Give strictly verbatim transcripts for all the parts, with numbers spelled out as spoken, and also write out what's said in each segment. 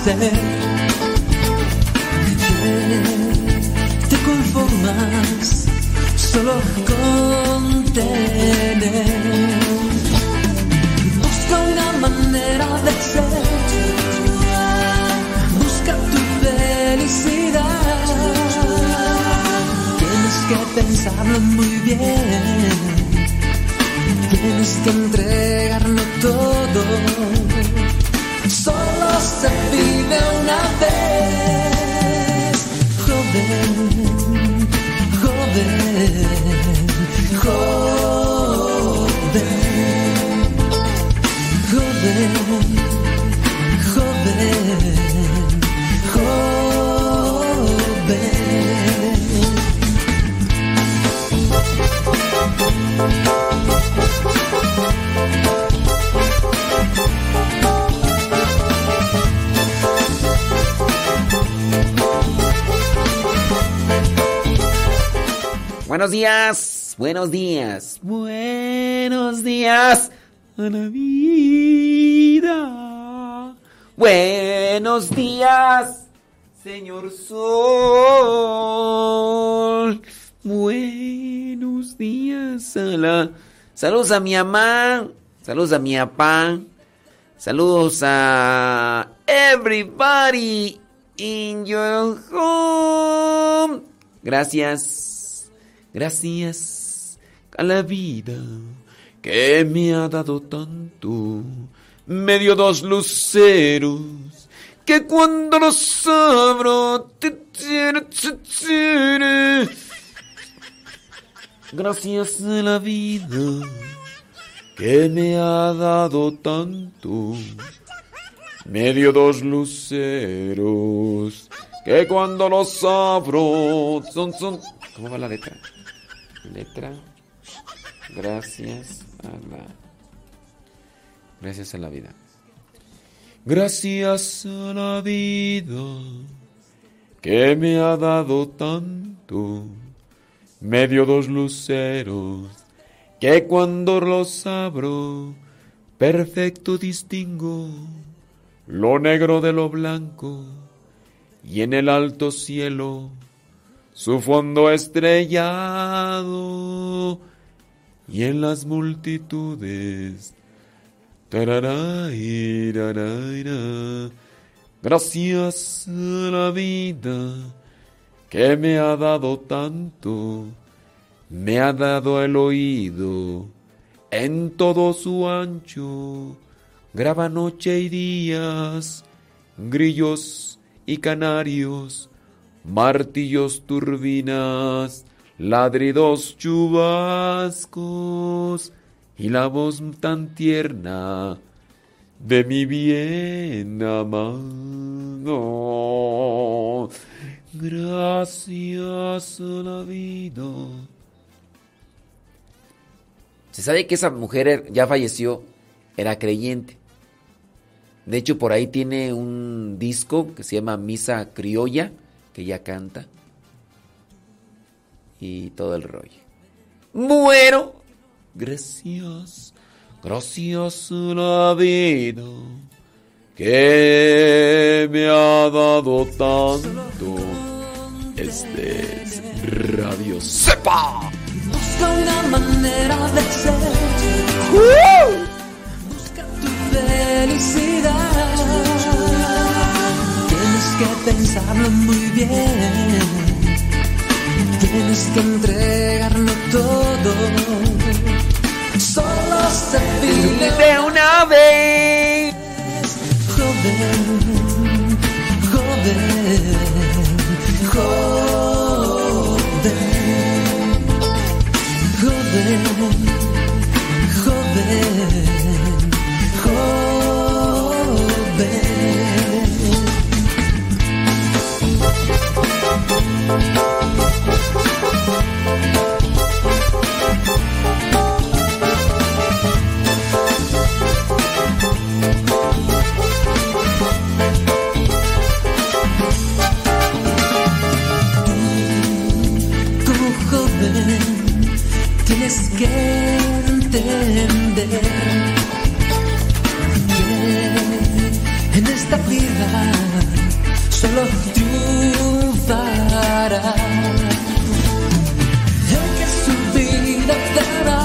ser. Te conformas solo con tener. Busca una manera de ser. Busca tu felicidad. Tienes que pensarlo muy bien. Tienes que entregarlo todo. Solo se vive una vez. Joven, joven, joven, joven, joven, joven. Buenos días, buenos días, buenos días a la vida. Buenos días, señor sol. Buenos días a la... Saludos a mi mamá, saludos a mi papá, saludos a everybody in your home. Gracias, gracias a la vida que me ha dado tanto. Me dio dos luceros que cuando los abro... Gracias a la vida que me ha dado tanto. Me dio dos luceros que cuando los abro son, son... ¿Cómo va la letra? Letra. Gracias a la... Gracias a la vida. Gracias a la vida que me ha dado tanto. Me dio dos luceros que cuando los abro perfecto distingo lo negro de lo blanco y en el alto cielo su fondo estrellado y en las multitudes tararairaraira. Gracias a la vida que me ha dado tanto, me ha dado el oído en todo su ancho, graba noche y días, grillos y canarios, martillos, turbinas, ladridos, chubascos y la voz tan tierna de mi bien amado. Gracias a la vida. Se sabe que esa mujer ya falleció, era creyente. De hecho, por ahí tiene un disco que se llama Misa Criolla, que ella canta. Y todo el rollo. Bueno, gracias, gracias a la vida que me ha dado tanto. Este es Radio Cepa. Busca una manera de ser. ¡Uh! Busca tu felicidad. Tienes que pensarlo muy bien. Tienes que entregarlo todo. Solo se vive de una vez. Joven, joven, joven, joven, joven, joven. Tienes que entender que en esta vida solo triunfará. El que su vida dará,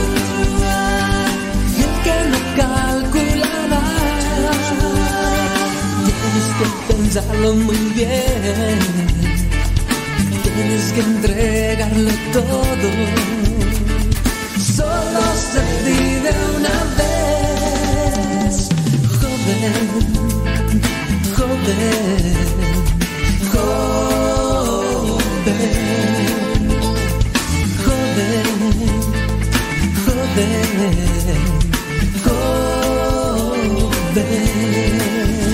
el que no calculará. Tienes que pensarlo muy bien, tienes que entregarlo todo. Solo se vive una vez, joven, joven, joven, joven, joven, joven.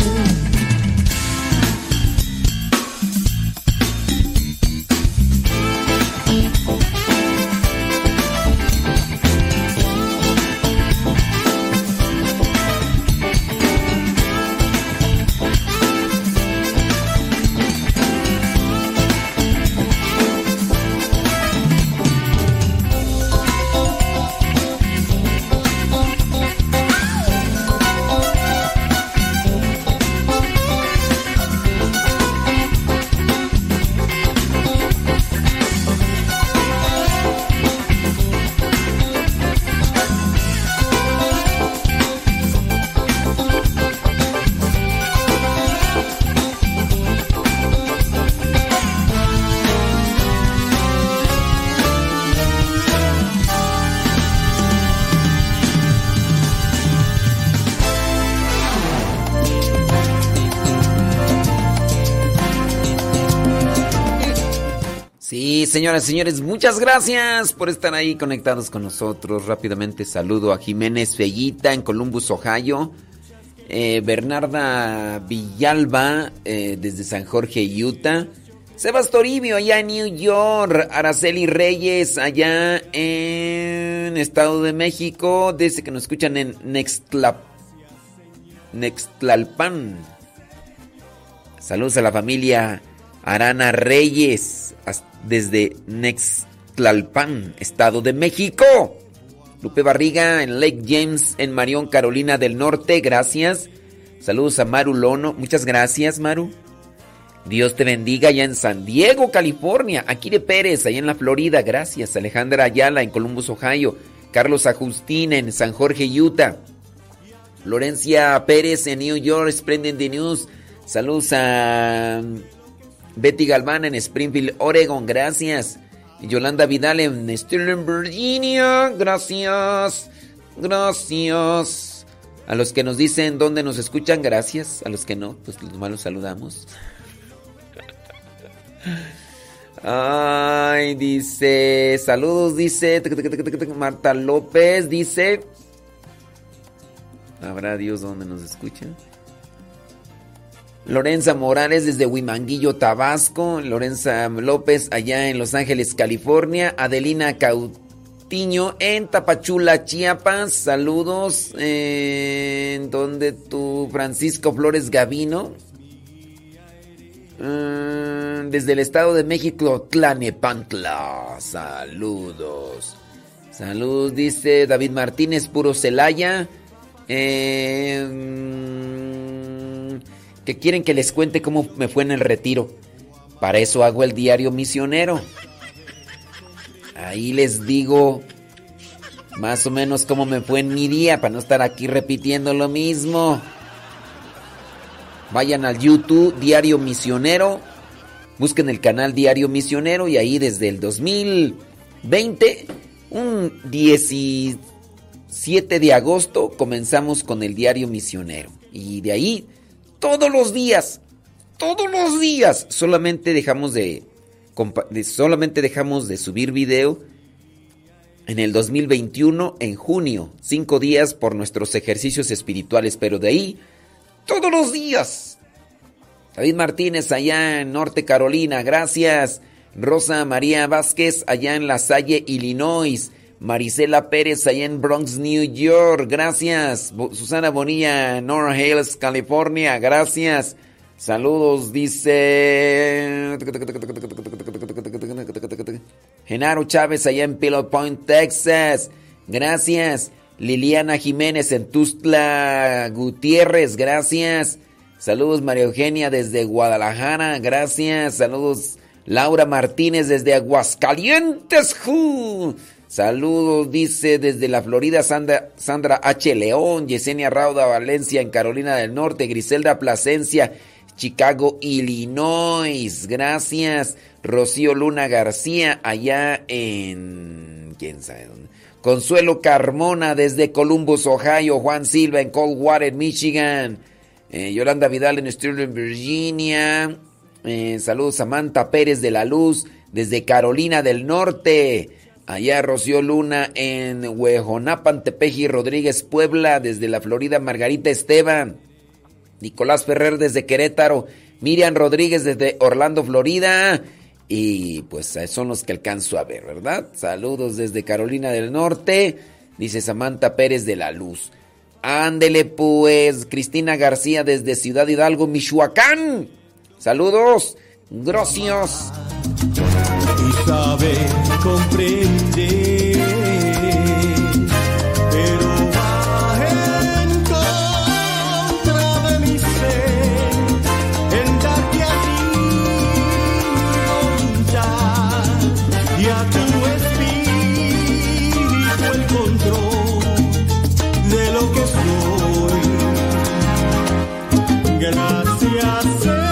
Señoras y señores, muchas gracias por estar ahí conectados con nosotros. Rápidamente saludo a Jiménez Fellita en Columbus, Ohio. Eh, Bernarda Villalba eh, desde San Jorge, Utah. Sebas Toribio allá en New York. Araceli Reyes allá en Estado de México. Desde que nos escuchan en Nextla... Nextlalpan. Saludos a la familia Arana Reyes desde Nextlalpan, Estado de México. Lupe Barriga en Lake James, en Marion, Carolina del Norte, gracias. Saludos a Maru Lono, muchas gracias, Maru. Dios te bendiga allá en San Diego, California. Akire Pérez, allá en la Florida, gracias. Alejandra Ayala en Columbus, Ohio. Carlos Agustín en San Jorge, Utah. Florencia Pérez en New York, Splendid News. Saludos a Betty Galván en Springfield, Oregon, gracias. Yolanda Vidal en Sterling, Virginia, gracias. Gracias. A los que nos dicen dónde nos escuchan, gracias. A los que no, pues nomás los saludamos. Ay, dice, saludos, dice Marta López, dice, ¿habrá Dios dónde nos escuchan? Lorenza Morales desde Huimanguillo, Tabasco. Lorenza López allá en Los Ángeles, California. Adelina Cautiño en Tapachula, Chiapas. Saludos. Eh, ¿En dónde tú? Francisco Flores Gavino. Eh, desde el Estado de México, Tlanepantla. Saludos. Saludos, dice David Martínez, Puro Celaya. Eh... que quieren que les cuente cómo me fue en el retiro. Para eso hago el diario misionero. Ahí les digo más o menos cómo me fue en mi día, para no estar aquí repitiendo lo mismo. Vayan al YouTube, Diario Misionero. Busquen el canal Diario Misionero y ahí desde el dos mil veinte, un diecisiete de agosto, comenzamos con el Diario Misionero. Y de ahí... todos los días, todos los días, solamente dejamos de, solamente dejamos de subir video en el dos mil veintiuno, en junio, cinco días por nuestros ejercicios espirituales, pero de ahí, todos los días. David Martínez allá en Norte Carolina, gracias. Rosa María Vázquez allá en La Salle, Illinois. Marisela Pérez allá en Bronx, New York, gracias. Susana Bonilla, North Hills, California, gracias. Saludos, dice Genaro Chávez allá en Pillow Point, Texas, gracias. Liliana Jiménez en Tuzla Gutiérrez, gracias. Saludos María Eugenia desde Guadalajara, gracias. Saludos Laura Martínez desde Aguascalientes. ¡Ju! Saludos, dice desde la Florida Sandra, Sandra H. León, Yesenia Rauda Valencia en Carolina del Norte, Griselda Plasencia, Chicago, Illinois. Gracias. Rocío Luna García allá en... ¿quién sabe dónde? Consuelo Carmona desde Columbus, Ohio. Juan Silva en Coldwater, Michigan. Eh, Yolanda Vidal en Sterling, Virginia. Eh, saludos Samantha Pérez de la Luz desde Carolina del Norte. Allá Rocío Luna en Huejonapan, Tepeji Rodríguez, Puebla. Desde la Florida, Margarita Esteban. Nicolás Ferrer desde Querétaro. Miriam Rodríguez desde Orlando, Florida. Y pues son los que alcanzo a ver, ¿verdad? Saludos desde Carolina del Norte. Dice Samantha Pérez de la Luz. Ándele pues, Cristina García desde Ciudad Hidalgo, Michoacán. Saludos. Gracias. Y sabe comprender, pero va en contra de mi ser, en darte a ti mi voluntad y a tu espíritu el control de lo que soy. Gracias, Señor.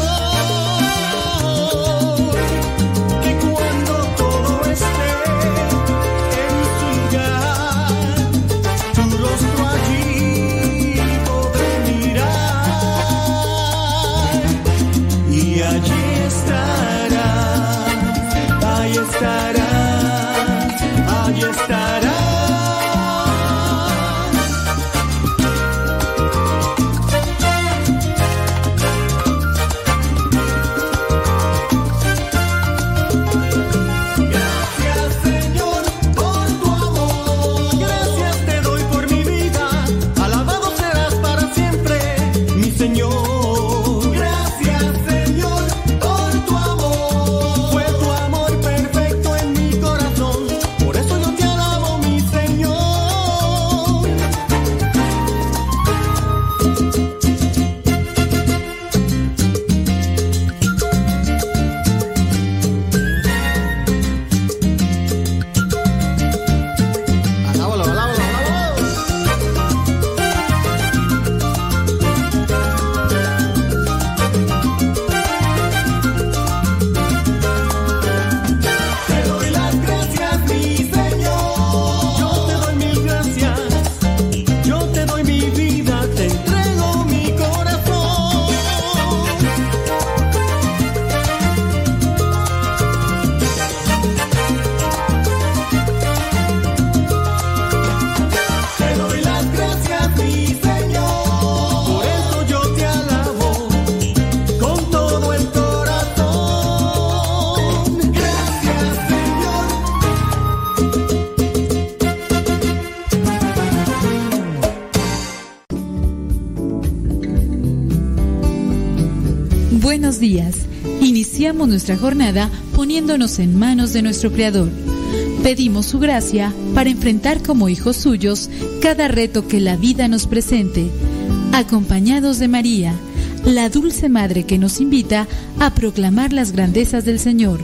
Buenos días. Iniciamos nuestra jornada poniéndonos en manos de nuestro Creador. Pedimos su gracia para enfrentar como hijos suyos cada reto que la vida nos presente, acompañados de María, la dulce Madre que nos invita a proclamar las grandezas del Señor.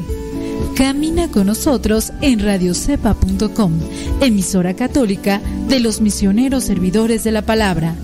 Camina con nosotros en radio cepa punto com, emisora católica de los misioneros servidores de la palabra.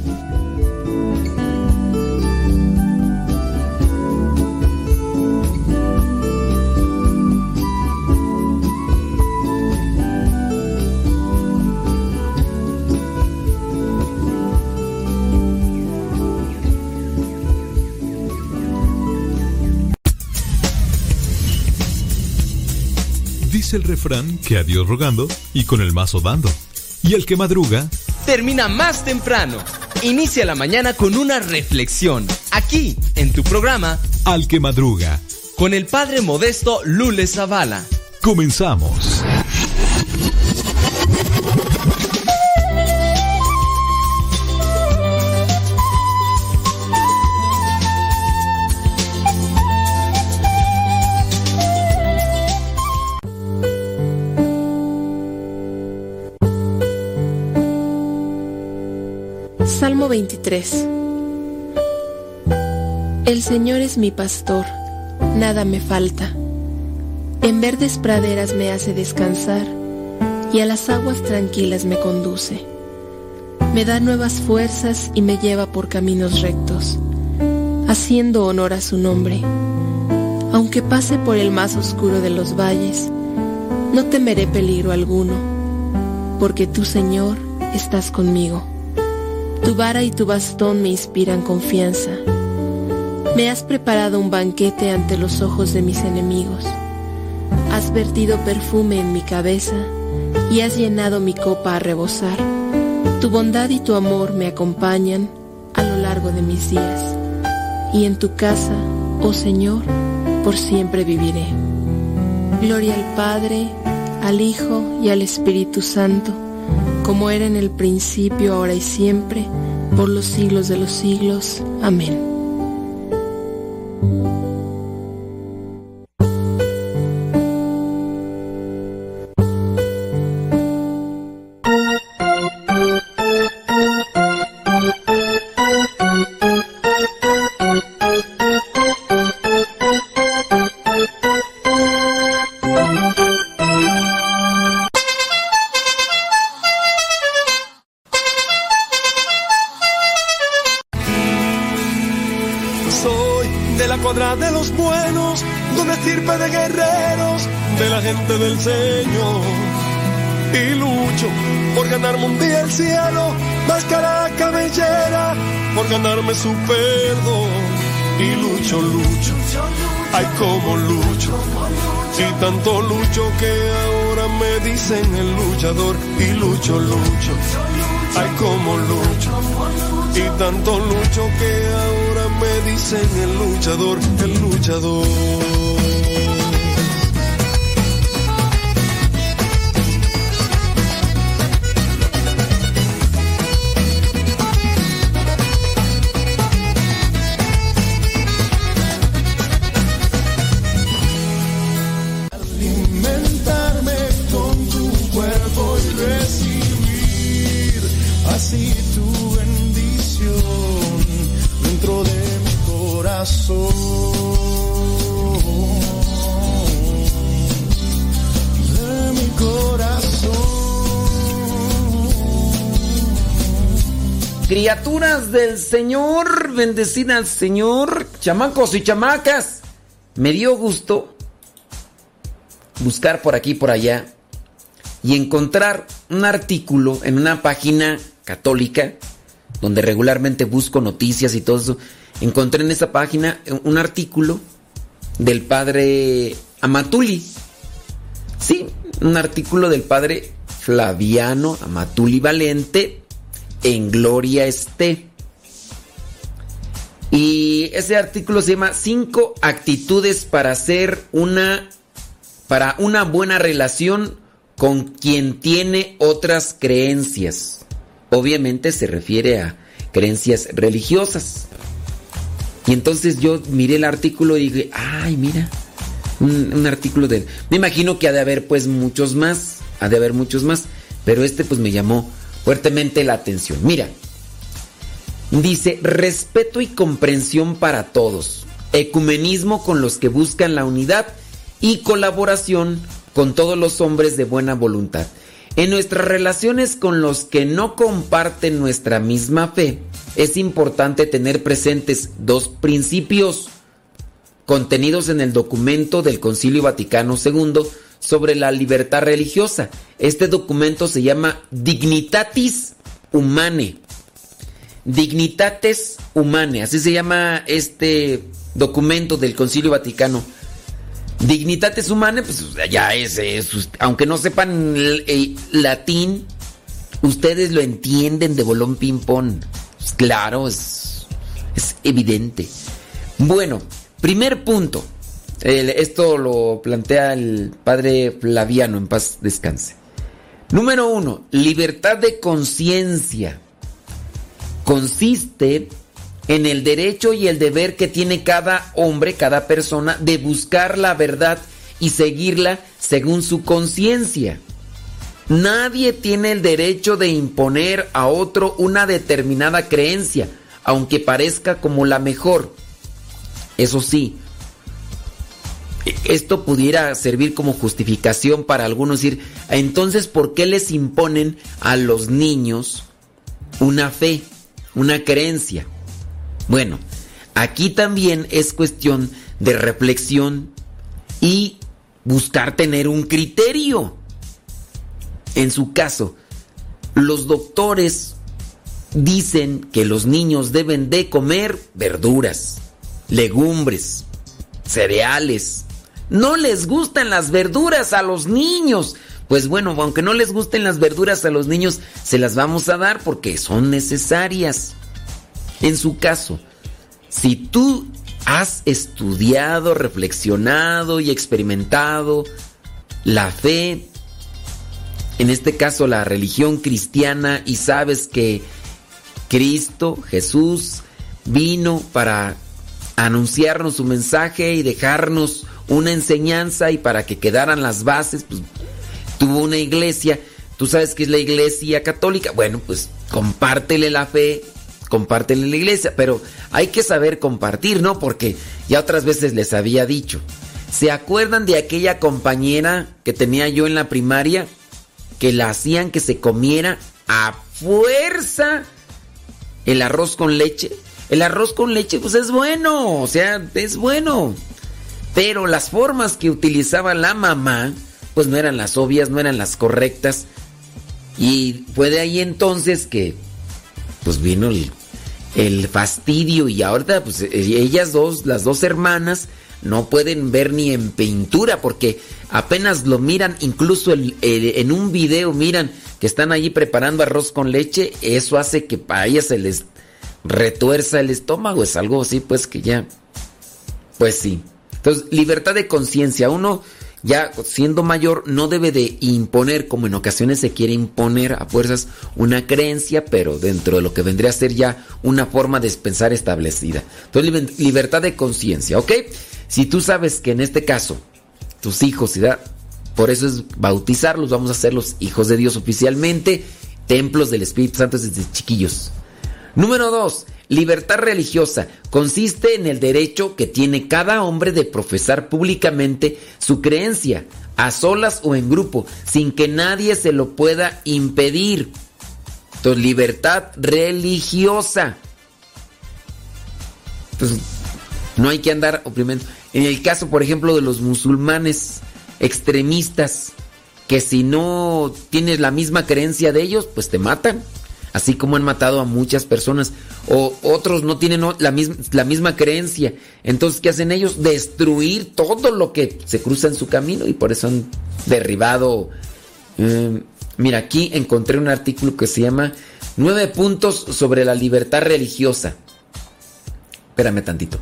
Dice el refrán que a Dios rogando y con el mazo dando. Y el que madruga termina más temprano. Inicia la mañana con una reflexión. Aquí, en tu programa Al que madruga, con el padre Modesto Lule Zavala. Comenzamos. Salmo veintitrés. El Señor es mi pastor, nada me falta. En verdes praderas me hace descansar y a las aguas tranquilas me conduce. Me da nuevas fuerzas y me lleva por caminos rectos, haciendo honor a su nombre. Aunque pase por el más oscuro de los valles, no temeré peligro alguno, porque tú, Señor, estás conmigo. Tu vara y tu bastón me inspiran confianza. Me has preparado un banquete ante los ojos de mis enemigos. Has vertido perfume en mi cabeza y has llenado mi copa a rebosar. Tu bondad y tu amor me acompañan a lo largo de mis días. Y en tu casa, oh Señor, por siempre viviré. Gloria al Padre, al Hijo y al Espíritu Santo, como era en el principio, ahora y siempre, por los siglos de los siglos. Amén. Del Señor y lucho por ganarme un día el cielo, máscara cabellera, por ganarme su perdón. Y lucho, lucho, ay como lucho, y tanto lucho que ahora me dicen el luchador. Y lucho, lucho, ay como lucho, y tanto lucho que ahora me dicen el luchador, el luchador. Criaturas del Señor, bendecid al Señor, chamacos y chamacas. Me dio gusto buscar por aquí y por allá y encontrar un artículo en una página católica donde regularmente busco noticias y todo eso. Encontré en esa página un artículo del padre Amatuli. Sí, un artículo del padre Flaviano Amatuli Valente, en gloria esté. Y ese artículo se llama Cinco actitudes para hacer una para una buena relación con quien tiene otras creencias. Obviamente se refiere a creencias religiosas. Y entonces yo miré el artículo y dije, ay, mira, un, un artículo de... Me imagino que ha de haber pues muchos más, ha de haber muchos más, pero este pues me llamó fuertemente la atención. Mira, dice, respeto y comprensión para todos, ecumenismo con los que buscan la unidad y colaboración con todos los hombres de buena voluntad. En nuestras relaciones con los que no comparten nuestra misma fe, es importante tener presentes dos principios contenidos en el documento del Concilio Vaticano segundo sobre la libertad religiosa. Este documento se llama Dignitatis Humanae. Dignitatis Humanae, así se llama este documento del Concilio Vaticano. Dignitatis Humanae, pues ya es, es aunque no sepan el, el latín, ustedes lo entienden de bolón ping pong. Pues claro, es, es evidente. Bueno, primer punto. El, esto lo plantea el padre Flaviano, en paz descanse. Número uno, libertad de conciencia. Consiste en el derecho y el deber que tiene cada hombre, cada persona, de buscar la verdad y seguirla según su conciencia. Nadie tiene el derecho de imponer a otro una determinada creencia, aunque parezca como la mejor. Eso sí, esto pudiera servir como justificación para algunos decir, entonces, ¿por qué les imponen a los niños una fe, una creencia? Bueno, aquí también es cuestión de reflexión y buscar tener un criterio. En su caso, los doctores dicen que los niños deben de comer verduras, legumbres, cereales. No les gustan las verduras a los niños. Pues bueno, aunque no les gusten las verduras a los niños, se las vamos a dar porque son necesarias. En su caso, si tú has estudiado, reflexionado y experimentado la fe, en este caso la religión cristiana, y sabes que Cristo, Jesús, vino para anunciarnos su mensaje y dejarnos una enseñanza y para que quedaran las bases, pues tuvo una iglesia. Tú sabes que es la iglesia católica. Bueno, pues compártele la fe, compártele la iglesia, pero hay que saber compartir, ¿no? Porque ya otras veces les había dicho. ¿Se acuerdan de aquella compañera que tenía yo en la primaria que la hacían que se comiera a fuerza el arroz con leche? El arroz con leche pues es bueno, o sea, es bueno. Pero las formas que utilizaba la mamá pues no eran las obvias, no eran las correctas. Y fue de ahí entonces que pues vino el, el fastidio, y ahorita pues ellas dos, las dos hermanas, no pueden ver ni en pintura porque apenas lo miran, incluso el, el, en un video miran que están allí preparando arroz con leche. Eso hace que para ellas se les retuerza el estómago. Es algo así pues que ya, pues sí. Entonces, libertad de conciencia. Uno ya siendo mayor no debe de imponer, como en ocasiones se quiere imponer a fuerzas una creencia, pero dentro de lo que vendría a ser ya una forma de pensar establecida. Entonces, libertad de conciencia, ¿ok? Si tú sabes que en este caso tus hijos, ¿sí? Por eso es bautizarlos, vamos a ser los hijos de Dios oficialmente, templos del Espíritu Santo desde chiquillos. Número dos, libertad religiosa. Consiste en el derecho que tiene cada hombre de profesar públicamente su creencia, a solas o en grupo, sin que nadie se lo pueda impedir. Entonces, libertad religiosa. Entonces, no hay que andar oprimiendo. En el caso, por ejemplo, de los musulmanes extremistas, que si no tienes la misma creencia de ellos, pues te matan. Así como han matado a muchas personas. O otros no tienen la misma, la misma creencia. Entonces, ¿qué hacen ellos? Destruir todo lo que se cruza en su camino. Y por eso han derribado. Eh, mira, aquí encontré un artículo que se llama Nueve puntos sobre la libertad religiosa. Espérame tantito.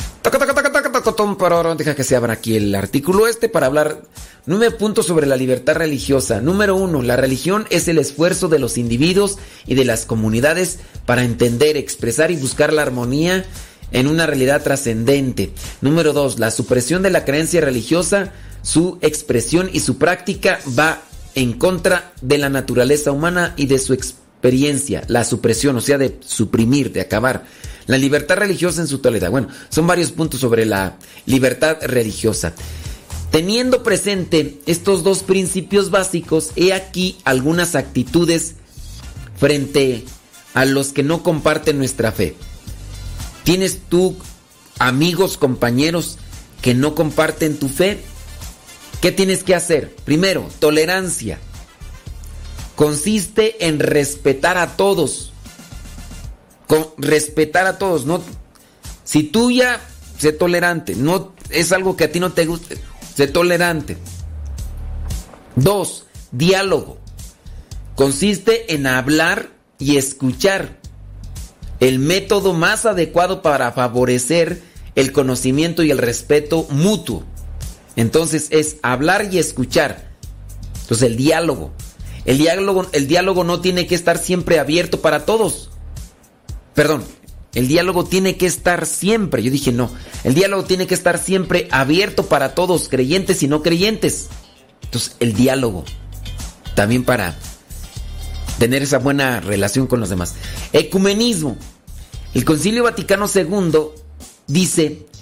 Deja que se abra aquí el artículo este para hablar. Nueve puntos sobre la libertad religiosa. Número uno, la religión es el esfuerzo de los individuos y de las comunidades para entender, expresar y buscar la armonía en una realidad trascendente. Número dos, la supresión de la creencia religiosa, su expresión y su práctica va en contra de la naturaleza humana y de su experiencia. La supresión, o sea, de suprimir, de acabar. La libertad religiosa en su totalidad. Bueno, son varios puntos sobre la libertad religiosa. Teniendo presente estos dos principios básicos, he aquí algunas actitudes frente a los que no comparten nuestra fe. ¿Tienes tú amigos, compañeros que no comparten tu fe? ¿Qué tienes que hacer? Primero, tolerancia. Consiste en respetar a todos. Con respetar a todos, no. Si tú ya sé tolerante, no es algo que a ti no te guste, sé tolerante. Dos, diálogo. Consiste en hablar y escuchar. El método más adecuado para favorecer el conocimiento y el respeto mutuo. Entonces es hablar y escuchar. Entonces el diálogo. El diálogo, el diálogo no tiene que estar siempre abierto para todos. Perdón, el diálogo tiene que estar siempre, yo dije no, el diálogo tiene que estar siempre abierto para todos, creyentes y no creyentes. Entonces, el diálogo, también para tener esa buena relación con los demás. Ecumenismo. El Concilio Vaticano segundo dice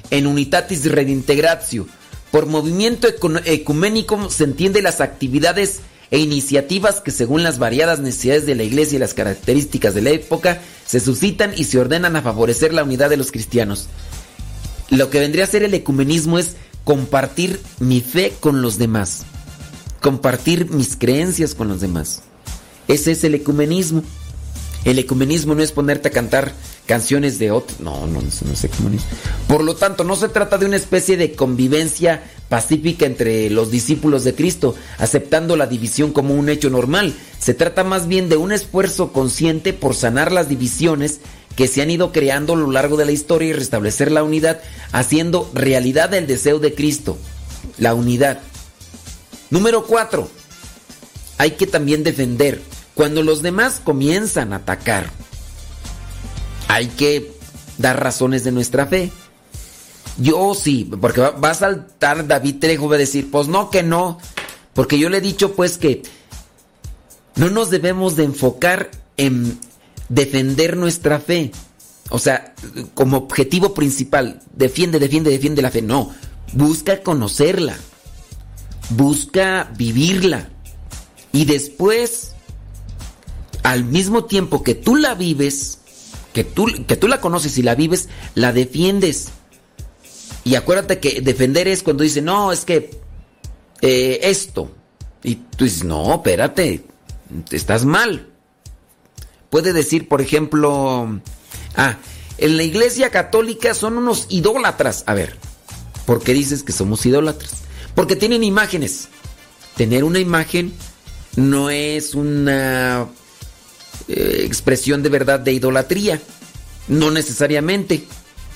en unitatis redintegratio. Por movimiento ecuménico se entiende las actividades e iniciativas que según las variadas necesidades de la Iglesia y las características de la época se suscitan y se ordenan a favorecer la unidad de los cristianos. Lo que vendría a ser el ecumenismo es compartir mi fe con los demás, compartir mis creencias con los demás. Ese es el ecumenismo. El ecumenismo no es ponerte a cantar canciones de otros. No, no, eso no es ecumenismo. Por lo tanto, no se trata de una especie de convivencia pacífica entre los discípulos de Cristo, aceptando la división como un hecho normal. Se trata más bien de un esfuerzo consciente por sanar las divisiones que se han ido creando a lo largo de la historia y restablecer la unidad, haciendo realidad el deseo de Cristo, la unidad. Número cuatro. Hay que también defender. Cuando los demás comienzan a atacar, hay que dar razones de nuestra fe. Yo sí, porque va, va a saltar David Trejo, va a decir, pues no que no, porque yo le he dicho pues que no nos debemos de enfocar en defender nuestra fe. O sea, como objetivo principal, defiende, defiende, defiende la fe. No, busca conocerla, busca vivirla y después, al mismo tiempo que tú la vives, que tú, que tú la conoces y la vives, la defiendes. Y acuérdate que defender es cuando dice, no, es que eh, esto. Y tú dices, no, espérate, estás mal. Puede decir, por ejemplo, ah, en la Iglesia Católica son unos idólatras. A ver, ¿por qué dices que somos idólatras? Porque tienen imágenes. Tener una imagen no es una eh, expresión de verdad de idolatría. No necesariamente.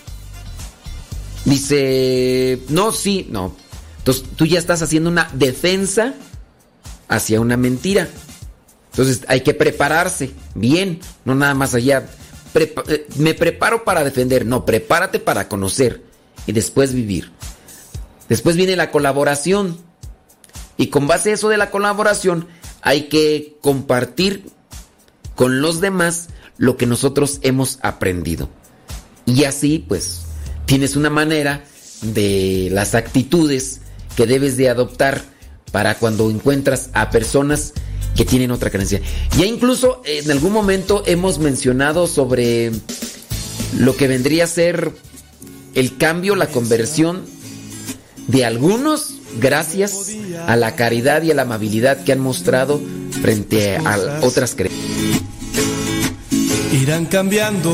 Dice, no, sí, no. Entonces tú ya estás haciendo una defensa hacia una mentira. Entonces hay que prepararse bien, no nada más allá. Prepa- eh, me preparo para defender, no, prepárate para conocer y después vivir. Después viene la colaboración y con base a eso de la colaboración hay que compartir con los demás lo que nosotros hemos aprendido. Y así pues tienes una manera de las actitudes que debes de adoptar para cuando encuentras a personas que tienen otra creencia. Ya incluso en algún momento hemos mencionado sobre lo que vendría a ser el cambio, la conversión de algunos gracias a la caridad y a la amabilidad que han mostrado frente a otras creencias. Irán cambiando.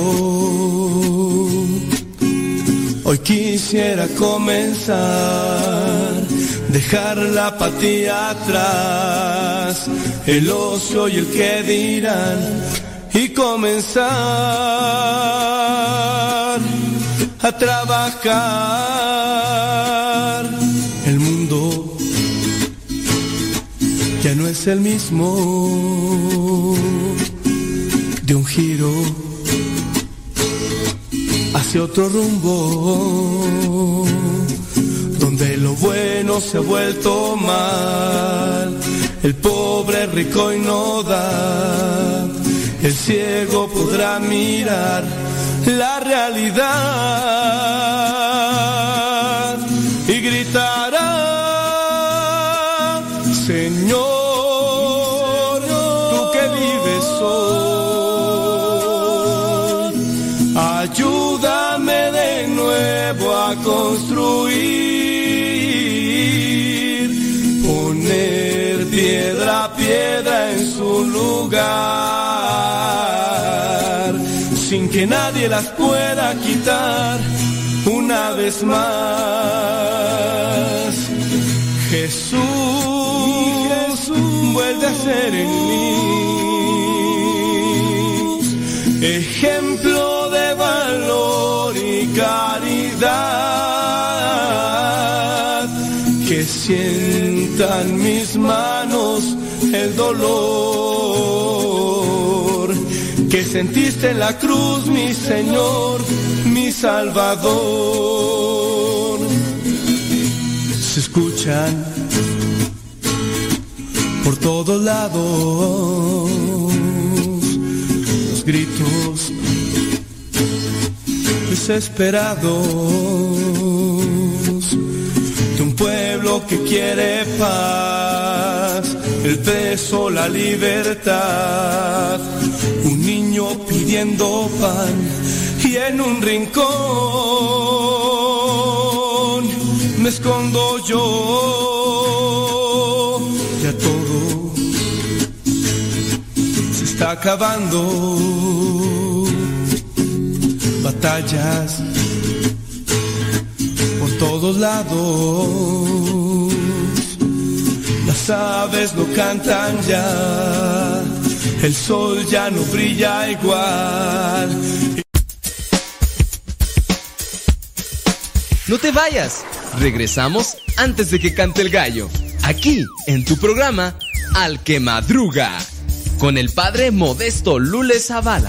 Hoy quisiera comenzar, dejar la apatía atrás, el ocio y el que dirán, y comenzar a trabajar. El mundo ya no es el mismo, de un giro hacia otro rumbo, donde lo bueno se ha vuelto mal, el pobre rico y no da, el ciego podrá mirar la realidad y gritará, Señor, tú que vives hoy, ayúdame de nuevo a construir, poner piedra a piedra en su lugar, sin que nadie las pueda quitar una vez más. Jesús, Jesús, vuelve a ser en mí ejemplo de valor y caridad, que sientan mis manos el dolor que sentiste en la cruz, mi Señor, mi Salvador. Se escuchan por todos lados los gritos desesperados pueblo que quiere paz, el preso la libertad, un niño pidiendo pan y en un rincón me escondo yo. Ya todo se está acabando, batallas por todos lados, las aves no cantan ya, el sol ya no brilla igual. No te vayas, regresamos antes de que cante el gallo, aquí en tu programa Al que Madruga, con el padre Modesto Lule Zavala.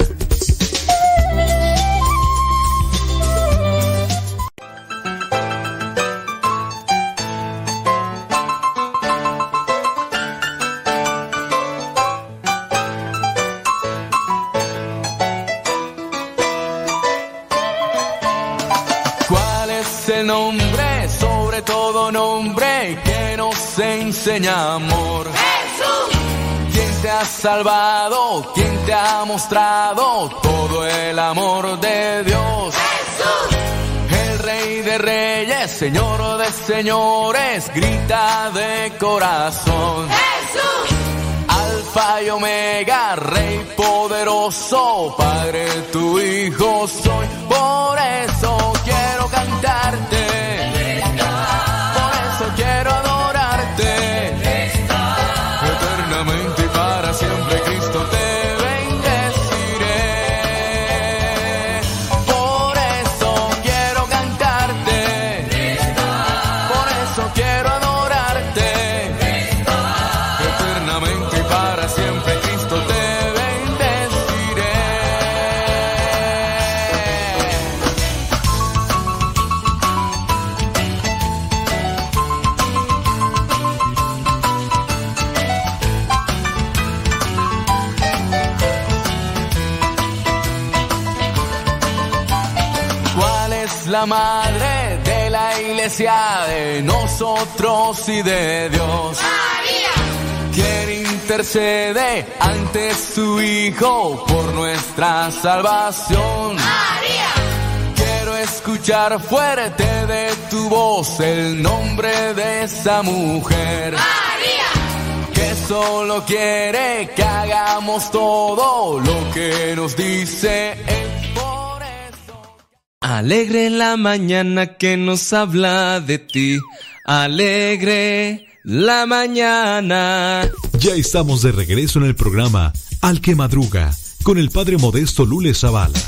Nombre, sobre todo nombre, que nos enseña amor. ¡Jesús! ¿Quién te ha salvado? ¿Quién te ha mostrado todo el amor de Dios? ¡Jesús! El Rey de Reyes, Señor de Señores, grita de corazón. ¡Jesús! Alfa y Omega, Rey poderoso, Padre, tu Hijo soy. Por eso quiero cantarte, por eso quiero adorarte, eternamente y para siempre, Cristo, te bendeciré. Por eso quiero cantarte, por eso quiero adorarte, eternamente y para siempre, Cristo, te bendeciré. La madre de la iglesia, de nosotros y de Dios. María, quien intercede ante su Hijo por nuestra salvación. María, quiero escuchar fuerte de tu voz el nombre de esa mujer. María, que solo quiere que hagamos todo lo que nos dice él. Alegre la mañana que nos habla de ti, alegre la mañana. Ya estamos de regreso en el programa Al que Madruga, con el padre Modesto Lule Zavala.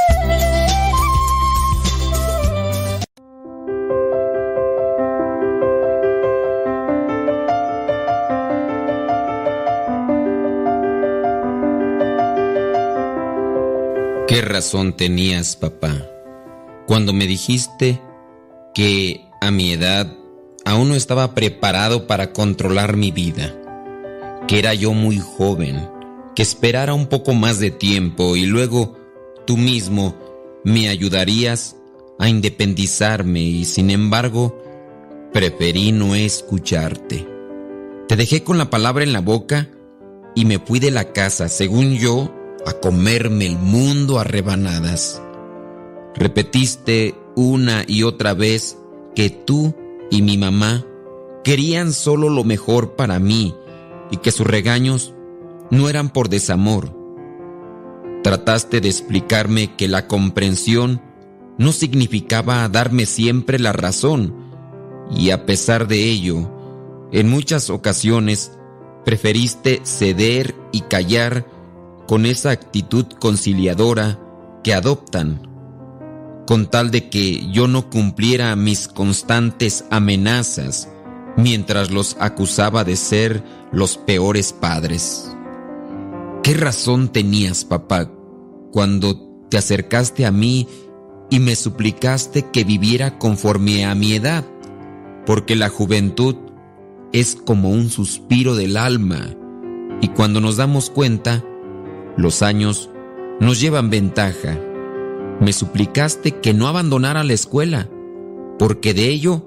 ¿Qué razón tenías, papá, cuando me dijiste que a mi edad aún no estaba preparado para controlar mi vida? Que era yo muy joven, que esperara un poco más de tiempo y luego tú mismo me ayudarías a independizarme y sin embargo preferí no escucharte. Te dejé con la palabra en la boca y me fui de la casa, según yo, a comerme el mundo a rebanadas. Repetiste una y otra vez que tú y mi mamá querían solo lo mejor para mí y que sus regaños no eran por desamor. Trataste de explicarme que la comprensión no significaba darme siempre la razón y a pesar de ello, en muchas ocasiones preferiste ceder y callar con esa actitud conciliadora que adoptan, con tal de que yo no cumpliera mis constantes amenazas mientras los acusaba de ser los peores padres. ¿Qué razón tenías, papá, cuando te acercaste a mí y me suplicaste que viviera conforme a mi edad? Porque la juventud es como un suspiro del alma y cuando nos damos cuenta, los años nos llevan ventaja. Me suplicaste que no abandonara la escuela, porque de ello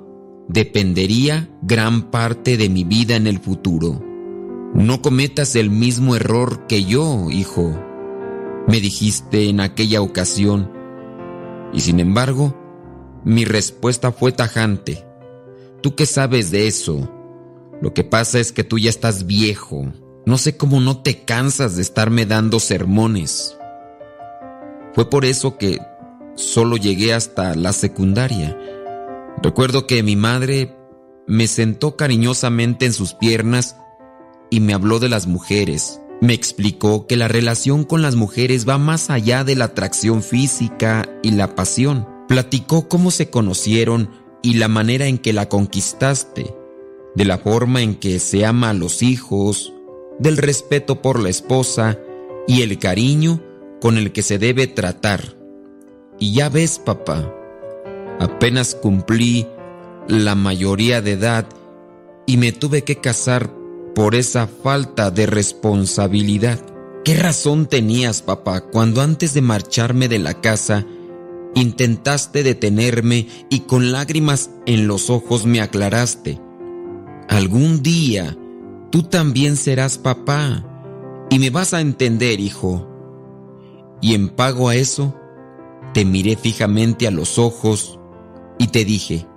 dependería gran parte de mi vida en el futuro. No cometas el mismo error que yo, hijo, me dijiste en aquella ocasión. Y sin embargo, mi respuesta fue tajante. ¿Tú qué sabes de eso? Lo que pasa es que tú ya estás viejo. No sé cómo no te cansas de estarme dando sermones. Fue por eso que solo llegué hasta la secundaria. Recuerdo que mi madre me sentó cariñosamente en sus piernas y me habló de las mujeres. Me explicó que la relación con las mujeres va más allá de la atracción física y la pasión. Platicó cómo se conocieron y la manera en que la conquistaste, de la forma en que se ama a los hijos, del respeto por la esposa y el cariño con el que se debe tratar. Y ya ves, papá, apenas cumplí la mayoría de edad y me tuve que casar por esa falta de responsabilidad. ¿Qué razón tenías, papá, cuando antes de marcharme de la casa intentaste detenerme y con lágrimas en los ojos me aclaraste? Algún día tú también serás papá y me vas a entender, hijo. Y en pago a eso, te miré fijamente a los ojos y te dije: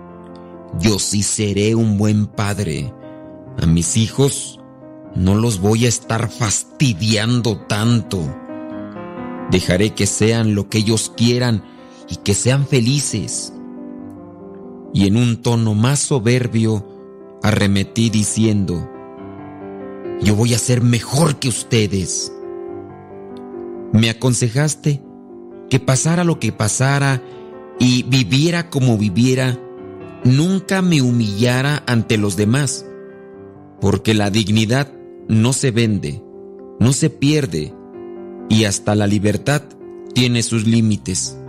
yo sí seré un buen padre. A mis hijos no los voy a estar fastidiando tanto. Dejaré que sean lo que ellos quieran y que sean felices. Y en un tono más soberbio arremetí diciendo: yo voy a ser mejor que ustedes. Me aconsejaste que pasara lo que pasara y viviera como viviera, nunca me humillara ante los demás, porque la dignidad no se vende, no se pierde, y hasta la libertad tiene sus límites.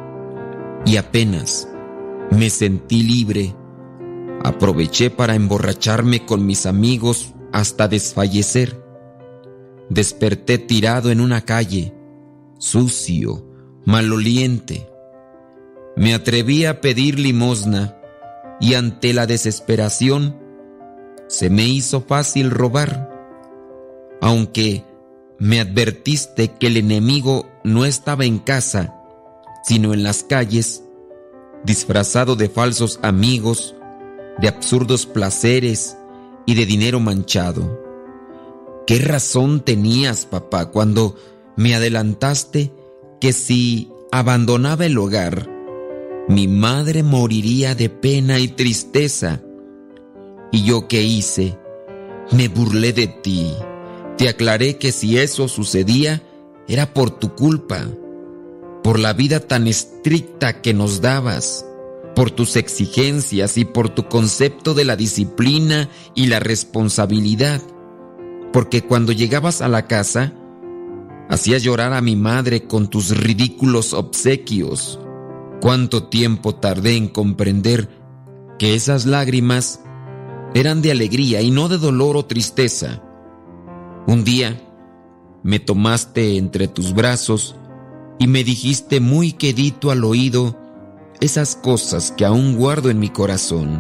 Y apenas me sentí libre, aproveché para emborracharme con mis amigos hasta desfallecer. Desperté tirado en una calle, sucio, maloliente. Me atreví a pedir limosna y ante la desesperación se me hizo fácil robar. Aunque me advertiste que el enemigo no estaba en casa, sino en las calles, disfrazado de falsos amigos, de absurdos placeres y de dinero manchado. ¿Qué razón tenías, papá, cuando me adelantaste que si abandonaba el hogar, mi madre moriría de pena y tristeza? ¿Y yo qué hice? Me burlé de ti. Te aclaré que si eso sucedía, era por tu culpa, por la vida tan estricta que nos dabas, por tus exigencias y por tu concepto de la disciplina y la responsabilidad. Porque cuando llegabas a la casa, hacías llorar a mi madre con tus ridículos obsequios. ¿Cuánto tiempo tardé en comprender que esas lágrimas eran de alegría y no de dolor o tristeza? Un día me tomaste entre tus brazos y me dijiste muy quedito al oído esas cosas que aún guardo en mi corazón.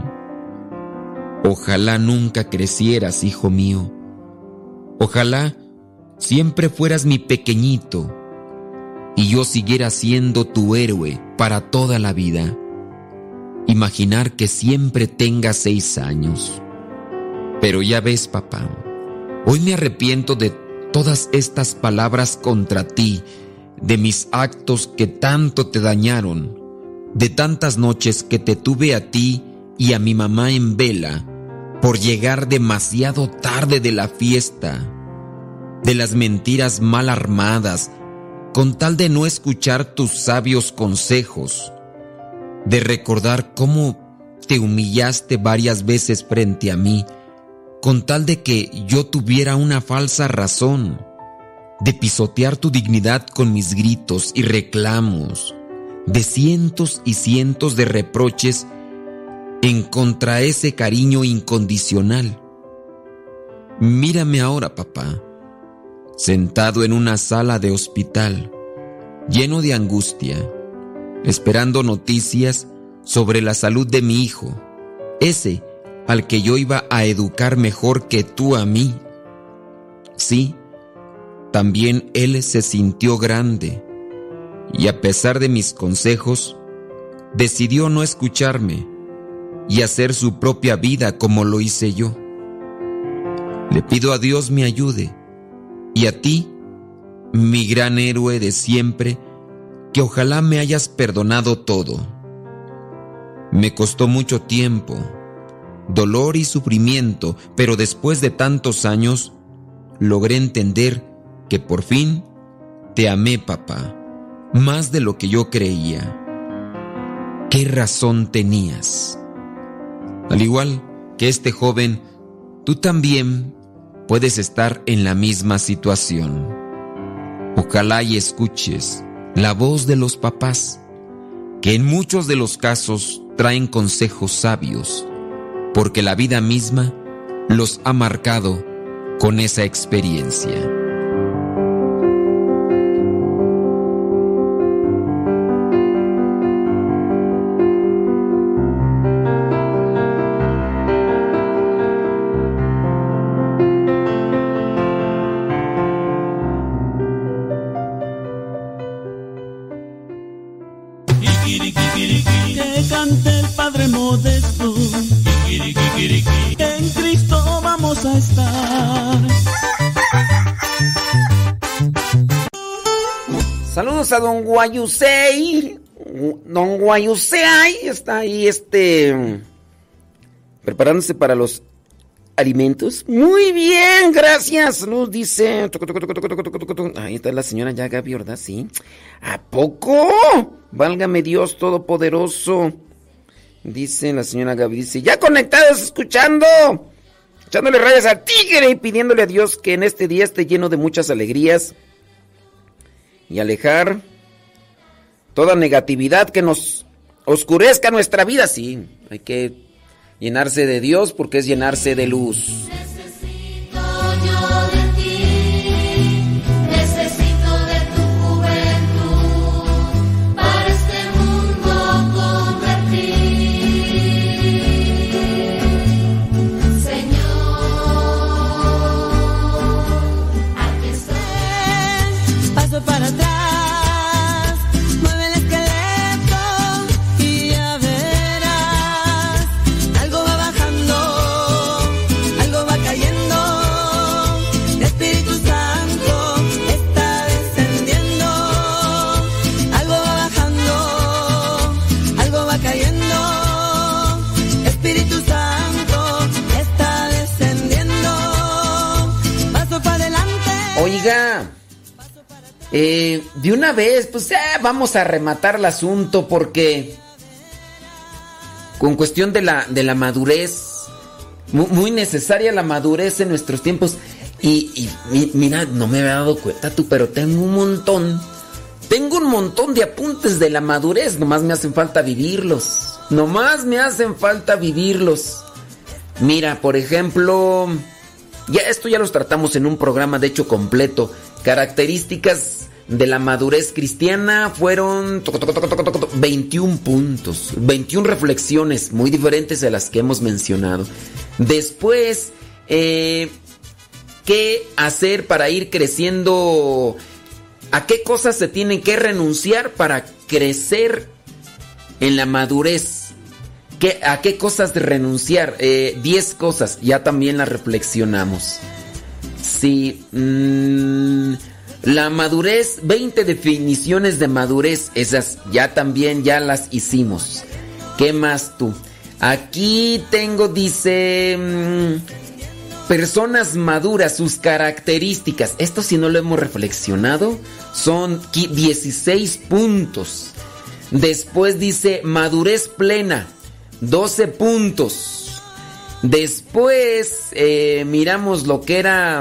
Ojalá nunca crecieras, hijo mío. Ojalá siempre fueras mi pequeñito y yo siguiera siendo tu héroe para toda la vida. Imaginar que siempre tengas seis años. Pero ya ves, papá, hoy me arrepiento de todas estas palabras contra ti, de mis actos que tanto te dañaron, de tantas noches que te tuve a ti y a mi mamá en vela por llegar demasiado tarde de la fiesta, de las mentiras mal armadas con tal de no escuchar tus sabios consejos, de recordar cómo te humillaste varias veces frente a mí con tal de que yo tuviera una falsa razón, de pisotear tu dignidad con mis gritos y reclamos, de cientos y cientos de reproches en contra ese cariño incondicional. Mírame ahora, papá, sentado en una sala de hospital, lleno de angustia, esperando noticias sobre la salud de mi hijo. ese al que yo iba a educar mejor que tú a mí. Sí, también él se sintió grande y a pesar de mis consejos, decidió no escucharme y hacer su propia vida como lo hice yo. Le pido a Dios me ayude y a ti, mi gran héroe de siempre, que ojalá me hayas perdonado todo. Me costó mucho tiempo, dolor y sufrimiento, pero después de tantos años, logré entender que por fin te amé, papá, más de lo que yo creía. ¿Qué razón tenías? Al igual que este joven, tú también puedes estar en la misma situación. Ojalá y escuches la voz de los papás, que en muchos de los casos traen consejos sabios, porque la vida misma los ha marcado con esa experiencia. Que cante el Padre Modesto, en Cristo vamos a estar. Saludos a don Guayusei. Don Guayusei está ahí, este, preparándose para los alimentos. Muy bien, gracias. Nos dice. Ahí está la señora ya Gaby, ¿verdad? Sí. ¿A poco? Válgame Dios Todopoderoso. Dice la señora Gaby, dice, ya conectados, escuchando, echándole rayas al tigre y pidiéndole a Dios que en este día esté lleno de muchas alegrías y alejar toda negatividad que nos oscurezca nuestra vida. Sí, hay que llenarse de Dios porque es llenarse de luz. Necesito yo de ti, necesito de tu juventud, para este mundo convertir. Señor, aquí estoy. Paso para atrás, mueve el esqueleto y ya verás. Algo va bajando, algo va cayendo. El Espíritu Santo está descendiendo. Algo va bajando, algo va cayendo. Espíritu Santo está descendiendo. Paso para adelante. Oiga, eh, de una vez, pues eh, vamos a rematar el asunto porque con cuestión de la, de la madurez, muy, muy necesaria la madurez en nuestros tiempos. Y, y mi- mira, no me había dado cuenta tú, pero tengo un montón, tengo un montón de apuntes de la madurez, nomás me hacen falta vivirlos, nomás me hacen falta vivirlos. Mira, por ejemplo, ya esto ya los tratamos en un programa de hecho completo. Características de la madurez cristiana fueron toco, toco, toco, toco, toco, toco, veintiún puntos, veintiún reflexiones muy diferentes a las que hemos mencionado. Después, eh, ¿qué hacer para ir creciendo? ¿A qué cosas se tienen que renunciar para crecer en la madurez? ¿Qué, ¿A qué cosas renunciar? Eh, diez cosas, ya también las reflexionamos. Sí, mmm, la madurez, veinte definiciones de madurez, esas ya también ya las hicimos. ¿Qué más tú? Aquí tengo, dice, mmm, personas maduras, sus características. Esto si no lo hemos reflexionado, son qui- dieciséis puntos. Después dice madurez plena, doce puntos. Después eh, miramos lo que era,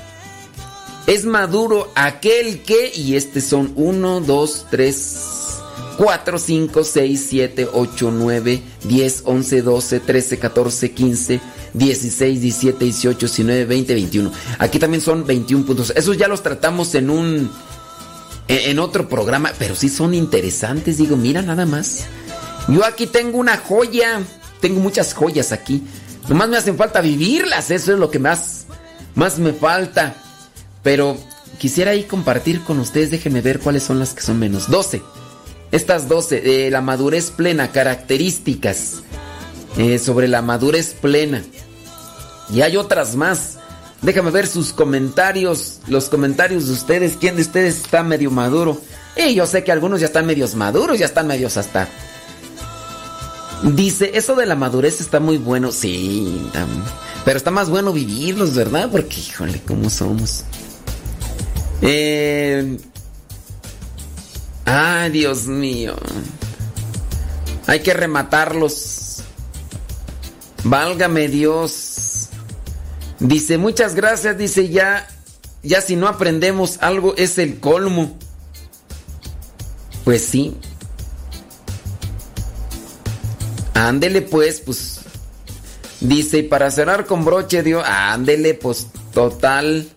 es maduro aquel que, y este son uno, dos, tres, cuatro, cinco, seis, siete, ocho, nueve, diez, once, doce, trece, catorce, quince, dieciséis, diecisiete, dieciocho, diecinueve, veinte, veintiuno. Aquí también son veintiún puntos. Esos ya los tratamos en un, en, en otro programa, pero sí son interesantes. Digo, mira nada más. Yo aquí tengo una joya. tengo muchas joyas aquí. Nomás me hacen falta vivirlas, eso es lo que más, más me falta. Pero quisiera ahí compartir con ustedes, déjenme ver cuáles son las que son menos. doce. Estas doce, eh, la madurez plena, características eh, sobre la madurez plena. Y hay otras más. Déjame ver sus comentarios, los comentarios de ustedes. ¿Quién de ustedes está medio maduro? Y yo sé que algunos ya están medios maduros, ya están medios hasta... Dice, eso de la madurez está muy bueno. Sí, pero está más bueno vivirlos, ¿verdad? Porque, híjole, ¿cómo somos? Eh... Ay, Dios mío. Hay que rematarlos. Válgame Dios. Dice, muchas gracias. Dice, ya, ya si no aprendemos algo es el colmo. Pues sí. Ándele pues, pues. Dice, para cerrar con broche de oro. Ándele, pues, total.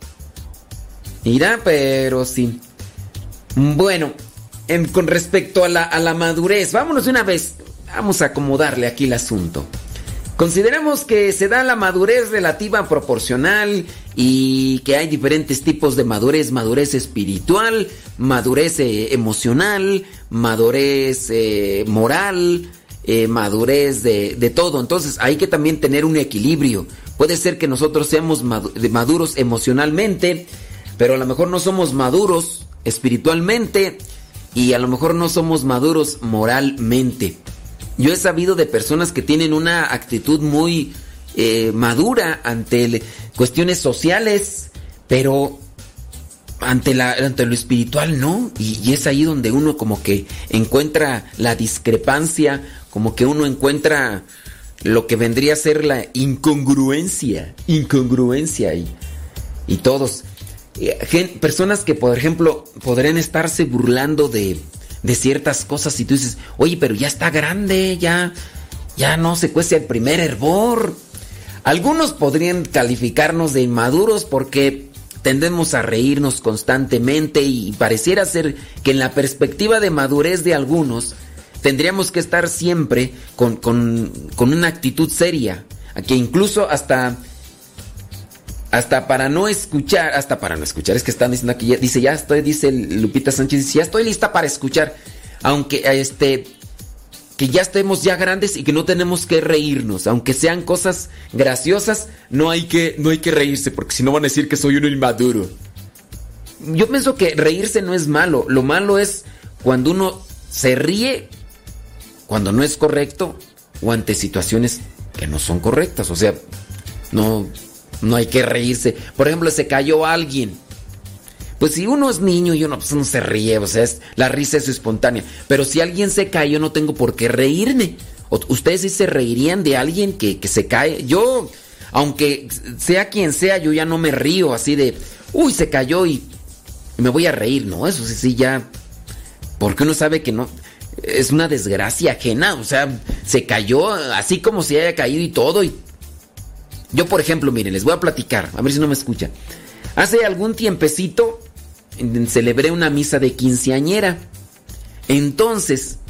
Mira, pero sí. Bueno, en, con respecto a la, a la madurez, vámonos de una vez. Vamos a acomodarle aquí el asunto. Consideremos que se da la madurez relativa proporcional y que hay diferentes tipos de madurez. Madurez espiritual, madurez eh, emocional, madurez eh, moral, eh, madurez de, de todo. Entonces hay que también tener un equilibrio. Puede ser que nosotros seamos maduros emocionalmente, pero a lo mejor no somos maduros espiritualmente y a lo mejor no somos maduros moralmente. Yo he sabido de personas que tienen una actitud muy eh, madura ante el, cuestiones sociales, pero ante, la, ante lo espiritual no. Y, y es ahí donde uno como que encuentra la discrepancia, como que uno encuentra lo que vendría a ser la incongruencia, incongruencia y, y todos. Eh, gen, personas que, por ejemplo, podrían estarse burlando de... de ciertas cosas y tú dices, oye, pero ya está grande, ya, ya no se cuece el primer hervor. Algunos podrían calificarnos de inmaduros porque tendemos a reírnos constantemente y pareciera ser que en la perspectiva de madurez de algunos tendríamos que estar siempre con, con, con una actitud seria, que incluso hasta... Hasta para no escuchar, hasta para no escuchar, es que están diciendo aquí, ya, dice, ya estoy, dice Lupita Sánchez, dice, ya estoy lista para escuchar, aunque este, que ya estemos ya grandes y que no tenemos que reírnos, aunque sean cosas graciosas, no hay que, no hay que reírse, porque si no van a decir que soy uno inmaduro. Yo pienso que reírse no es malo, lo malo es cuando uno se ríe, cuando no es correcto, o ante situaciones que no son correctas, o sea, no... No hay que reírse. Por ejemplo, se cayó alguien. Pues si uno es niño y uno, pues uno se ríe, o sea, es, la risa es espontánea. Pero si alguien se cae, yo no tengo por qué reírme. O, ¿ustedes sí se reirían de alguien que, que se cae? Yo, aunque sea quien sea, yo ya no me río así de, uy, se cayó y, y me voy a reír. No, eso sí, sí, ya. Porque uno sabe que no, es una desgracia ajena. O sea, se cayó así como si haya caído y todo y... Yo, por ejemplo, miren, les voy a platicar, a ver si no me escuchan. Hace algún tiempecito celebré una misa de quinceañera. Entonces,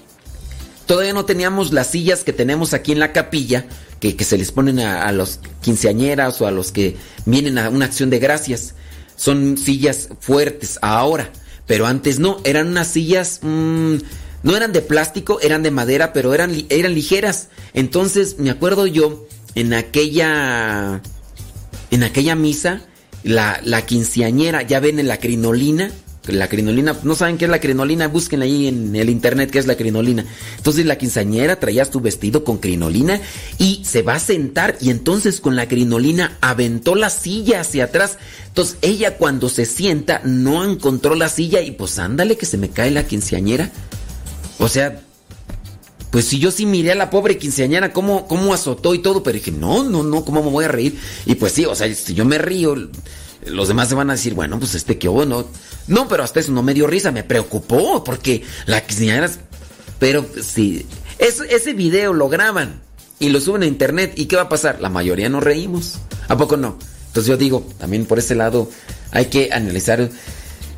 todavía no teníamos las sillas que tenemos aquí en la capilla, que, que se les ponen a, a los quinceañeras o a los que vienen a una acción de gracias. Son sillas fuertes ahora, pero antes no, eran unas sillas... Mmm, no eran de plástico, eran de madera, pero eran, eran ligeras. Entonces, me acuerdo yo... En aquella en aquella misa, la, la quinceañera, ya ven en la crinolina, la crinolina, no saben qué es la crinolina, busquen ahí en el internet qué es la crinolina. Entonces la quinceañera traía su vestido con crinolina y se va a sentar y entonces con la crinolina aventó la silla hacia atrás. Entonces ella cuando se sienta no encontró la silla y pues ándale que se me cae la quinceañera. O sea... Pues si yo sí miré a la pobre quinceañera cómo, cómo azotó y todo, pero dije, no, no, no, ¿cómo me voy a reír? Y pues sí, o sea, si yo me río, los demás se van a decir, bueno, pues este que bueno. No, pero hasta eso no me dio risa, me preocupó, porque la quinceañera... Pero sí, es, ese video lo graban y lo suben a internet, ¿y qué va a pasar? La mayoría nos reímos, ¿a poco no? Entonces yo digo, también por ese lado hay que analizar.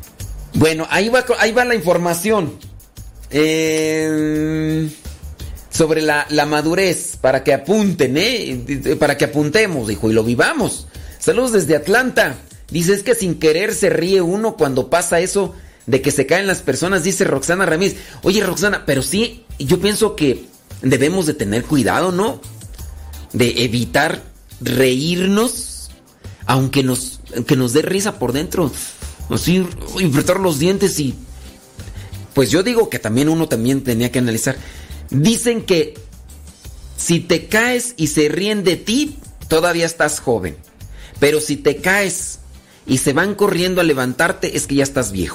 Bueno, ahí va, ahí va la información. Eh... sobre la, la madurez, para que apunten, ¿eh? Para que apuntemos, dijo, y lo vivamos. Saludos desde Atlanta. Dice, es que sin querer se ríe uno cuando pasa eso de que se caen las personas, dice Roxana Ramírez. Oye, Roxana, pero sí, yo pienso que debemos de tener cuidado, ¿no? De evitar reírnos, aunque nos, que nos dé risa por dentro. Así, apretar los dientes y... Pues yo digo que también uno también tenía que analizar. Dicen que si te caes y se ríen de ti, todavía estás joven. Pero si te caes y se van corriendo a levantarte, es que ya estás viejo.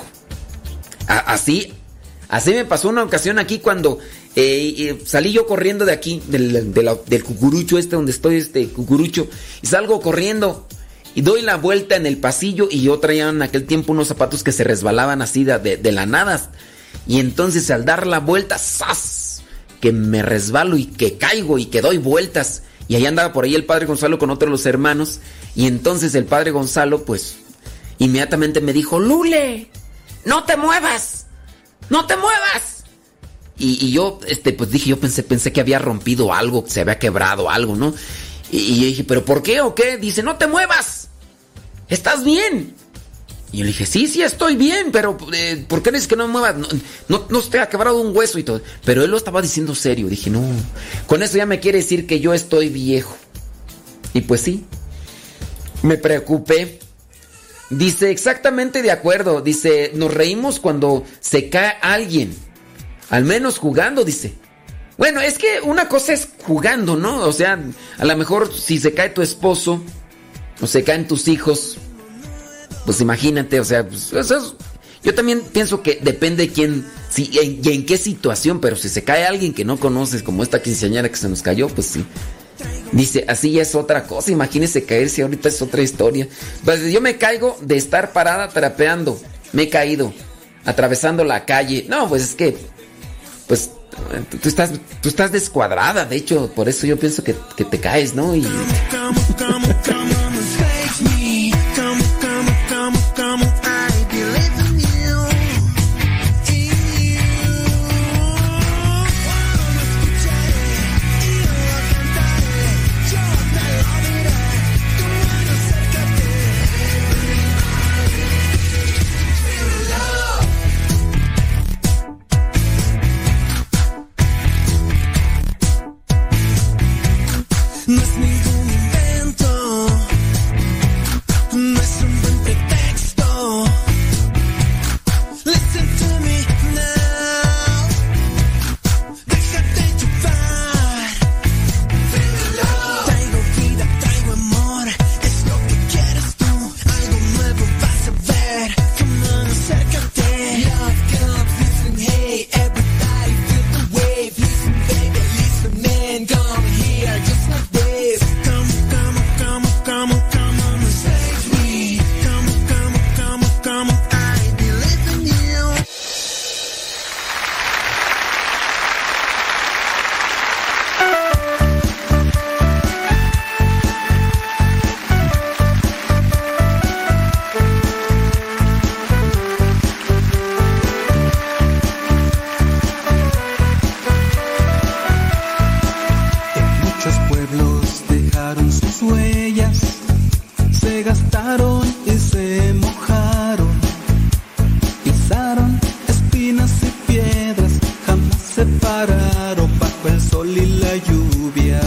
Así, así me pasó una ocasión aquí cuando eh, eh, salí yo corriendo de aquí, del, de la, del cucurucho este donde estoy, este cucurucho, y salgo corriendo y doy la vuelta en el pasillo y yo traía en aquel tiempo unos zapatos que se resbalaban así de, de, de la nada. Y entonces al dar la vuelta, ¡zas!, que me resbalo y que caigo y que doy vueltas. Y ahí andaba por ahí el padre Gonzalo con otros de los hermanos. Y entonces el padre Gonzalo, pues, inmediatamente me dijo, Lule, no te muevas, no te muevas. Y, y yo, este, pues dije, yo pensé, pensé que había rompido algo, que se había quebrado algo, ¿no? Y, y yo dije, ¿pero por qué o qué? Dice, no te muevas, ¿estás bien? Y yo le dije, sí, sí, estoy bien, pero eh, ¿por qué dices que no me muevas? No, no, no te ha quebrado un hueso y todo. Pero él lo estaba diciendo serio. Dije, no, con eso ya me quiere decir que yo estoy viejo. Y pues sí, me preocupé. Dice, exactamente de acuerdo. Dice, nos reímos cuando se cae alguien. Al menos jugando, dice. Bueno, es que una cosa es jugando, ¿no? O sea, a lo mejor si se cae tu esposo o se caen tus hijos, pues imagínate, o sea, pues, eso, yo también pienso que depende de quién, si, en, y en qué situación, pero si se cae alguien que no conoces, como esta quinceañera que se nos cayó, pues sí. Dice, así ya es otra cosa, imagínese caerse, ahorita es otra historia. Pues yo me caigo de estar parada terapeando, me he caído, atravesando la calle. No, pues es que, pues, tú estás, tú estás descuadrada, de hecho, por eso yo pienso que, que te caes, ¿no? Y... No es ningún invento, no es un buen pretexto. Listen to me now, déjate llevar. Traigo vida, traigo amor, es lo que quieres tú. Algo nuevo vas a ver, come on, acércate. Love comes, listen, hey, everybody feel the wave. Listen, baby, listen, man, come here, just like this. Come, come, come, come, come on, save me. Come, come, come, come, I believe in you. Muchos pueblos dejaron sus huellas, se gastaron y se mojaron, pisaron espinas y piedras, jamás se pararon bajo el sol y la lluvia.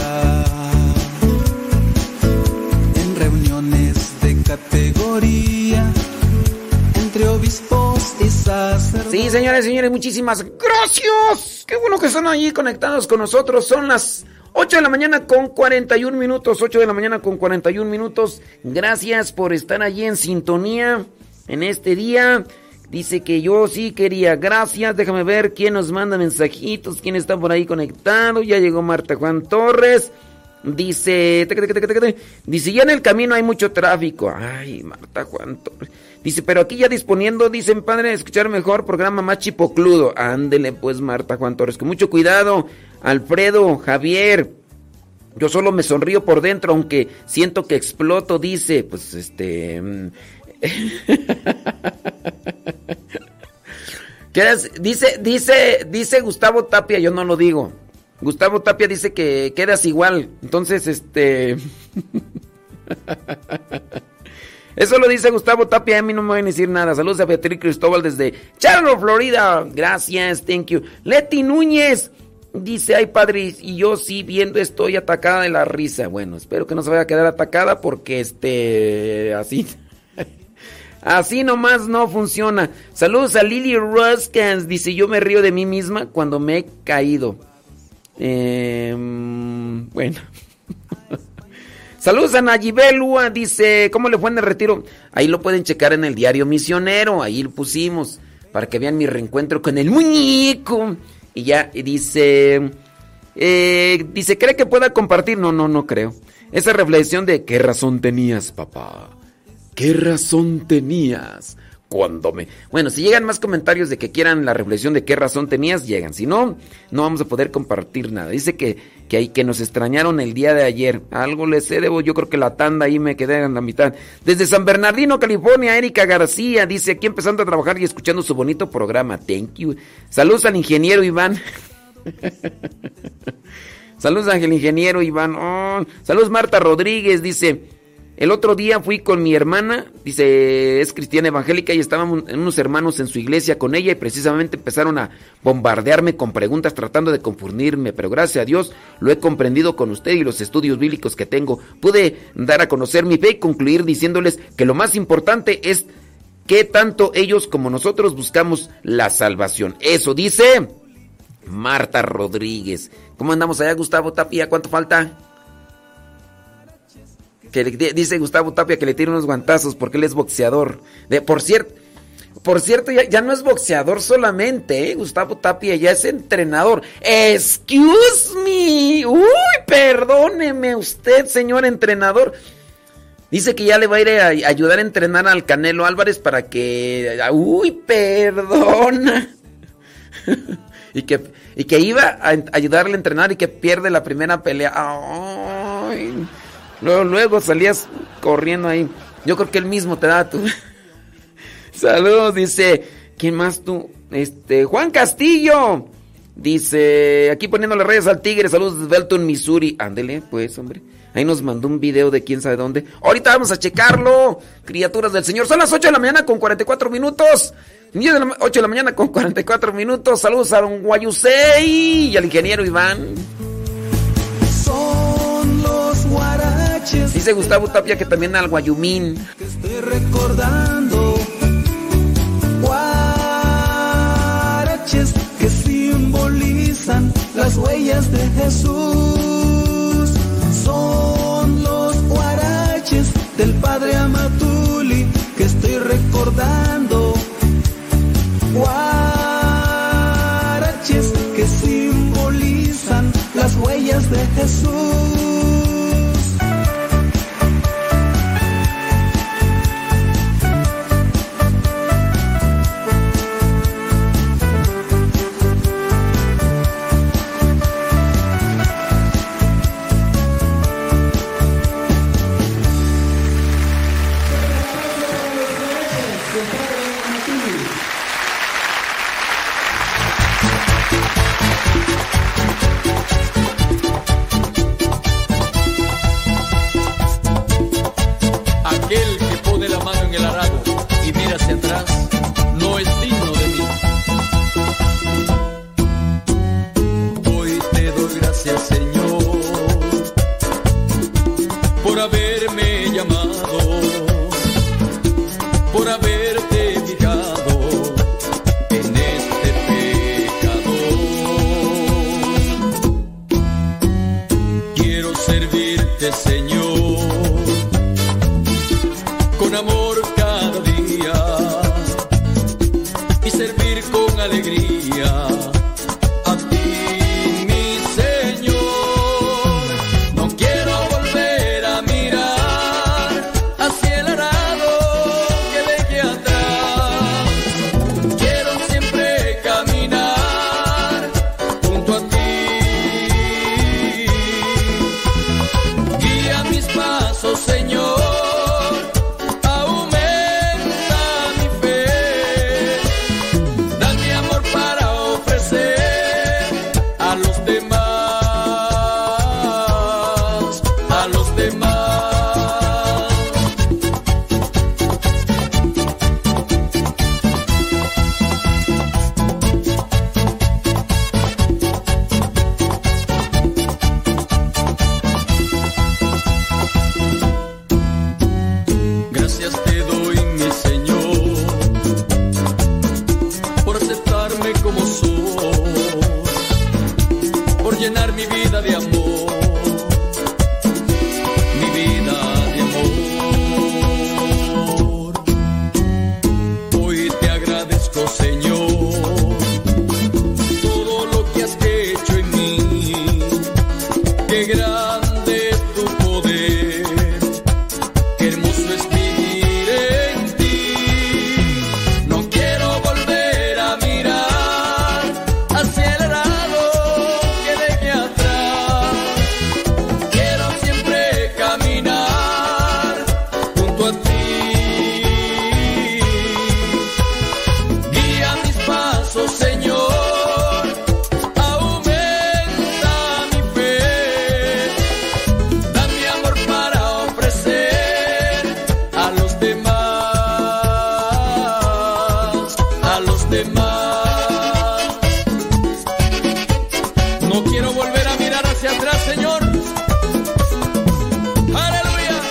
En reuniones de categoría, entre obispos y sacerdotes. Sí, señores, señores, muchísimas gracias. Qué bueno que están ahí conectados con nosotros. Son las ocho de la mañana con cuarenta y un minutos. ocho de la mañana con cuarenta y un minutos. Gracias por estar allí en sintonía en este día. Dice que yo sí quería. Gracias. Déjame ver quién nos manda mensajitos. Quién está por ahí conectado. Ya llegó Marta Juan Torres. Dice, teque, teque, teque, teque, dice, ya en el camino hay mucho tráfico. Ay, Marta Juan Torres. Dice, pero aquí ya disponiendo, dicen, padre, escuchar mejor programa más chipocludo. Ándele pues, Marta Juan Torres, con mucho cuidado. Alfredo, Javier, yo solo me sonrío por dentro, aunque siento que exploto, dice, pues este... ¿Qué es? Dice, dice, dice Gustavo Tapia, yo no lo digo. Gustavo Tapia dice que quedas igual. Entonces, este... Eso lo dice Gustavo Tapia, a mí no me van a decir nada. Saludos a Beatriz Cristóbal desde Charlotte, Florida. Gracias, thank you. Leti Núñez dice, ay padre, y yo sí viendo estoy atacada de la risa. Bueno, espero que no se vaya a quedar atacada porque este... así... Así nomás no funciona. Saludos a Lily Ruskans. Dice, yo me río de mí misma cuando me he caído. Eh, bueno. Saludos a Nayibel Lua. Dice, ¿cómo le fue en el retiro? Ahí lo pueden checar en el Diario Misionero. Ahí lo pusimos para que vean mi reencuentro con el muñeco. Y ya, y dice... Eh, dice, ¿cree que pueda compartir? No, no, no creo. Esa reflexión de ¿qué razón tenías, papá? ¿Qué razón tenías cuando me...? Bueno, si llegan más comentarios de que quieran la reflexión de qué razón tenías, llegan. Si no, no vamos a poder compartir nada. Dice que, que, hay, que nos extrañaron el día de ayer. Algo les sé, debo, yo creo que la tanda ahí me quedé en la mitad. Desde San Bernardino, California, Erika García. Dice, aquí empezando a trabajar y escuchando su bonito programa. Thank you. Saludos al ingeniero Iván. Saludos al ingeniero Iván. Oh. Saludos Marta Rodríguez, dice... El otro día fui con mi hermana, dice, es cristiana evangélica y estábamos en unos hermanos en su iglesia con ella y precisamente empezaron a bombardearme con preguntas tratando de confundirme, pero gracias a Dios lo he comprendido con usted y los estudios bíblicos que tengo. Pude dar a conocer mi fe y concluir diciéndoles que lo más importante es que tanto ellos como nosotros buscamos la salvación. Eso dice Marta Rodríguez. ¿Cómo andamos allá, Gustavo Tapia? ¿Cuánto falta? Que le, dice Gustavo Tapia que le tire unos guantazos porque él es boxeador. De, por cierto, por cierto ya, ya no es boxeador solamente, ¿eh? Gustavo Tapia ya es entrenador. Excuse me. Uy, perdóneme usted, señor entrenador. Dice que ya le va a ir a ayudar a entrenar al Canelo Álvarez para que... Uy, perdona. y, que, y que iba a ayudarle a entrenar y que pierde la primera pelea. Ay... Luego, luego salías corriendo ahí. Yo creo que él mismo te da tu... Saludos, dice... ¿Quién más tú? Este... Juan Castillo. Dice... Aquí poniéndole rayas al tigre. Saludos desde Belton, Missouri. Ándele, pues, hombre. Ahí nos mandó un video de quién sabe dónde. Ahorita vamos a checarlo. Criaturas del Señor. Son las ocho de la mañana con cuarenta y cuatro minutos. ocho de la mañana con cuarenta y cuatro minutos. Saludos a Don Guayusei y al ingeniero Iván. Son los guaraches. Dice Gustavo Tapia que también al Guayumín. Que estoy recordando. Guaraches que simbolizan las huellas de Jesús. Son los guaraches del Padre Amatuli que estoy recordando. Guaraches que simbolizan las huellas de Jesús. los demás. No quiero volver a mirar hacia atrás, Señor. Aleluya.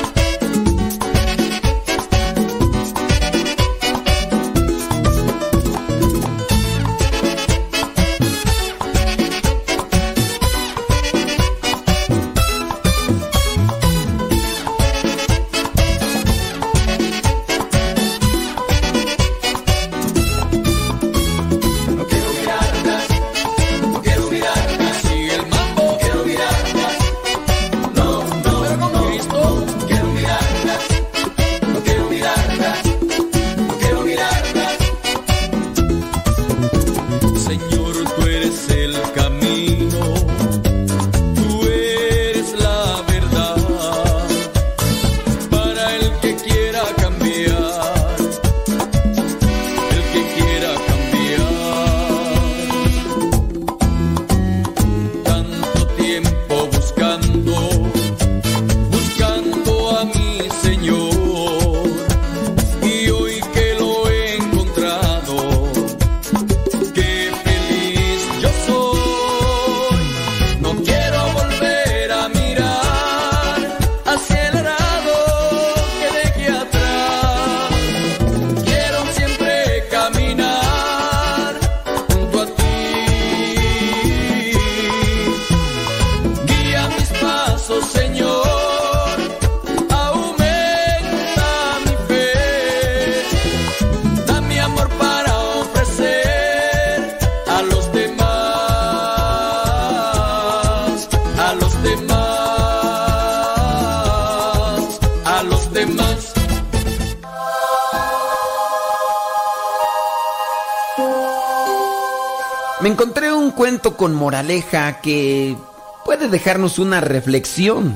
Me encontré un cuento con moraleja que puede dejarnos una reflexión.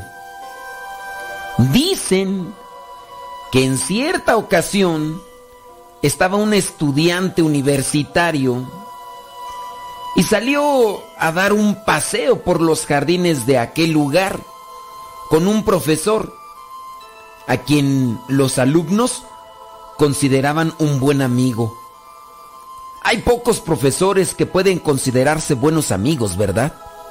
Dicen que en cierta ocasión estaba un estudiante universitario y salió a dar un paseo por los jardines de aquel lugar con un profesor a quien los alumnos consideraban un buen amigo. Hay pocos profesores que pueden considerarse buenos amigos, ¿verdad?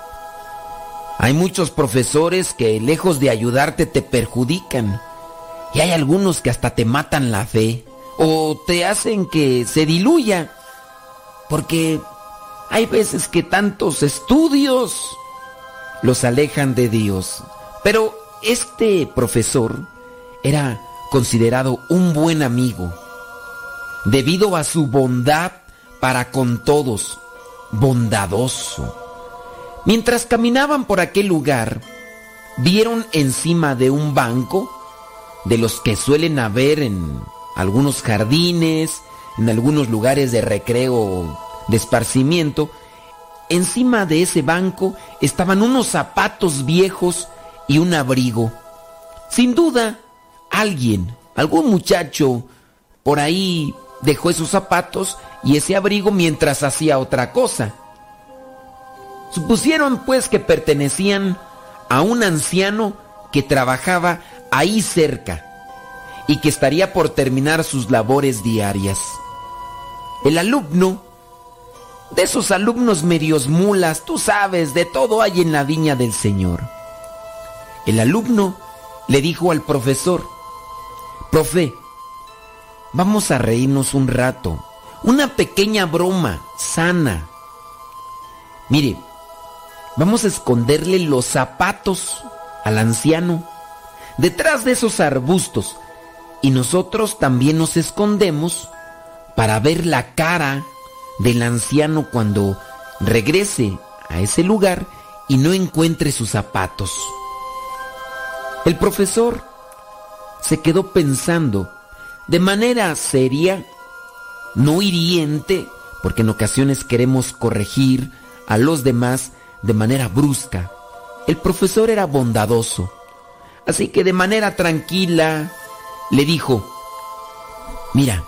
Hay muchos profesores que lejos de ayudarte te perjudican. Y hay algunos que hasta te matan la fe o te hacen que se diluya. Porque hay veces que tantos estudios los alejan de Dios. Pero este profesor era considerado un buen amigo debido a su bondad para con todos, bondadoso. Mientras caminaban por aquel lugar, vieron encima de un banco, de los que suelen haber en algunos jardines, en algunos lugares de recreo, de esparcimiento, encima de ese banco estaban unos zapatos viejos y un abrigo. Sin duda, alguien, algún muchacho, por ahí dejó esos zapatos y ese abrigo mientras hacía otra cosa. Supusieron pues que pertenecían a un anciano que trabajaba ahí cerca y que estaría por terminar sus labores diarias. El alumno, de esos alumnos medios mulas, tú sabes, de todo hay en la viña del Señor. El alumno le dijo al profesor: profe, vamos a reírnos un rato, una pequeña broma sana. Mire, vamos a esconderle los zapatos al anciano detrás de esos arbustos y nosotros también nos escondemos para ver la cara del anciano cuando regrese a ese lugar y no encuentre sus zapatos. El profesor se quedó pensando de manera seria, no hiriente, porque en ocasiones queremos corregir a los demás de manera brusca. El profesor era bondadoso, así que de manera tranquila le dijo: mira,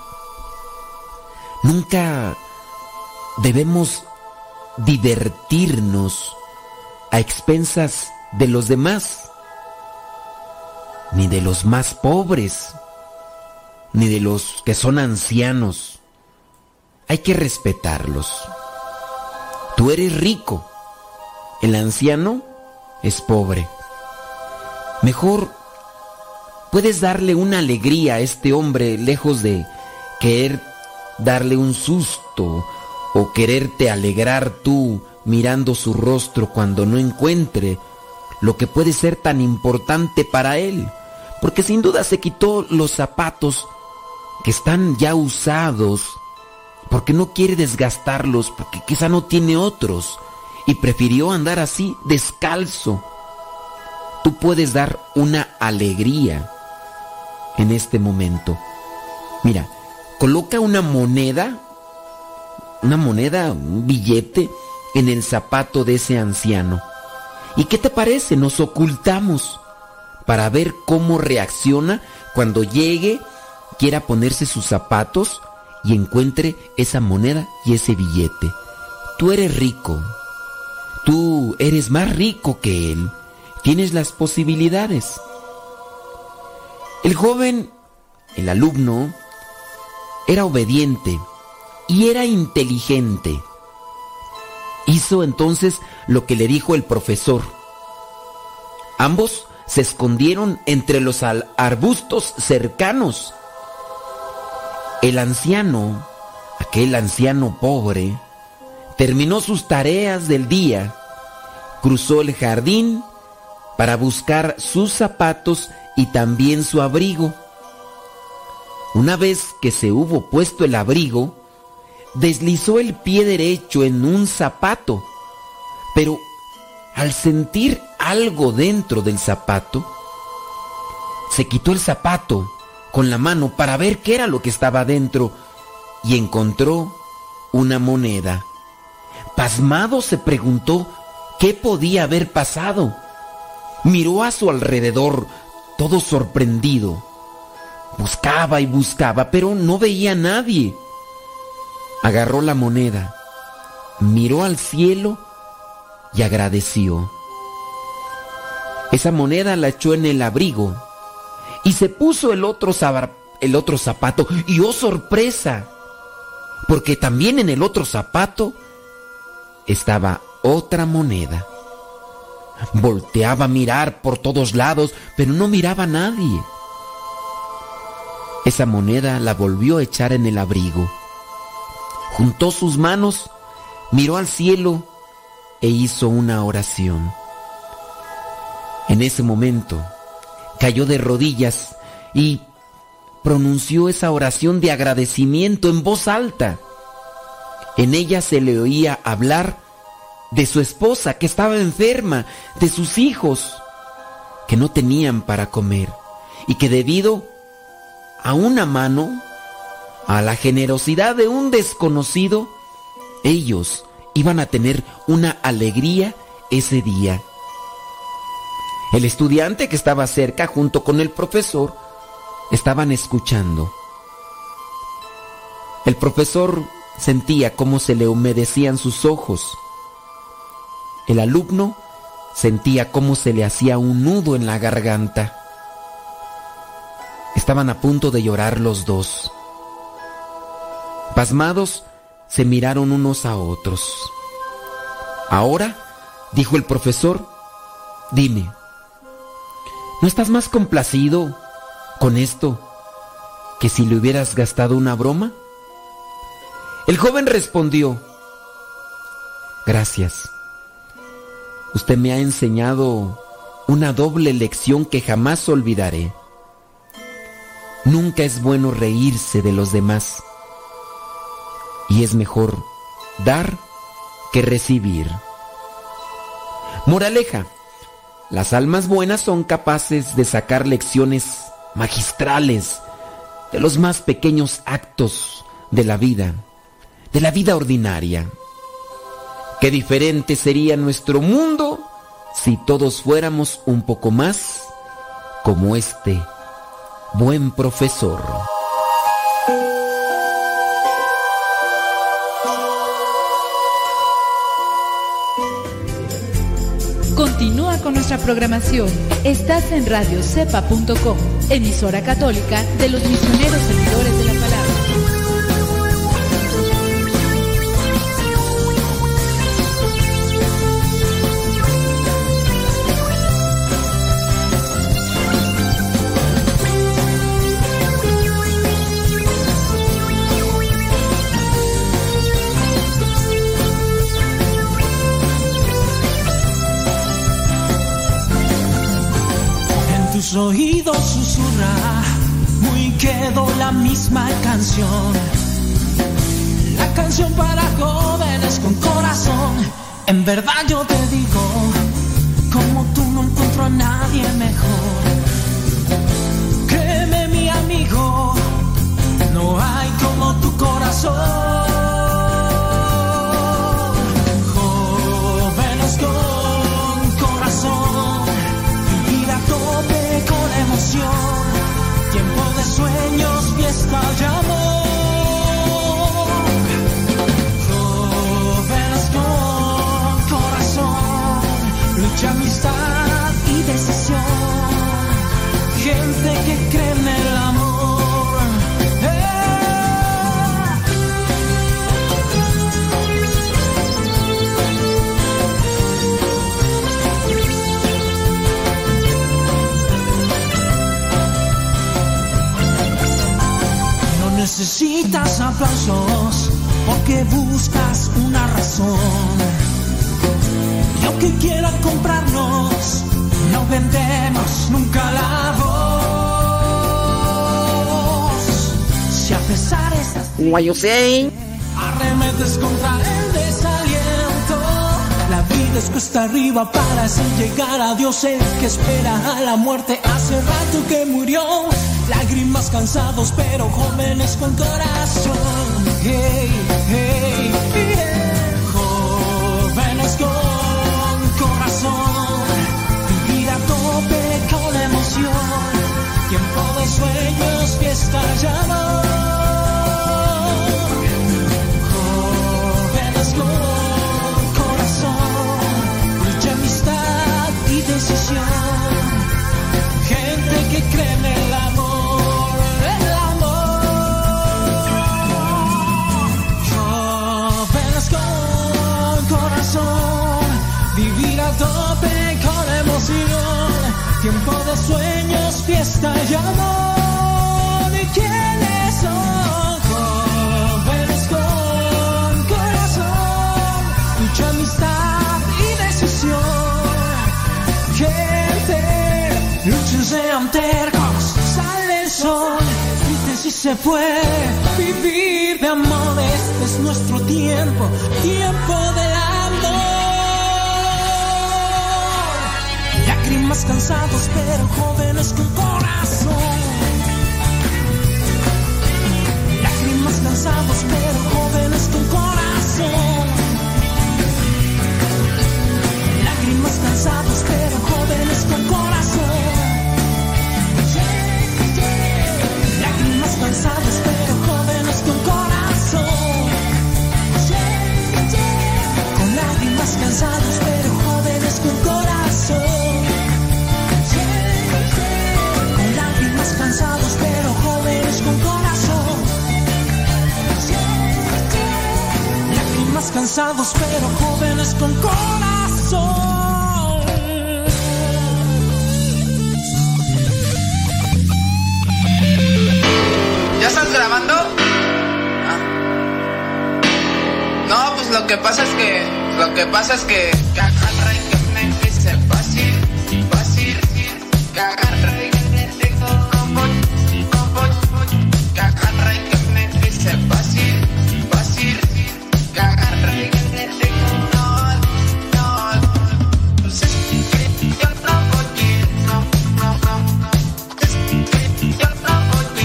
nunca debemos divertirnos a expensas de los demás, ni de los más pobres, ni de los que son ancianos. hay que respetarlos. Tú eres rico, el anciano es pobre. Mejor puedes darle una alegría a este hombre lejos de querer darle un susto o quererte alegrar tú mirando su rostro cuando no encuentre lo que puede ser tan importante para él. Porque sin duda se quitó los zapatos que están ya usados, porque no quiere desgastarlos, porque quizá no tiene otros y prefirió andar así descalzo. Tú puedes dar una alegría en este momento. Mira, coloca una moneda, una moneda, un billete en el zapato de ese anciano. ¿Y qué te parece? Nos ocultamos para ver cómo reacciona cuando llegue, quiera ponerse sus zapatos y encuentre esa moneda y ese billete. Tú eres rico. Tú eres más rico que él. Tienes las posibilidades. El joven, el alumno, era obediente y era inteligente. Hizo entonces lo que le dijo el profesor. Ambos se escondieron entre los arbustos cercanos. El anciano, aquel anciano pobre, terminó sus tareas del día, cruzó el jardín para buscar sus zapatos y también su abrigo. Una vez que se hubo puesto el abrigo, deslizó el pie derecho en un zapato, pero al sentir algo dentro del zapato, se quitó el zapato con la mano para ver qué era lo que estaba dentro y encontró una moneda. Pasmado se preguntó qué podía haber pasado. Miró a su alrededor, todo sorprendido. Buscaba y buscaba, pero no veía a nadie. Agarró la moneda, miró al cielo y agradeció. Esa moneda la echó en el abrigo y se puso el otro, el otro zapato. Y ¡oh, sorpresa! Porque también en el otro zapato estaba otra moneda. Volteaba a mirar por todos lados, pero no miraba a nadie. Esa moneda la volvió a echar en el abrigo. Juntó sus manos, miró al cielo e hizo una oración. En ese momento cayó de rodillas y pronunció esa oración de agradecimiento en voz alta. En ella se le oía hablar de su esposa que estaba enferma, de sus hijos que no tenían para comer y que debido a una mano, a la generosidad de un desconocido, ellos iban a tener una alegría ese día. El estudiante que estaba cerca junto con el profesor estaban escuchando. El profesor sentía cómo se le humedecían sus ojos. El alumno sentía cómo se le hacía un nudo en la garganta. Estaban a punto de llorar los dos. Pasmados, se miraron unos a otros. Ahora, dijo el profesor, dime, ¿no estás más complacido con esto que si le hubieras gastado una broma? El joven respondió, gracias. Usted me ha enseñado una doble lección que jamás olvidaré. Nunca es bueno reírse de los demás. Y es mejor dar que recibir. Moraleja: las almas buenas son capaces de sacar lecciones magistrales de los más pequeños actos de la vida, de la vida ordinaria. Qué diferente sería nuestro mundo si todos fuéramos un poco más como este buen profesor. Continúa con nuestra programación. Estás en radio cepa punto com, emisora católica de los misioneros servidores de la palabra. tus oídos susurra, muy quedó la misma canción. La canción para jóvenes con corazón. En verdad yo te digo, como tú no encuentro a nadie mejor. Créeme mi amigo, no hay como tu corazón. Jóvenes con corazón, vivir a tope con emoción. Tiempo de sueños, fiesta y amor. Jóvenes con corazón, lucha, amistad y decisión. Gente que cree en el amor. ¡Eh! No necesitas aplausos porque buscas una razón. Y aunque quieran comprarnos, no vendemos nunca la voz. Si a pesar de estas What you say? arremetes contra el desaliento, la vida es cuesta arriba para así llegar a Dios. El que espera a la muerte hace rato que murió. Lágrimas cansados pero jóvenes con corazón. Hey, hey, hey. Jóvenes con corazón, vivir a tope con emoción. Tiempo de sueños, fiesta y amor. Jóvenes con corazón, lucha, amistad y decisión. Gente que cree en el amor, el amor. Jóvenes con corazón, vivir a tope con emoción. Tiempo de sueños, fiesta y amor. ¿Y quiénes son? Jóvenes con corazón, mucha amistad y decisión. Gente, luchen, sean tercos, sale el sol. Griten si se puede vivir de amor. Este es nuestro tiempo, tiempo del amor. Lágrimas cansados pero jóvenes con corazón. Lágrimas cansados pero jóvenes con corazón. Lágrimas cansados pero jóvenes con corazón. Lágrimas cansados pero jóvenes con corazón. Con lágrimas cansados pero jóvenes con corazón. Con lágrimas cansados pero jóvenes con corazón. Lágrimas cansados pero jóvenes con corazón. ¿Ya estás grabando? Ah. No, pues lo que pasa es que lo que pasa es que que agarra y que me dice fácil, fácil, que agarra y que me dice como, como, que agarra y que me dice fácil, fácil, que agarra y que me dice no, no, pues es que yo no voy a ir, no, no, no, es que yo no voy a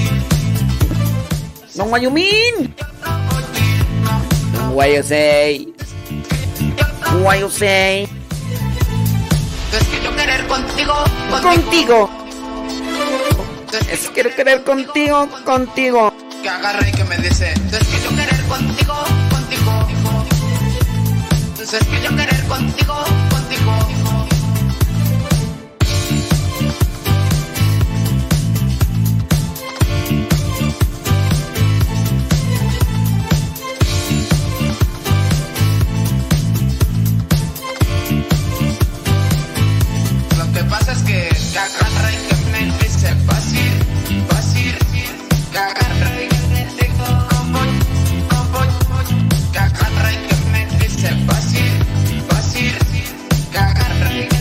ir. No, what you mean? What you say? What you say? Es que yo querer contigo, Contigo. Es que querer contigo, contigo. que agarra y que me dice, es que yo querer contigo, contigo. Es que yo querer contigo, contigo. Lo que pasa es que que agarra y que me dice fácil, fácil, que agarra y que me dice como, como, que agarra y que me dice fácil, fácil, que agarra y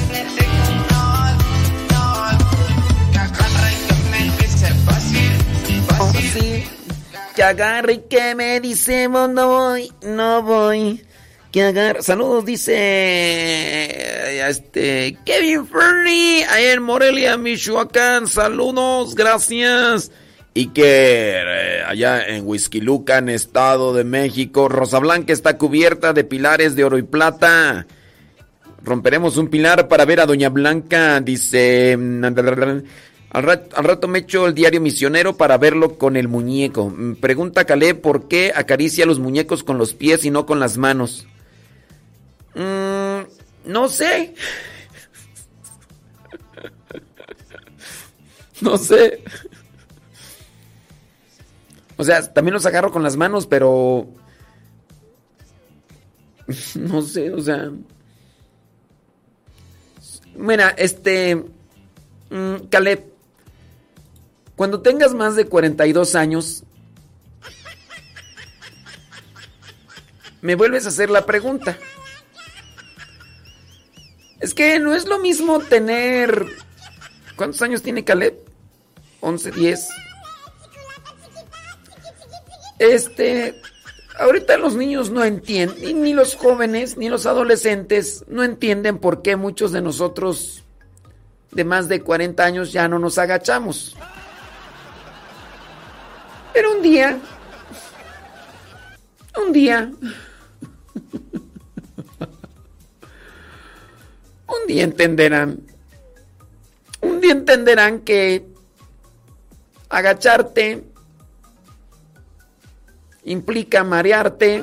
que agarre y que me dice, no voy, no voy. Que agarre. Saludos, dice este Kevin Fernie, ahí en Morelia, Michoacán. Saludos, gracias. Y que eh, allá en Huixquilucan, Estado de México, Rosa Blanca está cubierta de pilares de oro y plata. Romperemos un pilar para ver a Doña Blanca, dice. Al rato, al rato me echo el diario Misionero para verlo con el muñeco. Pregunta Caleb, ¿por qué acaricia los muñecos con los pies y no con las manos? Mm, no sé. No sé. O sea, también los agarro con las manos, pero... No sé, o sea... Mira, este... Mmm, Caleb, cuando tengas más de cuarenta y dos años, me vuelves a hacer la pregunta. Es que no es lo mismo tener... ¿Cuántos años tiene Caleb? once, diez. Este... Ahorita los niños no entienden, ni los jóvenes, ni los adolescentes no entienden por qué muchos de nosotros de más de cuarenta años ya no nos agachamos. Pero un día, un día, un día entenderán, un día entenderán que agacharte implica marearte.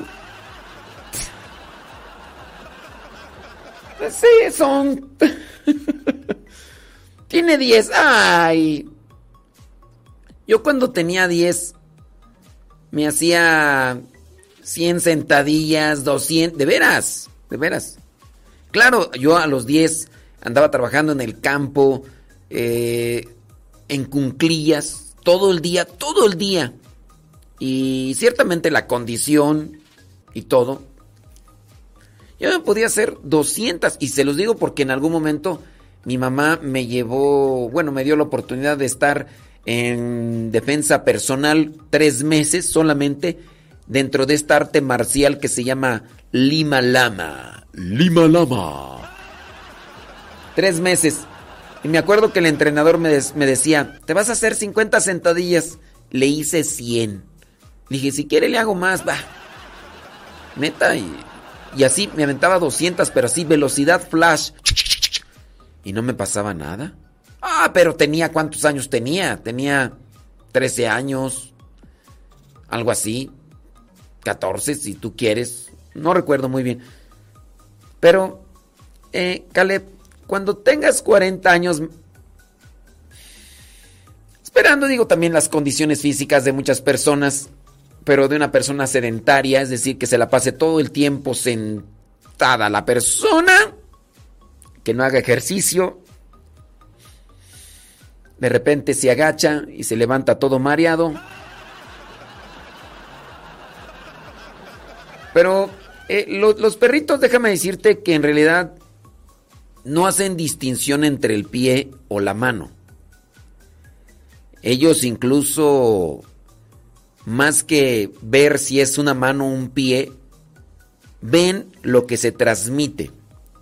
Sí, son... Tiene diez. Ay. Yo cuando tenía diez me hacía cien sentadillas, doscientas. De veras, de veras. Claro, yo a los diez andaba trabajando en el campo, eh, en cunclillas, todo el día, todo el día. Y ciertamente la condición y todo. Yo me podía hacer doscientas. Y se los digo porque en algún momento mi mamá me llevó, bueno, me dio la oportunidad de estar en defensa personal tres meses solamente dentro de esta arte marcial que se llama Lima Lama. Lima Lama. Tres meses. Y me acuerdo que el entrenador me, des- me decía, te vas a hacer cincuenta sentadillas. Le hice cien. Le dije, si quiere le hago más, va. Neta, y, y así me aventaba doscientas, pero así, velocidad flash. Y no me pasaba nada. Ah, pero tenía, ¿cuántos años tenía? Tenía trece años, algo así. catorce, si tú quieres. No recuerdo muy bien. Pero, eh, Caleb, cuando tengas cuarenta años... Esperando, digo, también las condiciones físicas de muchas personas... Pero de una persona sedentaria, es decir, que se la pase todo el tiempo sentada. La persona que no haga ejercicio, de repente se agacha y se levanta todo mareado. Pero eh, lo, los perritos, déjame decirte que en realidad no hacen distinción entre el pie o la mano. Ellos incluso... Más que ver si es una mano o un pie, ven lo que se transmite.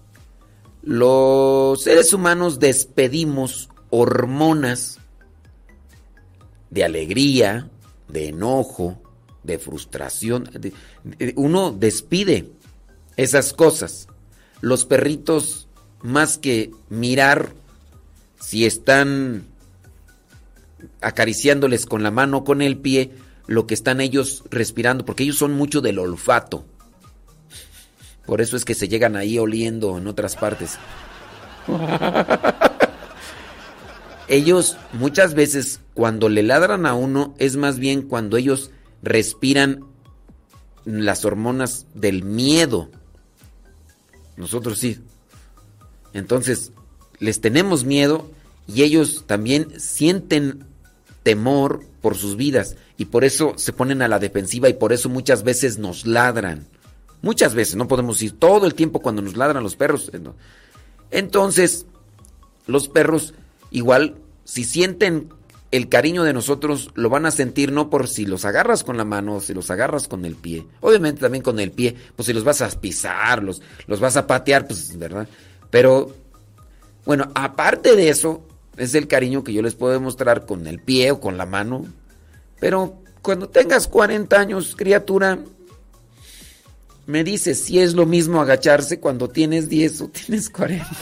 Los seres humanos despedimos hormonas de alegría, de enojo, de frustración. De, de, uno despide esas cosas. Los perritos, más que mirar si están acariciándoles con la mano o con el pie, lo que están ellos respirando, porque ellos son mucho del olfato. Por eso es que se llegan ahí oliendo en otras partes. Ellos muchas veces cuando le ladran a uno es más bien cuando ellos respiran las hormonas del miedo. Nosotros sí. Entonces les tenemos miedo y ellos también sienten temor por sus vidas. Y por eso se ponen a la defensiva y por eso muchas veces nos ladran. Muchas veces, no podemos ir todo el tiempo cuando nos ladran los perros. Entonces, los perros igual, si sienten el cariño de nosotros lo van a sentir no por si los agarras con la mano o si los agarras con el pie. Obviamente también con el pie, pues si los vas a pisar, los, los vas a patear, pues, ¿verdad? Pero, bueno, aparte de eso, es el cariño que yo les puedo demostrar con el pie o con la mano. Pero cuando tengas cuarenta años, criatura, me dices si es lo mismo agacharse cuando tienes diez o tienes cuarenta.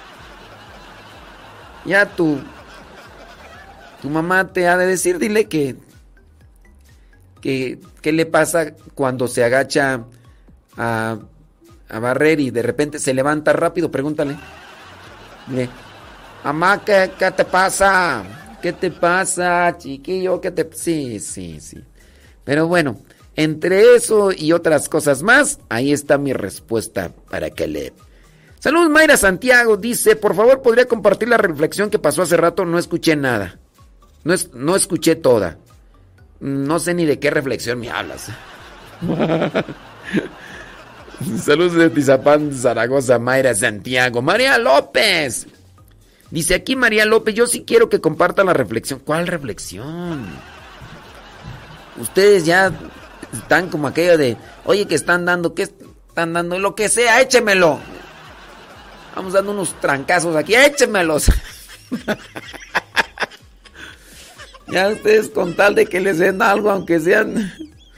Ya tu, tu mamá te ha de decir, dile que, que, ¿qué le pasa cuando se agacha a, a barrer y de repente se levanta rápido? Pregúntale. Dile, mamá, ¿qué, qué te pasa? ¿Qué te pasa, chiquillo? ¿Qué te...? Sí, sí, sí. Pero bueno, entre eso y otras cosas más, ahí está mi respuesta para que le... Saludos, Mayra Santiago, dice, por favor, ¿podría compartir la reflexión que pasó hace rato? No escuché nada. No, es, no escuché toda. No sé ni de qué reflexión me hablas. Saludos de Tizapán, Zaragoza, Mayra Santiago. María López. Dice aquí María López, yo sí quiero que comparta la reflexión. ¿Cuál reflexión? Ustedes ya están como aquello de, oye, que están dando, ¿qué están dando? Lo que sea, échemelo. Vamos dando unos trancazos aquí, échemelos. Ya ustedes con tal de que les den algo, aunque sean...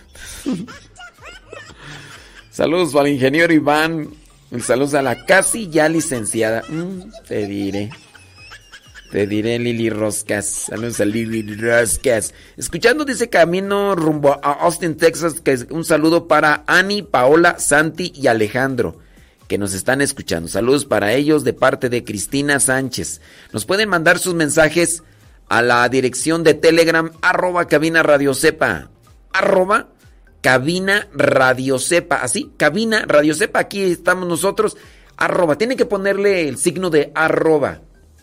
Saludos al ingeniero Iván. Saludos a la casi ya licenciada. Mm, te diré. Te diré, Lili Roscas. Saludos a Lili Roscas. Escuchando, dice camino rumbo a Austin, Texas. Que un saludo para Ani, Paola, Santi y Alejandro, que nos están escuchando. Saludos para ellos de parte de Cristina Sánchez. Nos pueden mandar sus mensajes a la dirección de Telegram, arroba cabina radio sepa. Arroba cabina radio sepa. Así, cabina radio sepa. Aquí estamos nosotros. Arroba. Tienen que ponerle el signo de arroba.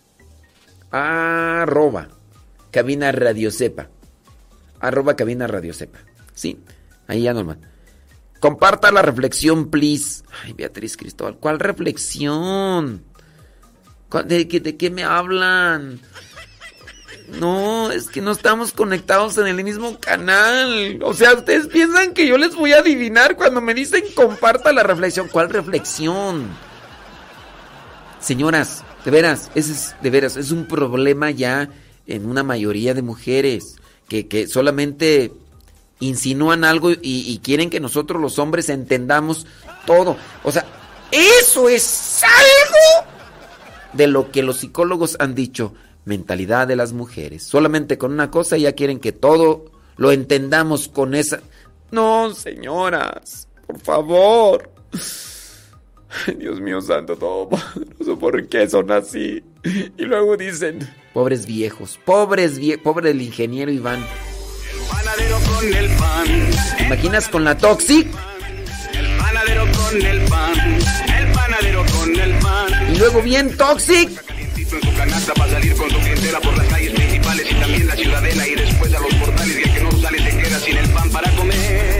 Arroba cabina radio sepa. Arroba cabina radio sepa. Sí, ahí ya normal. Comparta la reflexión, please. Ay, Beatriz Cristóbal, ¿cuál reflexión? ¿De, de, de qué me hablan? No, es que no estamos conectados en el mismo canal. O sea, ustedes piensan que yo les voy a adivinar cuando me dicen comparta la reflexión. ¿Cuál reflexión? Señoras, de veras, ese es, de veras, es un problema ya en una mayoría de mujeres que, que solamente insinúan algo y, y quieren que nosotros los hombres entendamos todo. O sea, eso es algo de lo que los psicólogos han dicho. Mentalidad de las mujeres. Solamente con una cosa ya quieren que todo lo entendamos con esa... No, señoras, por favor. Ay, Dios mío santo, todo poderoso, ¿por qué son así? Y luego dicen... Pobres viejos, pobres viejos, pobre el ingeniero Iván. El panadero con el pan. ¿Te imaginas con la Toxic? El panadero con el pan. El panadero con el pan. Y luego bien Toxic. En su canasta para salir con su clientela por las calles principales y también la ciudadela y después a los portales, y el que no sale se queda sin el pan para comer.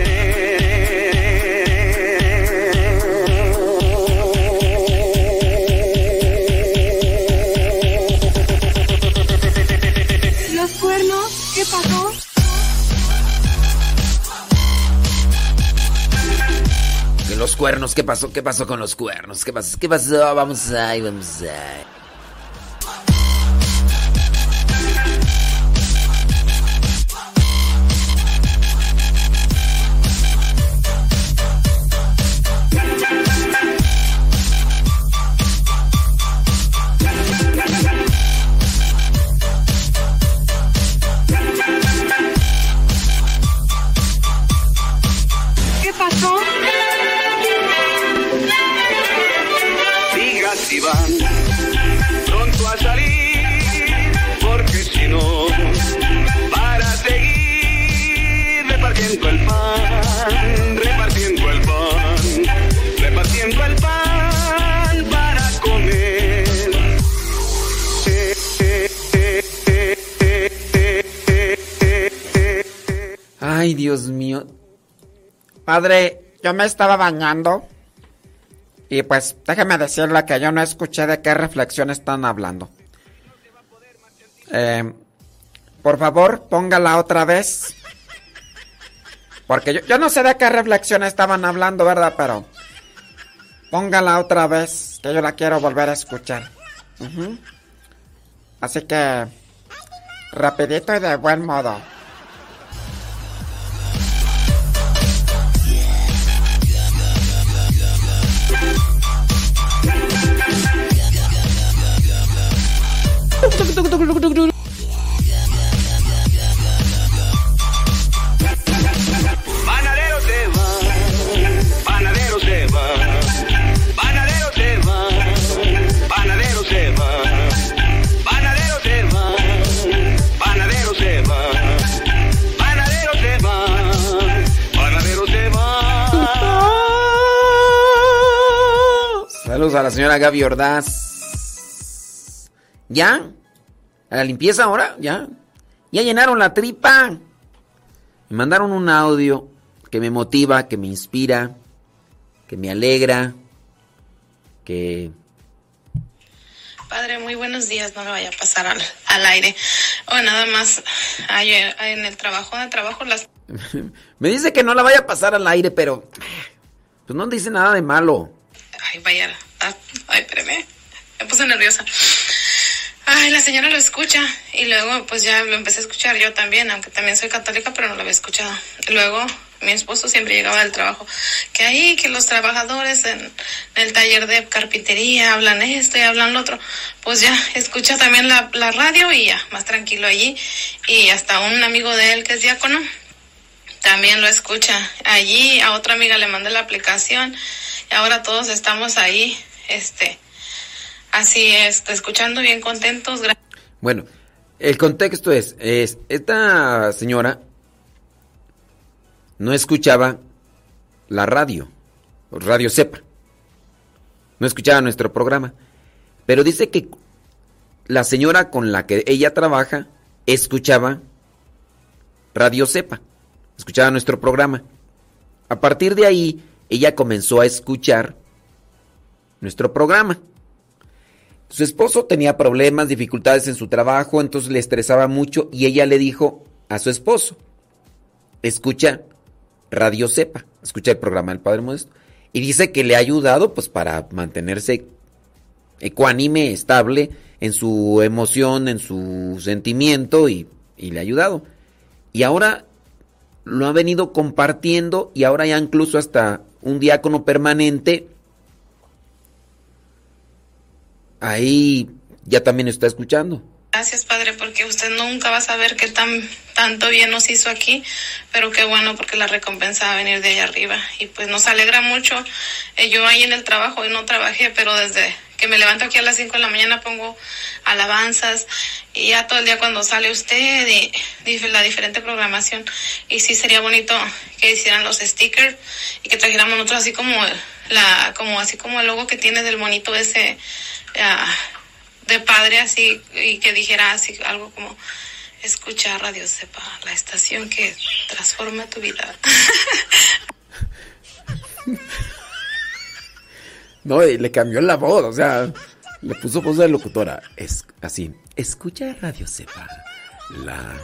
¿Los cuernos? ¿Qué pasó? ¿Y los cuernos? ¿Qué pasó? ¿Qué pasó con los cuernos? ¿Qué pasó? ¿Qué pasó? Vamos ahí, vamos ahí. ¿Qué pasó? Digas y van pronto a salir, porque si no, para seguir repartiendo el pan, repartiendo el pan, repartiendo el pan para comer. Ay, Dios mío. Padre, yo me estaba bañando y pues déjeme decirle que yo no escuché de qué reflexión están hablando. Eh, por favor, póngala otra vez. Porque yo, yo no sé de qué reflexión estaban hablando, ¿verdad? Pero póngala otra vez, que yo la quiero volver a escuchar. Uh-huh. Así que, rapidito y de buen modo. Panadero se va, panadero se va, panadero se va, panadero se va, panadero se va, panadero se va, panadero se va, panadero se va. Saludos a la señora Gaby Ordaz. ¿Ya? ¿A la limpieza ahora? ¿Ya? ¿Ya llenaron la tripa? Me mandaron un audio que me motiva, que me inspira, que me alegra, que... Padre, muy buenos días, no me vaya a pasar al, al aire. O nada más, ayer en el trabajo, en el trabajo las... me dice que no la vaya a pasar al aire, pero... pues no dice nada de malo. Ay, vaya, ay, espérame, me puse nerviosa. Ay, la señora lo escucha y luego pues ya lo empecé a escuchar yo también, aunque también soy católica, pero no lo había escuchado. Luego mi esposo siempre llegaba del trabajo, que ahí, que los trabajadores en, en el taller de carpintería hablan esto y hablan lo otro. Pues ya escucha también la, la radio y ya, más tranquilo allí. Y hasta un amigo de él que es diácono también lo escucha. Allí a otra amiga le mandé la aplicación y ahora todos estamos ahí, este... Así es, escuchando bien contentos. Bueno, el contexto es, es, esta señora no escuchaba la radio, Radio Cepa, no escuchaba nuestro programa, pero dice que la señora con la que ella trabaja escuchaba Radio Cepa, escuchaba nuestro programa. A partir de ahí, ella comenzó a escuchar nuestro programa. Su esposo tenía problemas, dificultades en su trabajo, entonces le estresaba mucho y ella le dijo a su esposo, escucha Radio Cepa, escucha el programa del Padre Modesto. Y dice que le ha ayudado pues para mantenerse ecuánime, estable en su emoción, en su sentimiento y, y le ha ayudado. Y ahora lo ha venido compartiendo y ahora ya incluso hasta un diácono permanente ahí ya también está escuchando. Gracias, Padre, porque usted nunca va a saber qué tan tanto bien nos hizo aquí, pero qué bueno porque la recompensa va a venir de allá arriba. Y pues nos alegra mucho. Eh, yo ahí en el trabajo hoy no trabajé, pero desde que me levanto aquí a las cinco de la mañana pongo alabanzas y ya todo el día cuando sale usted y, y la diferente programación. Y sí sería bonito que hicieran los stickers y que trajeran otros así como la como así como el logo que tiene del monito ese uh, de padre así y que dijera así algo como escucha Radio Cepa, la estación que transforma tu vida. No, y le cambió la voz, o sea, le puso voz de locutora. Es así, escucha Radio Cepa. La...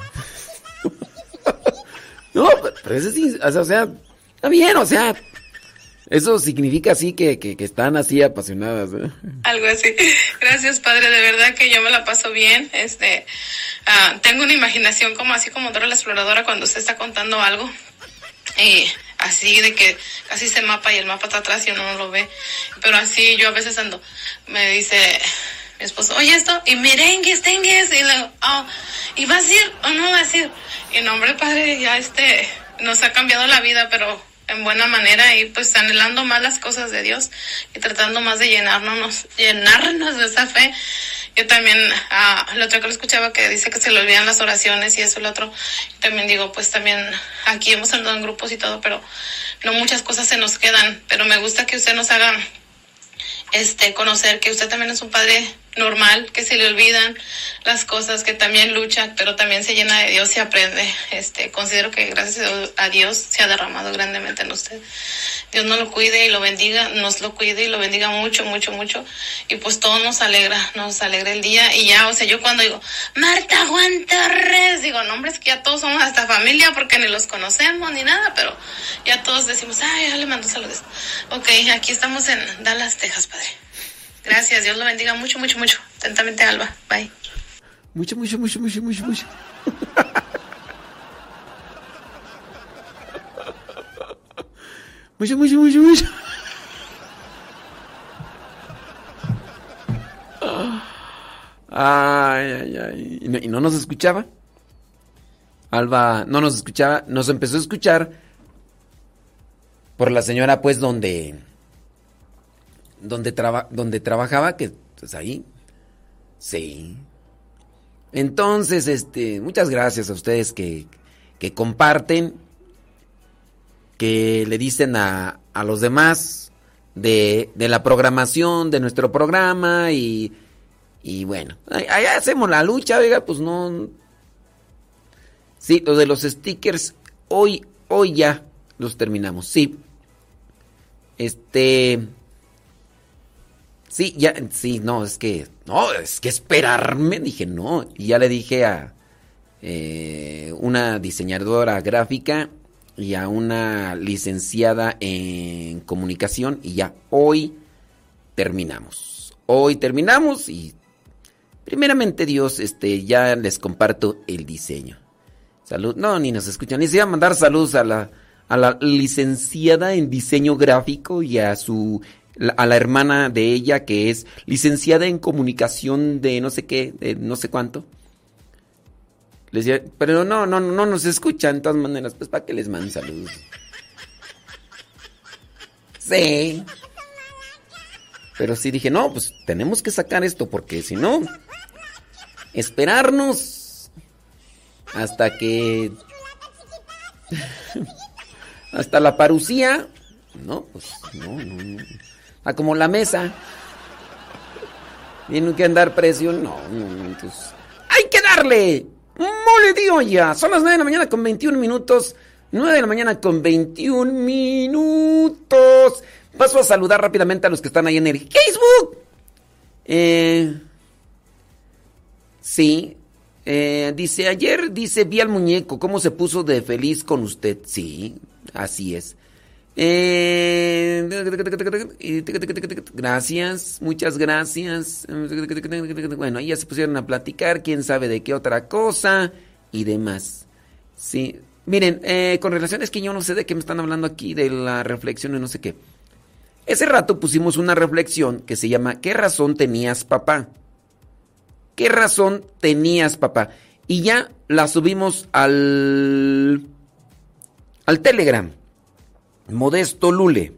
No, pero eso sí, o sea, está bien, o sea, eso significa así que, que, que están así apasionadas, ¿eh? Algo así. Gracias, Padre, de verdad que yo me la paso bien. Este, uh, tengo una imaginación como así como Dora la Exploradora cuando usted está contando algo. Y así de que casi se mapa y el mapa está atrás y uno no lo ve. Pero así yo a veces ando, me dice mi esposo, oye esto, y merengues, tengues, y luego, oh, ¿y vas a ir o no vas a ir? Y no, hombre, Padre, ya este, nos ha cambiado la vida, pero en buena manera y pues anhelando más las cosas de Dios y tratando más de llenarnos, llenarnos de esa fe. Yo también, uh, lo otro que lo escuchaba que dice que se le olvidan las oraciones y eso y lo otro. También digo, pues también aquí hemos andado en grupos y todo, pero no muchas cosas se nos quedan. Pero me gusta que usted nos haga este conocer que usted también es un padre normal, que se le olvidan las cosas, que también lucha, pero también se llena de Dios y aprende. Este, considero que gracias a Dios se ha derramado grandemente en usted. Dios nos lo cuide y lo bendiga, nos lo cuide y lo bendiga mucho, mucho, mucho. Y pues todo nos alegra, nos alegra el día. Y ya, o sea, yo cuando digo, Marta Juan Torres, digo, no, hombre, es que ya todos somos hasta familia porque ni los conocemos ni nada, pero ya todos decimos, ay, ya le mando saludos. Ok, aquí estamos en Dallas, Texas, padre. Gracias, Dios lo bendiga mucho, mucho, mucho. Atentamente, Alba. Bye. Mucho, mucho, mucho, mucho, mucho, mucho. Mucho, mucho, mucho, mucho. Ay, ay, ay. ¿Y no, y no nos escuchaba? Alba no nos escuchaba. Nos empezó a escuchar por la señora, pues, donde... Donde, traba, donde trabajaba, que pues ahí, sí. Entonces, este, muchas gracias a ustedes que, que comparten, que le dicen a, a los demás de, de la programación de nuestro programa y, y bueno, ahí, ahí hacemos la lucha, oiga, pues no. Sí, lo de los stickers, hoy, hoy ya los terminamos, sí. Este... Sí, ya, sí, no, es que, no, es que esperarme, dije, no, y ya le dije a eh, una diseñadora gráfica y a una licenciada en comunicación y ya, hoy terminamos, hoy terminamos y primeramente Dios, este, ya les comparto el diseño. Salud, no, ni nos escuchan, ni se iba a mandar saludos a la, a la licenciada en diseño gráfico y a su... a la hermana de ella que es licenciada en comunicación de no sé qué, de no sé cuánto. Les decía, pero no, no, no nos escuchan de todas maneras, pues para que les manden saludos. Sí. Pero sí dije, no, pues tenemos que sacar esto porque si no, esperarnos hasta que hasta la parucía, no, pues no, no, no. Ah, como la mesa. Tienen que andar precio. No, no, no. Entonces, ¡hay que darle! ¡Mole de olla! Son las nueve de la mañana con veintiún minutos. nueve de la mañana con veintiún minutos. Paso a saludar rápidamente a los que están ahí en el Facebook. Eh, sí. Eh, dice, ayer, dice, vi al muñeco. ¿Cómo se puso de feliz con usted? Sí, así es. Eh, gracias, muchas gracias. Bueno, ahí ya se pusieron a platicar, quién sabe de qué otra cosa y demás. Sí, miren, eh, con relación, es que yo no sé de qué me están hablando aquí, de la reflexión y no sé qué. Ese rato pusimos una reflexión que se llama ¿qué razón tenías, papá? ¿Qué razón tenías, papá? Y ya la subimos al al Telegram. Modesto Lule.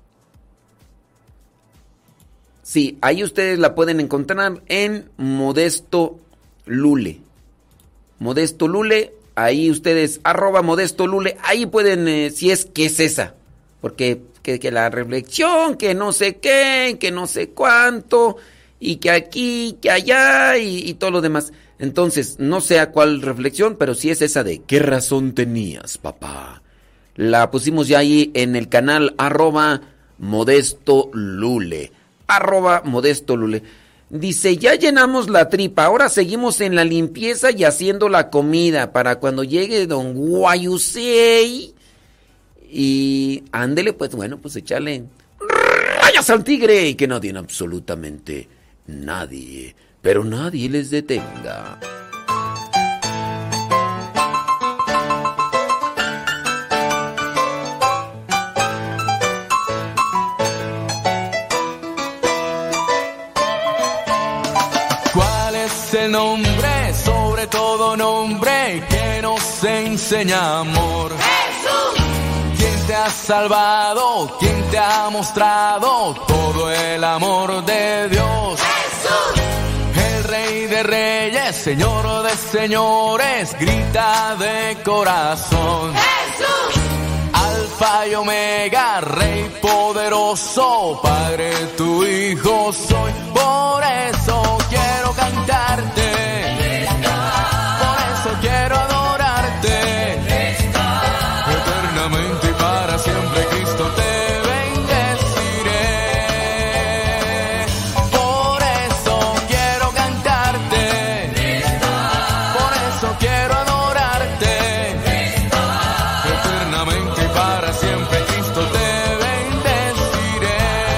Sí, ahí ustedes la pueden encontrar en Modesto Lule. Modesto Lule, ahí ustedes, arroba Modesto Lule, ahí pueden, eh, si es que es esa. Porque que, que la reflexión, que no sé qué, que no sé cuánto, y que aquí, que allá, y, y todo lo demás. Entonces, no sé a cuál reflexión, pero sí es esa de ¿qué razón tenías, papá? La pusimos ya ahí en el canal arroba Modesto Lule. Arroba Modesto Lule. Dice, ya llenamos la tripa, ahora seguimos en la limpieza y haciendo la comida para cuando llegue don Guayusei. Y ándele, pues bueno, pues échale rayas al tigre y que no tiene absolutamente nadie, pero nadie les detenga. El nombre, sobre todo nombre, que nos enseña amor. ¡Jesús! ¿Quién te ha salvado? ¿Quién te ha mostrado todo el amor de Dios? ¡Jesús! El Rey de Reyes, Señor de Señores, grita de corazón. ¡Jesús! Alfa y Omega, Rey poderoso, Padre, tu Hijo soy, por eso para siempre, Cristo te bendeciré.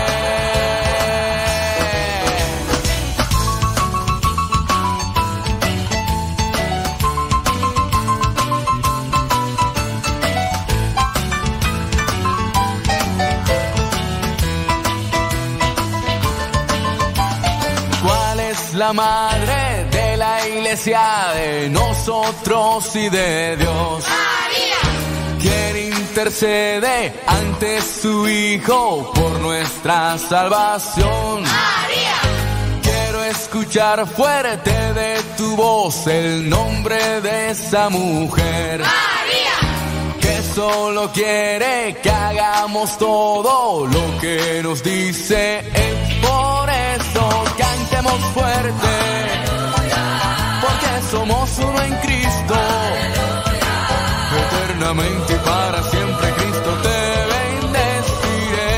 ¿Cuál es la madre de la iglesia de nosotros y de Dios? María. Quien intercede ante su Hijo por nuestra salvación. María. Quiero escuchar fuerte de tu voz el nombre de esa mujer. María. Que solo quiere que hagamos todo lo que nos dice Él. Por eso cantemos fuerte, porque somos uno en Cristo. Eternamente y para siempre Cristo te bendeciré.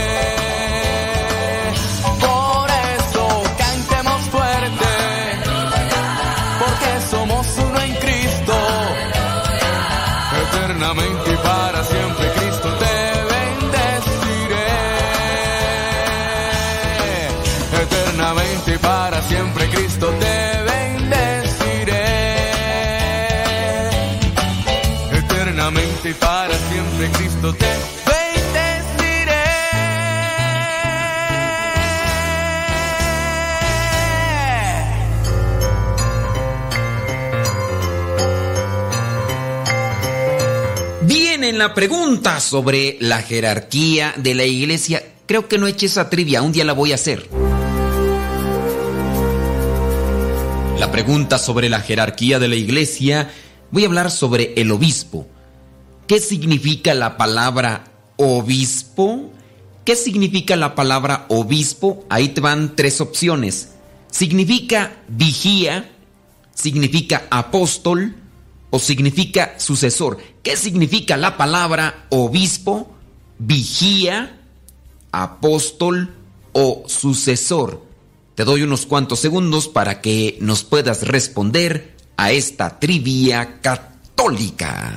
Por eso cantemos fuerte, porque somos uno en Cristo. Eternamente y para siempre Cristo te bendeciré. Eternamente y para siempre Cristo te bendeciré. Eternamente y para siempre Cristo te bendeciré. Viene la pregunta sobre la jerarquía de la iglesia. Creo que no eché esa trivia, un día la voy a hacer. La pregunta sobre la jerarquía de la iglesia, voy a hablar sobre el obispo. ¿Qué significa la palabra obispo? ¿Qué significa la palabra obispo? Ahí te van tres opciones. Significa vigía, significa apóstol o significa sucesor. ¿Qué significa la palabra obispo, vigía, apóstol o sucesor? Te doy unos cuantos segundos para que nos puedas responder a esta trivia católica.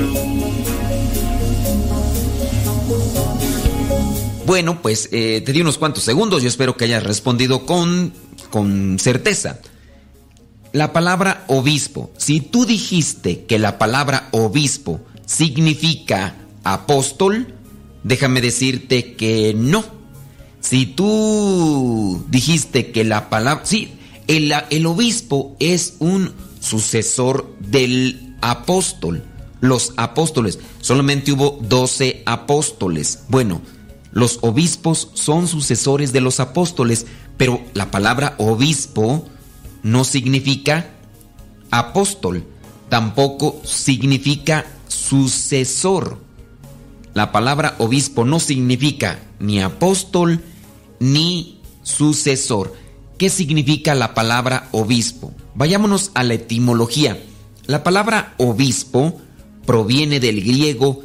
Bueno, pues eh, te di unos cuantos segundos. Yo espero que hayas respondido con, con certeza. La palabra obispo. Si tú dijiste que la palabra obispo significa apóstol, déjame decirte que no. Si tú dijiste que la palabra... Sí, el, el obispo es un sucesor del apóstol. Los apóstoles. Solamente hubo doce apóstoles. Bueno, los obispos son sucesores de los apóstoles, pero la palabra obispo no significa apóstol. Tampoco significa sucesor. La palabra obispo no significa ni apóstol ni sucesor. ¿Qué significa la palabra obispo? Vayámonos a la etimología. La palabra obispo proviene del griego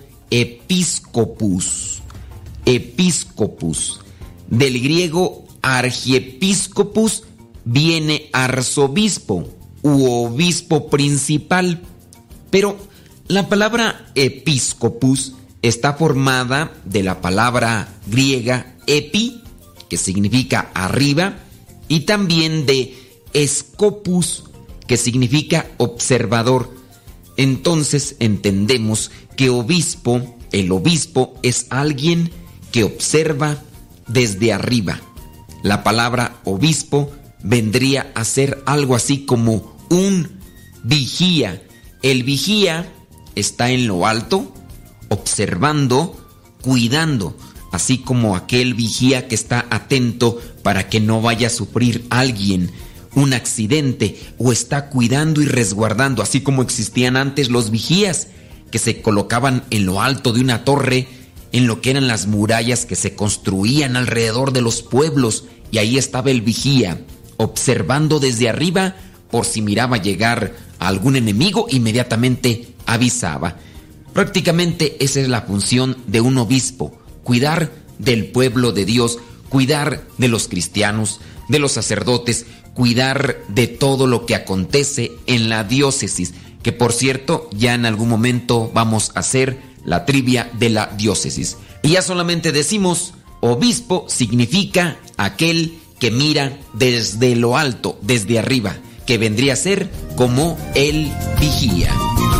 episcopus. Episcopus. Del griego archiepiscopus viene arzobispo u obispo principal. Pero la palabra episcopus está formada de la palabra griega epi, que significa arriba, y también de scopus, que significa observador. Entonces entendemos que obispo, el obispo es alguien que observa desde arriba. La palabra obispo vendría a ser algo así como un vigía. El vigía está en lo alto, observando, cuidando, así como aquel vigía que está atento para que no vaya a sufrir alguien un accidente, o está cuidando y resguardando, así como existían antes los vigías que se colocaban en lo alto de una torre, en lo que eran las murallas que se construían alrededor de los pueblos, y ahí estaba el vigía observando desde arriba por si miraba llegar a algún enemigo, inmediatamente avisaba. Prácticamente esa es la función de un obispo: cuidar del pueblo de Dios, cuidar de los cristianos, de los sacerdotes, cuidar de todo lo que acontece en la diócesis, que por cierto ya en algún momento vamos a hacer la trivia de la diócesis. Y ya solamente decimos, obispo significa aquel que mira desde lo alto, desde arriba, que vendría a ser como el vigía.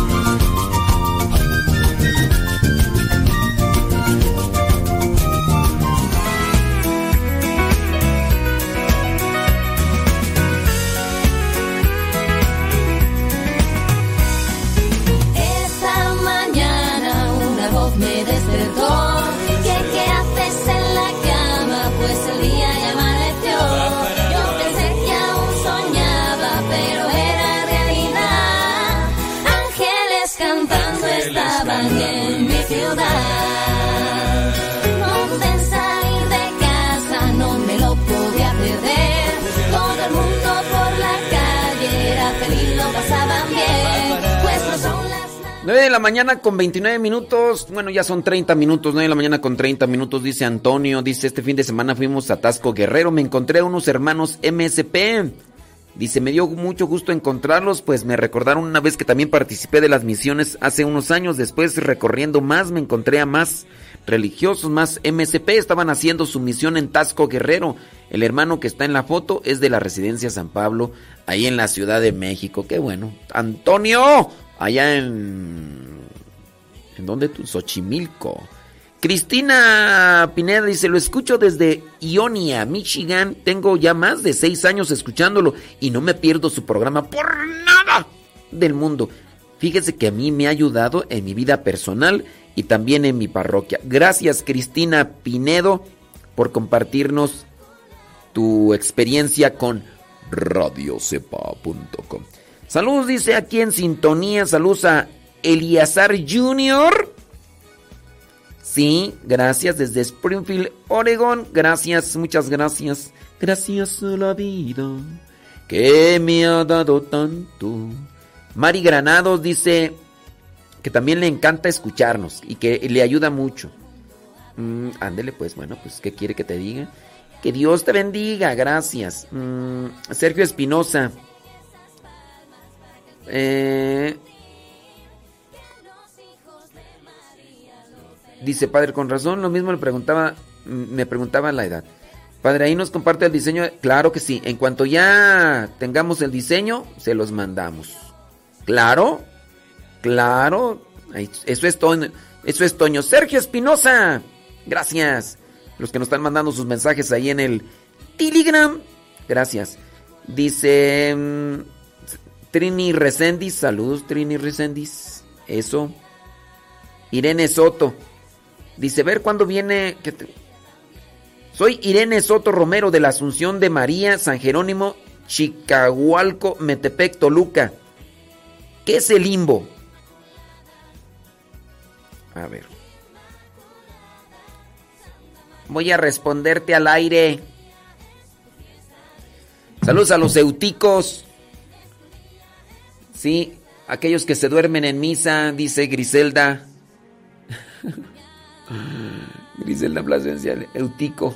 Esta mañana una voz me despertó. ¿Qué, qué haces en la cama? Pues el día ya amaneció. Yo pensé que aún soñaba, pero era realidad. Ángeles cantando estaban en mi ciudad. No pensé salir de casa, no me lo podía perder. Todo el mundo por la calle era feliz, lo pasaban bien. Pues no son las... nueve de la mañana con veintinueve minutos, bueno, ya son treinta minutos, nueve de la mañana con treinta minutos, dice Antonio, dice, este fin de semana fuimos a Tasco Guerrero, me encontré a unos hermanos M S P, dice, me dio mucho gusto encontrarlos, pues me recordaron una vez que también participé de las misiones hace unos años, después recorriendo más me encontré a más religiosos, más M S P, estaban haciendo su misión en Tasco Guerrero, el hermano que está en la foto es de la Residencia San Pablo, ahí en la Ciudad de México, qué bueno, Antonio, allá en... ¿En dónde tú? Xochimilco. Cristina Pineda dice, lo escucho desde Ionia, Michigan. Tengo ya más de seis años escuchándolo y no me pierdo su programa por nada del mundo. Fíjese que a mí me ha ayudado en mi vida personal y también en mi parroquia. Gracias, Cristina Pinedo, por compartirnos tu experiencia con radio cepa punto com. Saludos, dice aquí en sintonía. Saludos a Eliazar junior Sí, gracias desde Springfield, Oregon. Gracias, muchas gracias. Gracias a la vida que me ha dado tanto. Mari Granados dice que también le encanta escucharnos y que le ayuda mucho. Mm, ándele pues, bueno, pues ¿qué quiere que te diga? Que Dios te bendiga, gracias. Mm, Sergio Espinosa. Eh, dice, padre, con razón, lo mismo le preguntaba, me preguntaba la edad. Padre, ahí nos comparte el diseño. Claro que sí, en cuanto ya tengamos el diseño, se los mandamos. Claro, claro, eso es Toño, eso es Toño. Sergio Espinosa, gracias. Los que nos están mandando sus mensajes ahí en el Telegram, gracias. Dice... Trini Reséndiz, saludos Trini Reséndiz, eso. Irene Soto, dice, ver cuándo viene... ¿Qué te... Soy Irene Soto Romero de la Asunción de María, San Jerónimo, Chicahualco, Metepec, Toluca. ¿Qué es el limbo? A ver. Voy a responderte al aire. Saludos a los euticos. Sí, aquellos que se duermen en misa, dice Griselda. Griselda Plasencia, Eutico.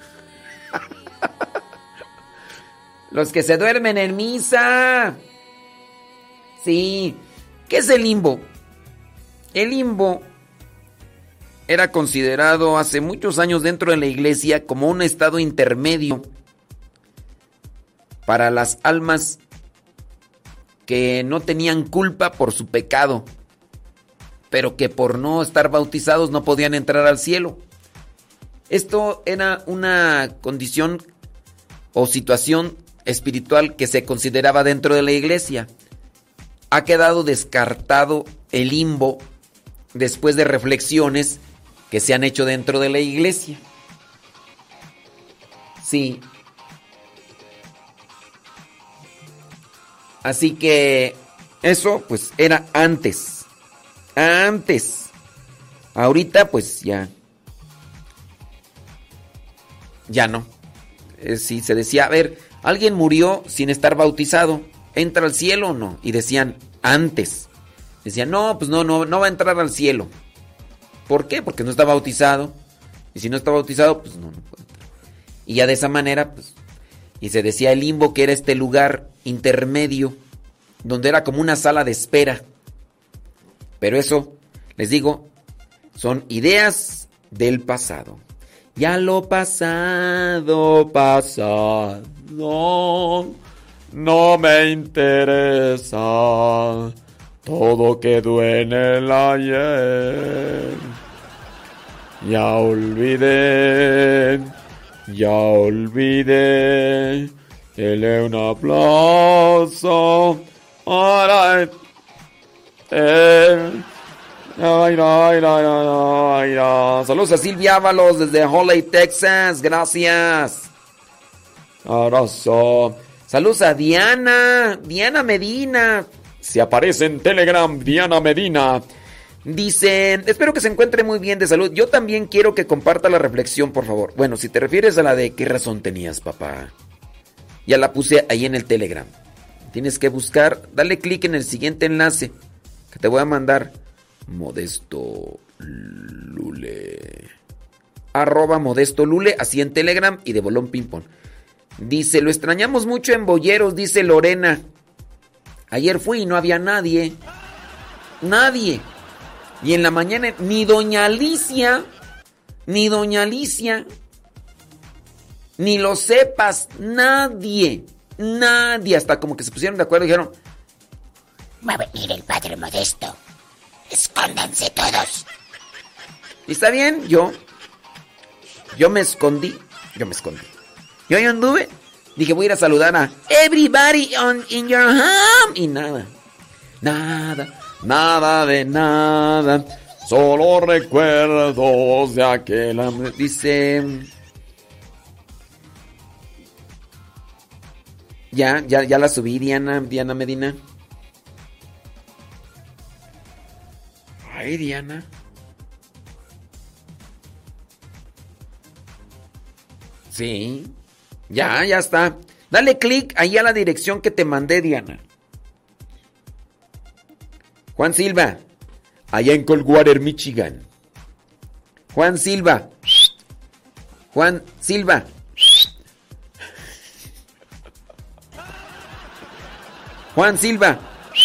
Los que se duermen en misa. Sí. ¿Qué es el limbo? El limbo era considerado hace muchos años dentro de la iglesia como un estado intermedio para las almas que no tenían culpa por su pecado, pero que por no estar bautizados no podían entrar al cielo. Esto era una condición o situación espiritual que se consideraba dentro de la iglesia. Ha quedado descartado el limbo después de reflexiones que se han hecho dentro de la iglesia. Sí. Así que eso pues era antes. Antes. Ahorita pues ya. Ya no. Eh, si se decía, a ver, alguien murió sin estar bautizado, ¿entra al cielo o no? Y decían, antes. Decían, no, pues no, no, no va a entrar al cielo. ¿Por qué? Porque no está bautizado. Y si no está bautizado, pues no, no puede entrar. Y ya de esa manera, pues, y se decía el limbo, que era este lugar intermedio, donde era como una sala de espera. Pero eso, les digo, Son ideas del pasado. Ya lo pasado, pasado, no me interesa. Todo quedó en el ayer. Ya olvidé, ya olvidé. Dele un aplauso. Ahora, eh, ay, ay, ay, ay, ay. Saludos a Silvia Ábalos desde Holly, Texas. Gracias. Abrazo. Saludos a Diana. Diana Medina. Se aparece en Telegram, Diana Medina. Dice, espero que se encuentre muy bien de salud. Yo también quiero que comparta la reflexión, por favor. Bueno, si te refieres a la de qué razón tenías, papá. Ya la puse ahí en el Telegram. Tienes que buscar, dale clic en el siguiente enlace que te voy a mandar. Modesto Lule. Arroba Modesto Lule, así en Telegram y de Bolón Ping Pong. Dice, lo extrañamos mucho en Boyeros, dice Lorena. Ayer fui y no había nadie. Nadie. Y en la mañana ni doña Alicia, ni doña Alicia, ni lo sepas, nadie, nadie. Hasta como que se pusieron de acuerdo y dijeron, va a venir el padre Modesto. Escóndanse todos. ¿Y está bien? Yo, yo me escondí, yo me escondí. Yo ahí anduve, dije voy a ir a saludar a everybody on, in your home. Y nada, nada, nada de nada. Solo recuerdos de aquel hambre. Dice, ya, ya, ya la subí, Diana, Diana Medina. Ay, Diana. Sí. Ya, ya está. Dale clic ahí a la dirección que te mandé, Diana. Juan Silva, allá en Coldwater, Michigan. Juan Silva. Juan Silva. Juan Silva.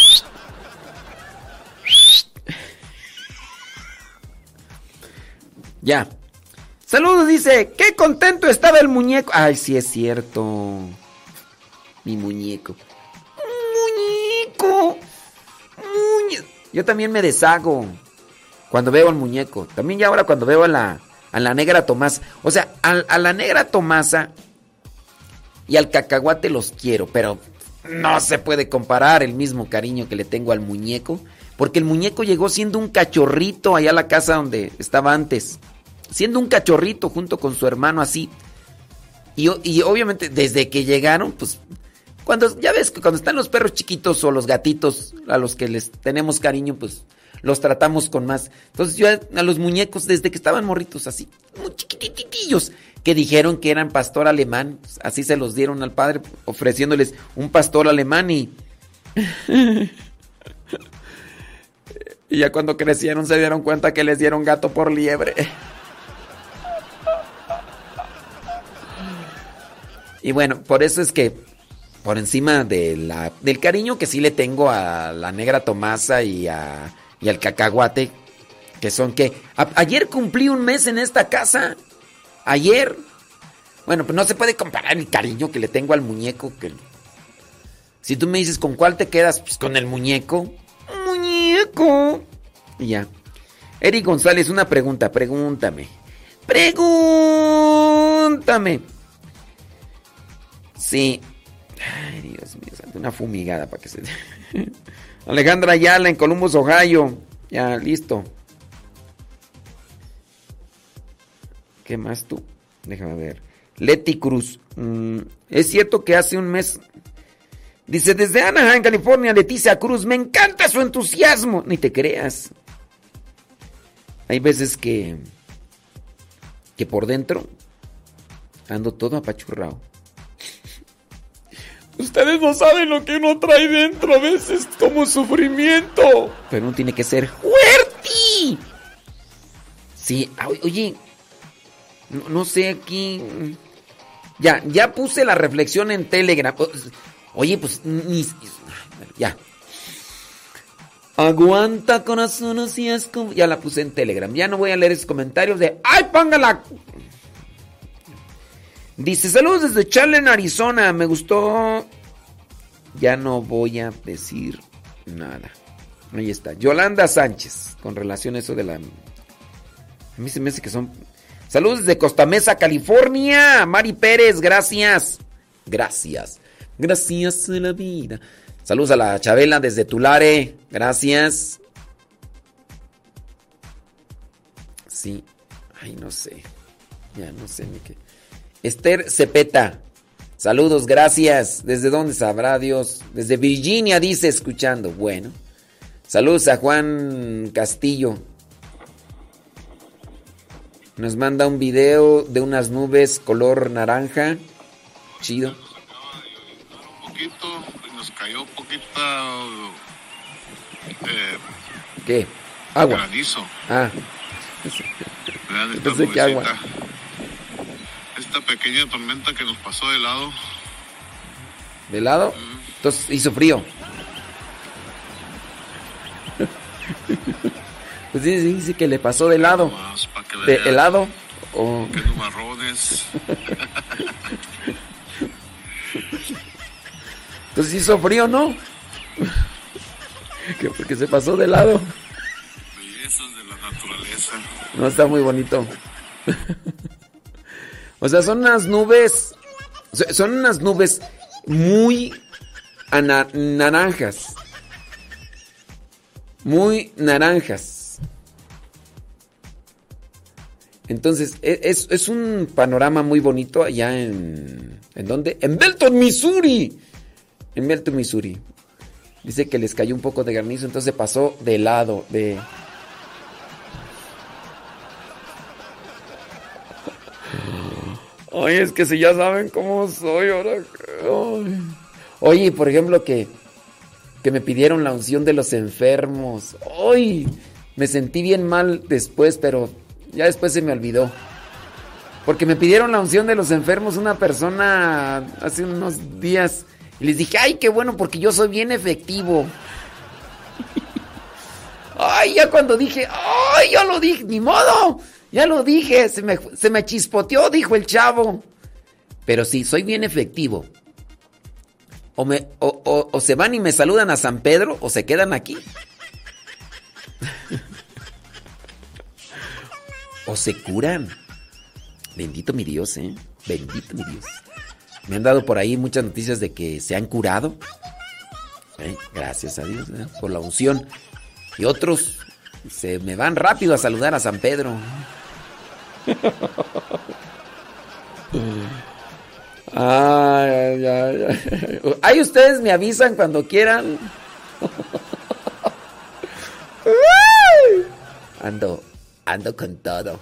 Ya. Saludos, dice. Qué contento estaba el muñeco. Ay, sí es cierto. Mi muñeco. Muñeco. Muñe... Yo también me deshago cuando veo al muñeco. También ya ahora cuando veo a la, a la negra Tomasa. O sea, a, a la negra Tomasa y al cacahuate los quiero, pero no se puede comparar el mismo cariño que le tengo al muñeco. Porque el muñeco llegó siendo un cachorrito allá a la casa donde estaba antes. Siendo un cachorrito junto con su hermano así. Y, y obviamente desde que llegaron, pues... Cuando, ya ves que cuando están los perros chiquitos o los gatitos a los que les tenemos cariño, pues los tratamos con más. Entonces yo a, a los muñecos desde que estaban morritos así, muy chiquititillos, que dijeron que eran pastor alemán. Pues así se los dieron al padre ofreciéndoles un pastor alemán y... y ya cuando crecieron se dieron cuenta que les dieron gato por liebre. Y bueno, por eso es que por encima de la, del cariño que sí le tengo a la negra Tomasa y, a, y al cacahuate, que son que... A, ayer cumplí un mes en esta casa. Ayer. Bueno, pues no se puede comparar el cariño que le tengo al muñeco. Que, si tú me dices con cuál te quedas, pues con el muñeco. Muñeco. Y ya. Eric González, una pregunta. Pregúntame. Pregúntame. Sí. Ay, Dios mío, una fumigada para que se... Alejandra Ayala en Columbus, Ohio. Ya, listo. ¿Qué más tú? Déjame ver. Leti Cruz. Mm, es cierto que hace un mes... Dice, desde Anaheim, California, Leticia Cruz. Me encanta su entusiasmo. Ni te creas. Hay veces que... Que por dentro... Ando todo apachurrado. Ustedes no saben lo que uno trae dentro, a veces como sufrimiento. Pero uno tiene que ser fuerte. Sí, oye, no, no sé aquí. Ya, ya puse la reflexión en Telegram. Oye, pues, ni, ya. Aguanta, corazón, así es como... Ya la puse en Telegram. Ya no voy a leer esos comentarios de... ¡Ay, póngala! Dice, saludos desde Charleston, Arizona. Me gustó... Ya no voy a decir nada. Ahí está. Yolanda Sánchez. Con relación a eso de la... A mí se me hace que son... Saludos desde Costa Mesa, California. Mari Pérez, gracias. Gracias. Gracias a la vida. Saludos a la Chabela desde Tulare. Gracias. Sí. Ay, no sé. Ya no sé ni qué. Esther Cepeta. Saludos, gracias. ¿Desde dónde sabrá Dios? Desde Virginia, dice, escuchando. Bueno. Saludos a Juan Castillo. Nos manda un video de unas nubes color naranja. Chido. Un poquito, nos cayó poquita... Eh, ¿Qué? Agua. Granizo. Ah. Vean esta Pensé que agua. nubecita. Esta pequeña tormenta que nos pasó de lado. ¿De lado? Entonces hizo frío. Pues dice, dice que le pasó de lado. Más, pa' que ¿De vean. helado? O... Que nubarrones. Entonces hizo frío, ¿no? Que porque se pasó de lado. Bellezas de la naturaleza. No, está muy bonito. O sea, son unas nubes. Son unas nubes muy ana- naranjas. Muy naranjas. Entonces, es, es un panorama muy bonito allá en... ¿En dónde? En Belton, Missouri. En Belton, Missouri. Dice que les cayó un poco de granizo, entonces pasó de lado, de... Oye, es que si ya saben cómo soy ahora... Ay. Oye, por ejemplo, que... Que me pidieron la unción de los enfermos. ¡Ay! Me sentí bien mal después, pero... Ya después se me olvidó. Porque me pidieron la unción de los enfermos una persona hace unos días. Y les dije, ay, qué bueno, porque yo soy bien efectivo. Ay, ya cuando dije, ay, ya lo dije, ni modo. Ya lo dije, se me, se me chispoteó, dijo el chavo. Pero sí, soy bien efectivo. O, me, o, o, o se van y me saludan a San Pedro, o se quedan aquí. O se curan. Bendito mi Dios, ¿eh? Bendito mi Dios. Me han dado por ahí muchas noticias de que se han curado. ¿Eh? Gracias a Dios, ¿eh? Por la unción. Y otros se me van rápido a saludar a San Pedro. Ay, ay, ay, ay. Ahí ustedes me avisan cuando quieran. Ando, ando con todo.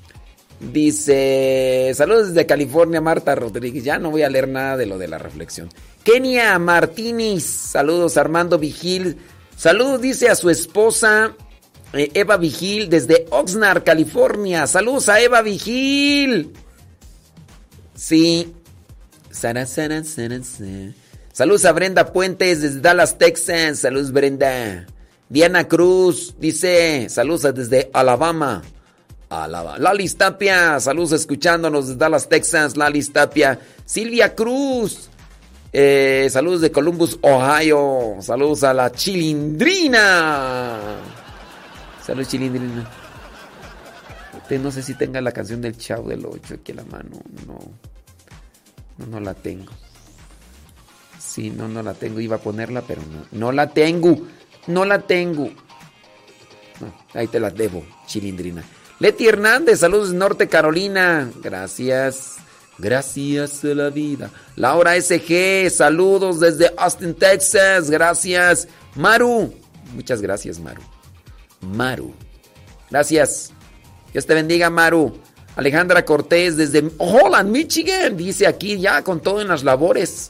Dice, saludos desde California, Marta Rodríguez. Ya no voy a leer nada de lo de la reflexión. Kenia Martínez, saludos. Armando Vigil, saludos, dice a su esposa eh, Eva Vigil desde Oxnard, California. Saludos a Eva Vigil. Sí. Sara, Sara, Sara, Sara. Saludos a Brenda Puentes desde Dallas, Texas. Saludos, Brenda. Diana Cruz dice, saludos desde Alabama. Alabama. Lalis Tapia, saludos escuchándonos desde Dallas, Texas. Lalis Tapia. Silvia Cruz, eh, saludos de Columbus, Ohio. Saludos a la Chilindrina. Saludos, Chilindrina. No sé si tenga la canción del Chavo del Ocho aquí a la mano. No. No, no la tengo. Sí, no, no la tengo. Iba a ponerla, pero no. No la tengo. No la tengo. No, ahí te la debo, Chilindrina. Leti Hernández, saludos Norte Carolina. Gracias. Gracias a la vida. Laura S G, saludos desde Austin, Texas. Gracias. Maru. Muchas gracias, Maru. Maru. Gracias. Dios te bendiga, Maru. Alejandra Cortés desde Holland, Michigan. Dice aquí ya con todo en las labores.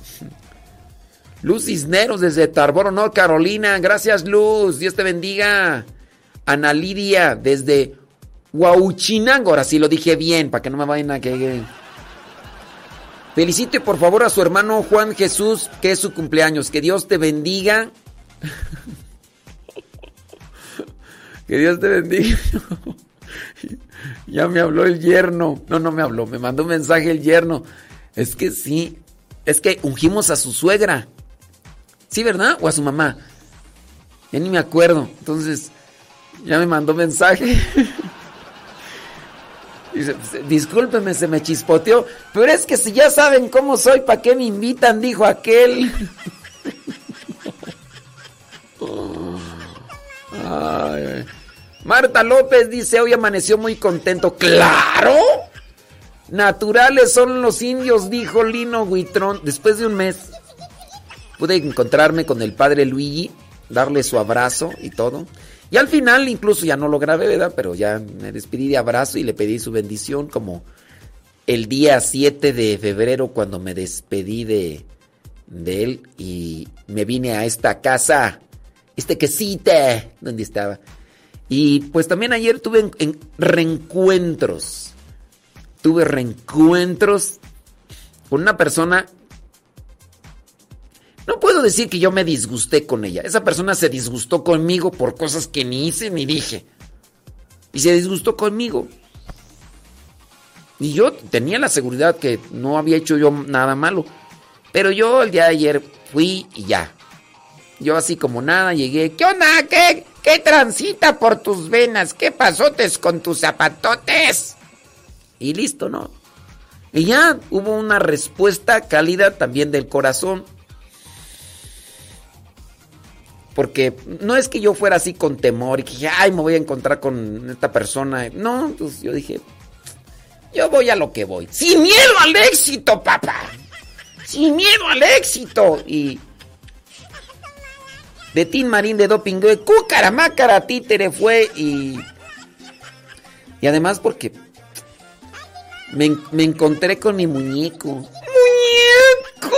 Luz Cisneros desde Tarboro, North Carolina. Gracias, Luz. Dios te bendiga. Ana Lidia desde Huauchinango. Ahora sí lo dije bien, para que no me vayan a que... Felicite por favor a su hermano Juan Jesús, que es su cumpleaños. Que Dios te bendiga. Que Dios te bendiga. Ya me habló el yerno. No, no me habló, me mandó un mensaje el yerno. Es que sí, es que ungimos a su suegra. ¿Sí, verdad? ¿O a su mamá? Ya ni me acuerdo. Entonces, ya me mandó mensaje. Dice, discúlpeme, se me chispoteó. Pero es que si ya saben cómo soy, ¿para qué me invitan? Dijo aquel. Ay. Marta López dice, hoy amaneció muy contento. ¡Claro! Naturales son los indios, dijo Lino Huitrón. Después de un mes pude encontrarme con el padre Luigi, darle su abrazo y todo. Y al final incluso ya no lo grabé, ¿verdad? Pero ya me despedí de abrazo y le pedí su bendición, como el día siete de febrero cuando me despedí de, de él y me vine a esta casa, este quesito, donde estaba. Y pues también ayer tuve en, en reencuentros. Tuve reencuentros con una persona. No puedo decir que yo me disgusté con ella. Esa persona se disgustó conmigo por cosas que ni hice ni dije. Y se disgustó conmigo. Y yo tenía la seguridad que no había hecho yo nada malo. Pero yo el día de ayer fui y ya. Yo así como nada llegué. ¿Qué onda? ¿Qué, qué transita por tus venas? ¿Qué pasotes con tus zapatotes? Y listo, ¿no? Y ya hubo una respuesta cálida también del corazón. Porque no es que yo fuera así con temor y que dije, ay, me voy a encontrar con esta persona. No, pues yo dije, yo voy a lo que voy. Sin miedo al éxito, papá. Sin miedo al éxito. Y de Tin Marín de Doping, cúcara, mácara, títere fue. Y, y además porque me, me encontré con mi muñeco. ¡Muñeco!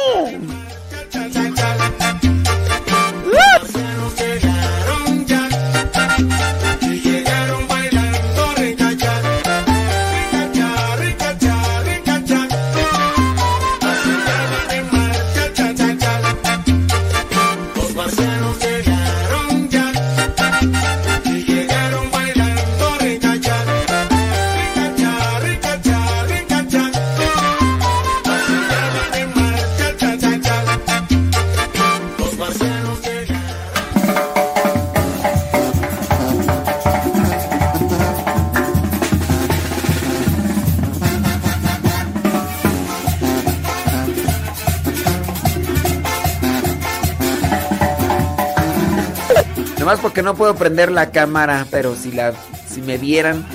Nomás porque no puedo prender la cámara, pero si la si me vieran.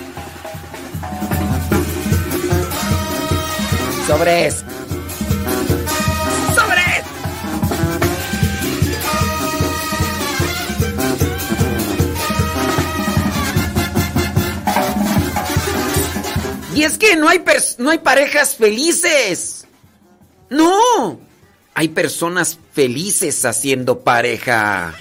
Sobres. Sobres. Y es que no hay pers- no hay parejas felices. No. Hay personas felices haciendo pareja.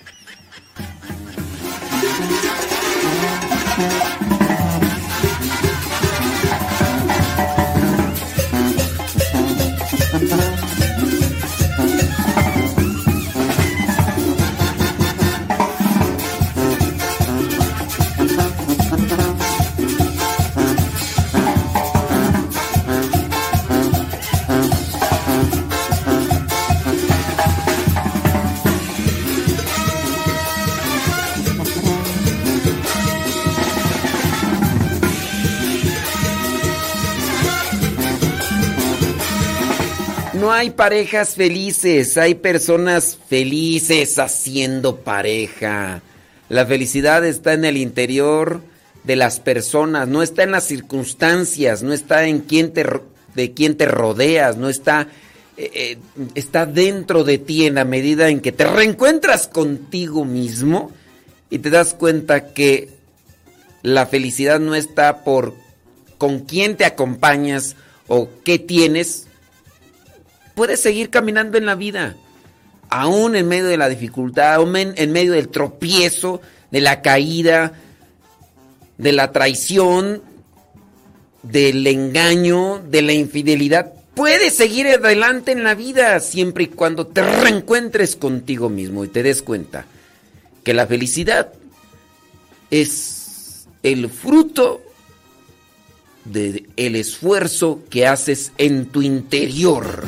No hay parejas felices, hay personas felices haciendo pareja. La felicidad está en el interior de las personas, no está en las circunstancias, no está en quién te, de quién te rodeas, no está, eh, eh, está dentro de ti en la medida en que te reencuentras contigo mismo y te das cuenta que la felicidad no está por con quién te acompañas o qué tienes. Puedes seguir caminando en la vida, aún en medio de la dificultad, aún en, en medio del tropiezo, de la caída, de la traición, del engaño, de la infidelidad. Puedes seguir adelante en la vida siempre y cuando te reencuentres contigo mismo y te des cuenta que la felicidad es el fruto del esfuerzo que haces en tu interior.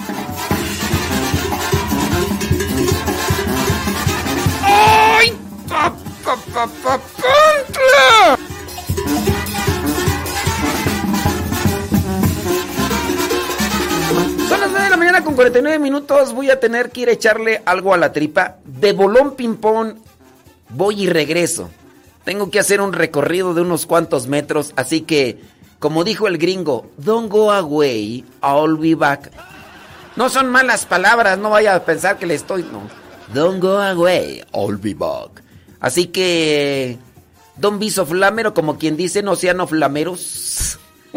¡Ay! Pa, pa, pa, pa, pa, Son las nueve de la mañana con cuarenta y nueve minutos. Voy a tener que ir a echarle algo a la tripa. De bolón ping-pong voy y regreso. Tengo que hacer un recorrido de unos cuantos metros. Así que, como dijo el gringo, don't go away, I'll be back. No son malas palabras, no vaya a pensar que le estoy... No. Don't go away, I'll be back. Así que... Don't be so flamero, como quien dice, no sean flameros.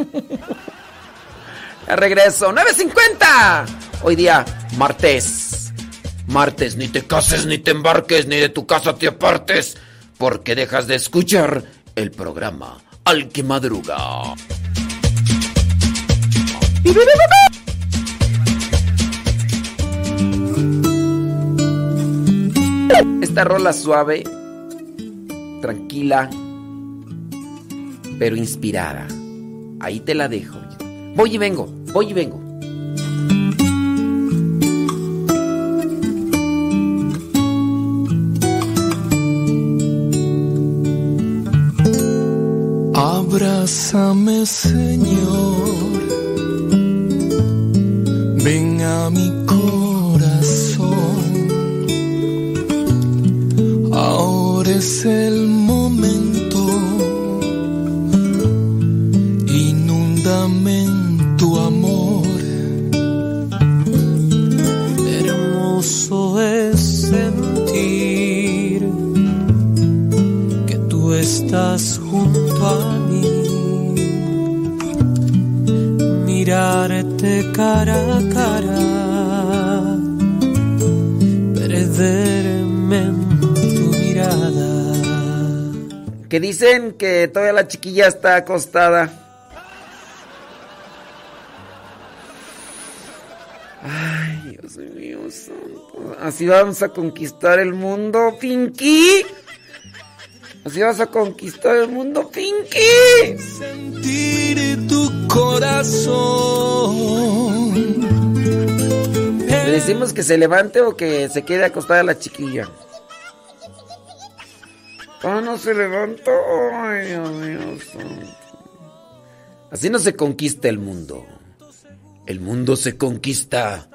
Ya regreso, nueve cincuenta. Hoy día, martes. Martes, ni te cases, ni te embarques, ni de tu casa te apartes, porque dejas de escuchar el programa Al que Madruga. Esta rola suave, tranquila, pero inspirada. Ahí te la dejo. Voy y vengo, voy y vengo. Abrázame, Señor, ven a mi corazón. Ahora es el momento, inúndame en tu amor. Hermoso es sentir que tú estás junto a mí, mirarte cara a cara, perderme en tu mirada. Que dicen que todavía la chiquilla está acostada. Ay, Dios mío santo. Así vamos a conquistar el mundo, Pinky. Así vas a conquistar el mundo, Pinky. Sentir tu corazón. ¿Le decimos que se levante o que se quede acostada la chiquilla? Ah, no se levantó. Ay, Dios mío santo. Así no se conquista el mundo. El mundo se conquista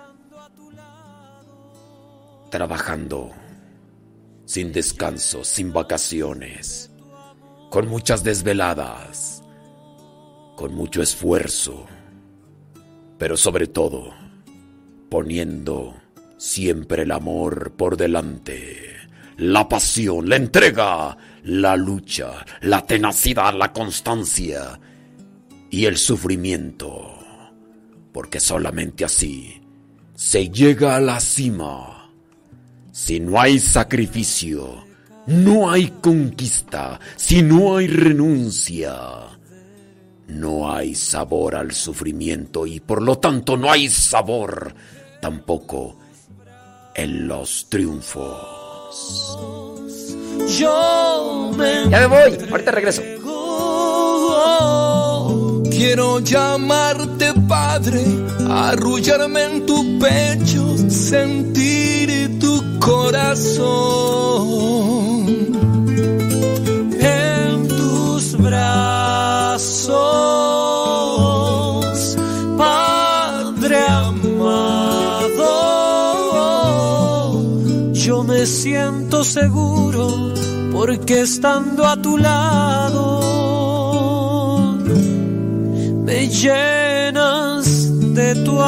trabajando, sin descanso, sin vacaciones, con muchas desveladas, con mucho esfuerzo, pero sobre todo poniendo siempre el amor por delante, la pasión, la entrega, la lucha, la tenacidad, la constancia y el sufrimiento. Porque solamente así se llega a la cima. Si no hay sacrificio, no hay conquista. Si no hay renuncia, no hay sabor al sufrimiento y por lo tanto no hay sabor tampoco en los triunfos. Yo me Ya me voy, ahorita regreso. Quiero llamarte padre, arrullarme en tu pecho, sentir tu corazón en tus brazos, Padre amado. Yo me siento seguro porque estando a tu lado me llenas de tu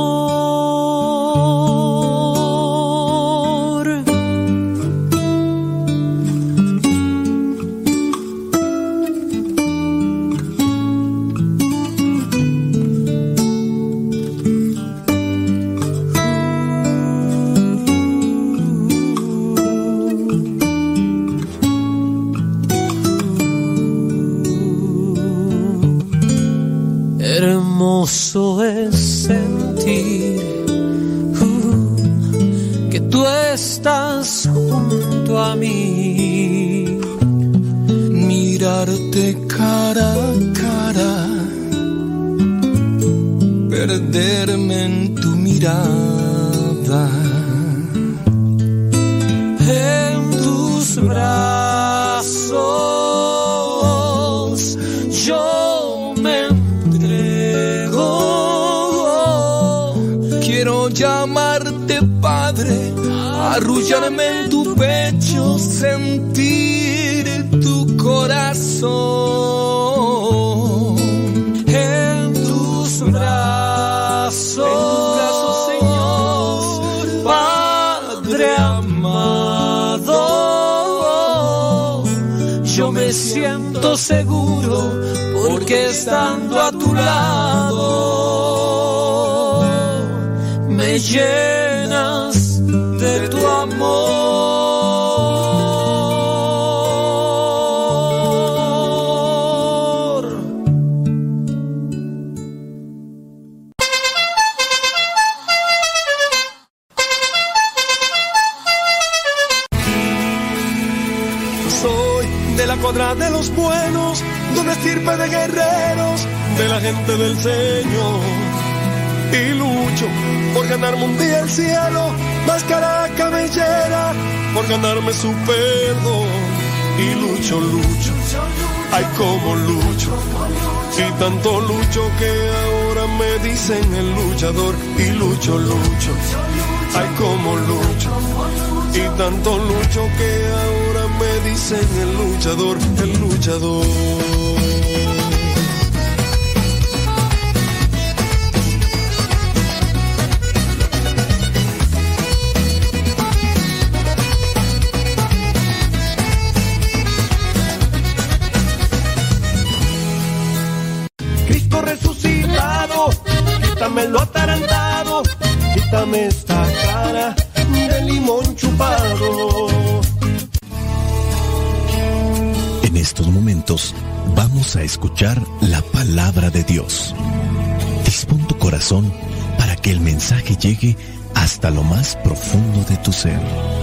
amor. Hermoso es sentir uh, que tú estás junto a mí, mirarte cara a cara, perderme en tu mirada, en tus brazos yo me entrego. Quiero llamarte Padre, arrullarme en tu pecho, sentir tu corazón, en tus brazos, en tus brazos, Señor, Padre amado. Yo me siento seguro porque estando a tu lado me llenas de tu amor. Soy de la cuadra de los buenos, de una estirpe de guerreros, de la gente del Señor. Y lucho por ganarme un día el cielo, máscara cabellera, por ganarme su perdón. Y lucho, lucho, ay como lucho, y tanto lucho que ahora me dicen el luchador. Y lucho, lucho, ay como lucho, y tanto lucho que ahora me dicen el luchador, el luchador. Resucitado, quítame lo atarantado, quítame esta cara de limón chupado. En estos momentos vamos a escuchar la palabra de Dios. Dispón tu corazón para que el mensaje llegue hasta lo más profundo de tu ser.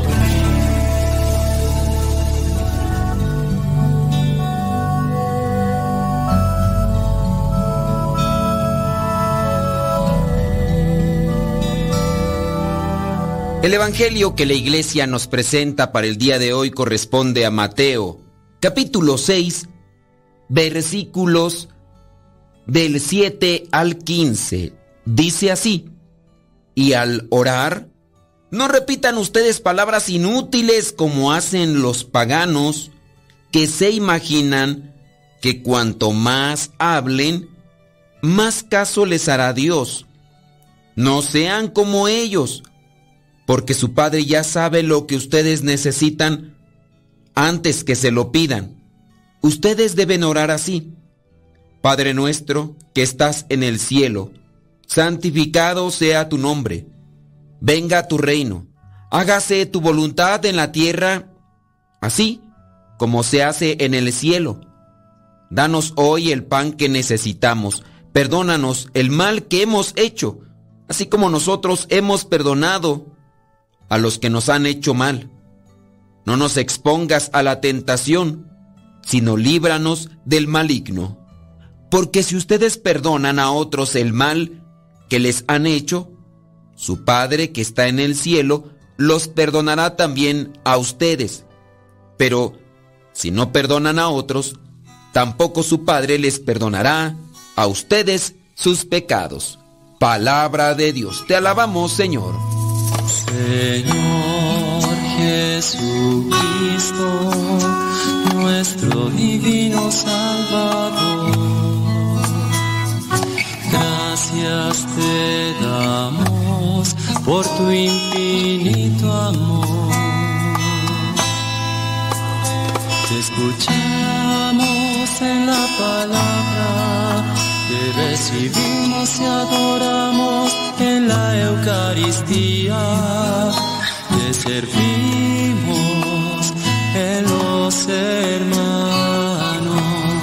El evangelio que la iglesia nos presenta para el día de hoy corresponde a Mateo, capítulo seis, versículos del siete al quince. Dice así: y al orar, no repitan ustedes palabras inútiles como hacen los paganos, que se imaginan que cuanto más hablen, más caso les hará Dios. No sean como ellos, porque su Padre ya sabe lo que ustedes necesitan antes que se lo pidan. Ustedes deben orar así: Padre nuestro que estás en el cielo, santificado sea tu nombre. Venga tu reino. Hágase tu voluntad en la tierra, así como se hace en el cielo. Danos hoy el pan que necesitamos. Perdónanos el mal que hemos hecho, así como nosotros hemos perdonado a los que nos han hecho mal. No nos expongas a la tentación, sino líbranos del maligno. Porque si ustedes perdonan a otros el mal que les han hecho, su Padre que está en el cielo los perdonará también a ustedes. Pero si no perdonan a otros, tampoco su Padre les perdonará a ustedes sus pecados. Palabra de Dios. Te alabamos, Señor. Señor Jesucristo, nuestro divino Salvador, gracias te damos por tu infinito amor. Te escuchamos en la palabra, te recibimos y adoramos en la Eucaristía, te servimos en los hermanos.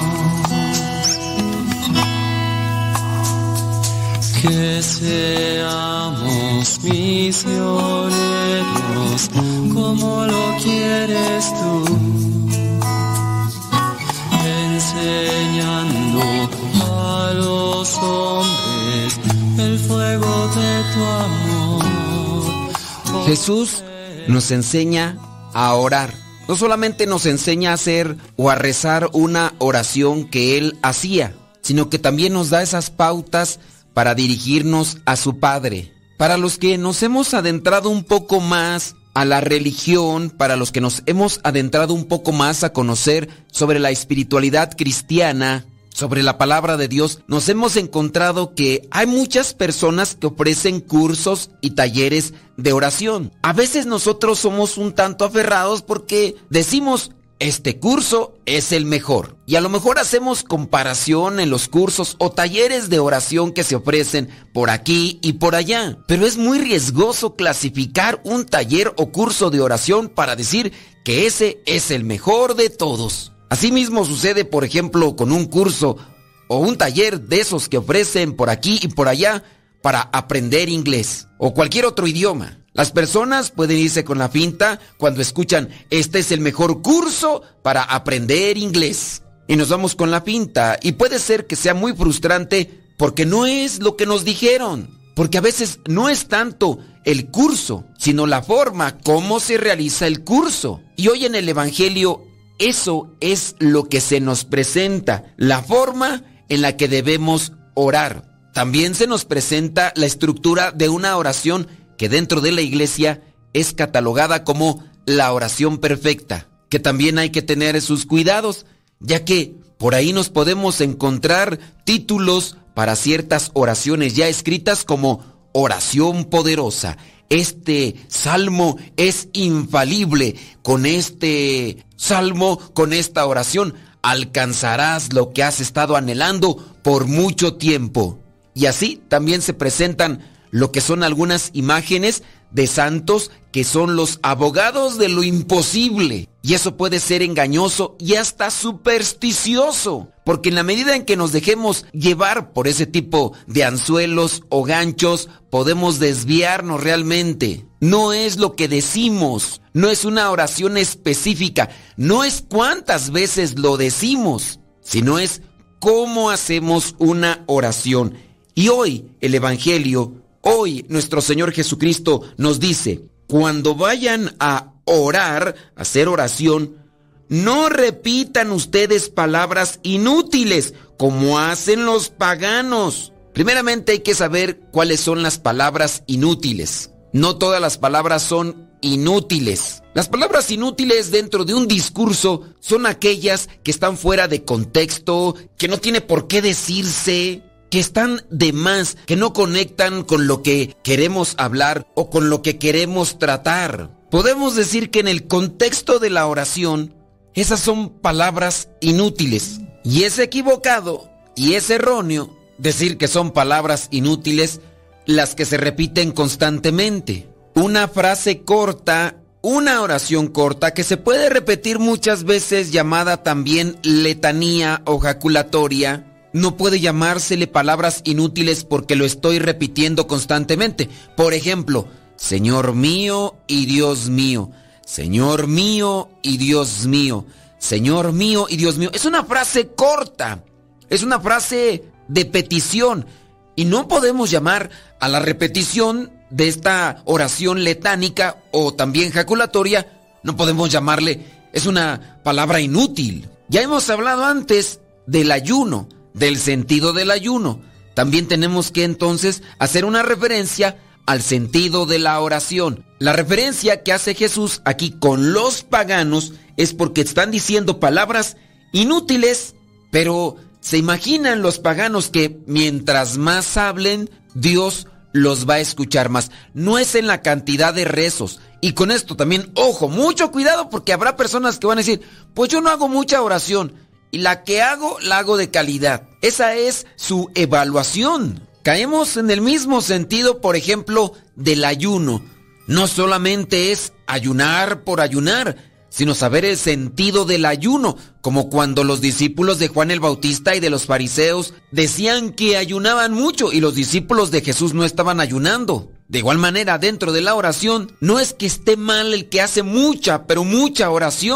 Que seamos misioneros como lo quieres tú, enseñando a los hombres el fuego de tu amor. Jesús nos enseña a orar. No solamente nos enseña a hacer o a rezar una oración que Él hacía, sino que también nos da esas pautas para dirigirnos a su Padre. Para los que nos hemos adentrado un poco más a la religión, para los que nos hemos adentrado un poco más a conocer sobre la espiritualidad cristiana, sobre la palabra de Dios, nos hemos encontrado que hay muchas personas que ofrecen cursos y talleres de oración. A veces nosotros somos un tanto aferrados porque decimos, este curso es el mejor. Y a lo mejor hacemos comparación en los cursos o talleres de oración que se ofrecen por aquí y por allá. Pero es muy riesgoso clasificar un taller o curso de oración para decir que ese es el mejor de todos. Asimismo sucede, por ejemplo, con un curso o un taller de esos que ofrecen por aquí y por allá para aprender inglés o cualquier otro idioma. Las personas pueden irse con la finta cuando escuchan, este es el mejor curso para aprender inglés. Y nos vamos con la finta y puede ser que sea muy frustrante porque no es lo que nos dijeron. Porque a veces no es tanto el curso, sino la forma, cómo se realiza el curso. Y hoy en el Evangelio, eso es lo que se nos presenta, la forma en la que debemos orar. También se nos presenta la estructura de una oración que dentro de la iglesia es catalogada como la oración perfecta, que también hay que tener sus cuidados, ya que por ahí nos podemos encontrar títulos para ciertas oraciones ya escritas como oración poderosa. Este salmo es infalible. Con este salmo, con esta oración, alcanzarás lo que has estado anhelando por mucho tiempo. Y así también se presentan lo que son algunas imágenes de santos que son los abogados de lo imposible. Y eso puede ser engañoso y hasta supersticioso, porque en la medida en que nos dejemos llevar por ese tipo de anzuelos o ganchos, podemos desviarnos realmente. No es lo que decimos, no es una oración específica, no es cuántas veces lo decimos, sino es cómo hacemos una oración. Y hoy el Evangelio, hoy nuestro Señor Jesucristo nos dice, cuando vayan a orar, a hacer oración, no repitan ustedes palabras inútiles como hacen los paganos. Primeramente hay que saber cuáles son las palabras inútiles. No todas las palabras son inútiles. Las palabras inútiles dentro de un discurso son aquellas que están fuera de contexto, que no tiene por qué decirse, que están de más, que no conectan con lo que queremos hablar o con lo que queremos tratar. Podemos decir que en el contexto de la oración, esas son palabras inútiles. Y es equivocado y es erróneo decir que son palabras inútiles las que se repiten constantemente. Una frase corta, una oración corta que se puede repetir muchas veces, llamada también letanía o jaculatoria, no puede llamársele palabras inútiles porque lo estoy repitiendo constantemente. Por ejemplo, Señor mío y Dios mío, Señor mío y Dios mío, Señor mío y Dios mío. Es una frase corta, es una frase de petición y no podemos llamar a la repetición de esta oración letánica o también jaculatoria, no podemos llamarle, es una palabra inútil. Ya hemos hablado antes del ayuno, del sentido del ayuno. También tenemos que entonces hacer una referencia al sentido de la oración. La referencia que hace Jesús aquí con los paganos es porque están diciendo palabras inútiles, pero se imaginan los paganos que mientras más hablen, Dios los va a escuchar más. No es en la cantidad de rezos. Y con esto también, ojo, mucho cuidado, porque habrá personas que van a decir, pues yo no hago mucha oración, y la que hago, la hago de calidad. Esa es su evaluación. Caemos en el mismo sentido, por ejemplo, del ayuno. No solamente es ayunar por ayunar, sino saber el sentido del ayuno, como cuando los discípulos de Juan el Bautista y de los fariseos decían que ayunaban mucho y los discípulos de Jesús no estaban ayunando. De igual manera, dentro de la oración, no es que esté mal el que hace mucha, pero mucha oración.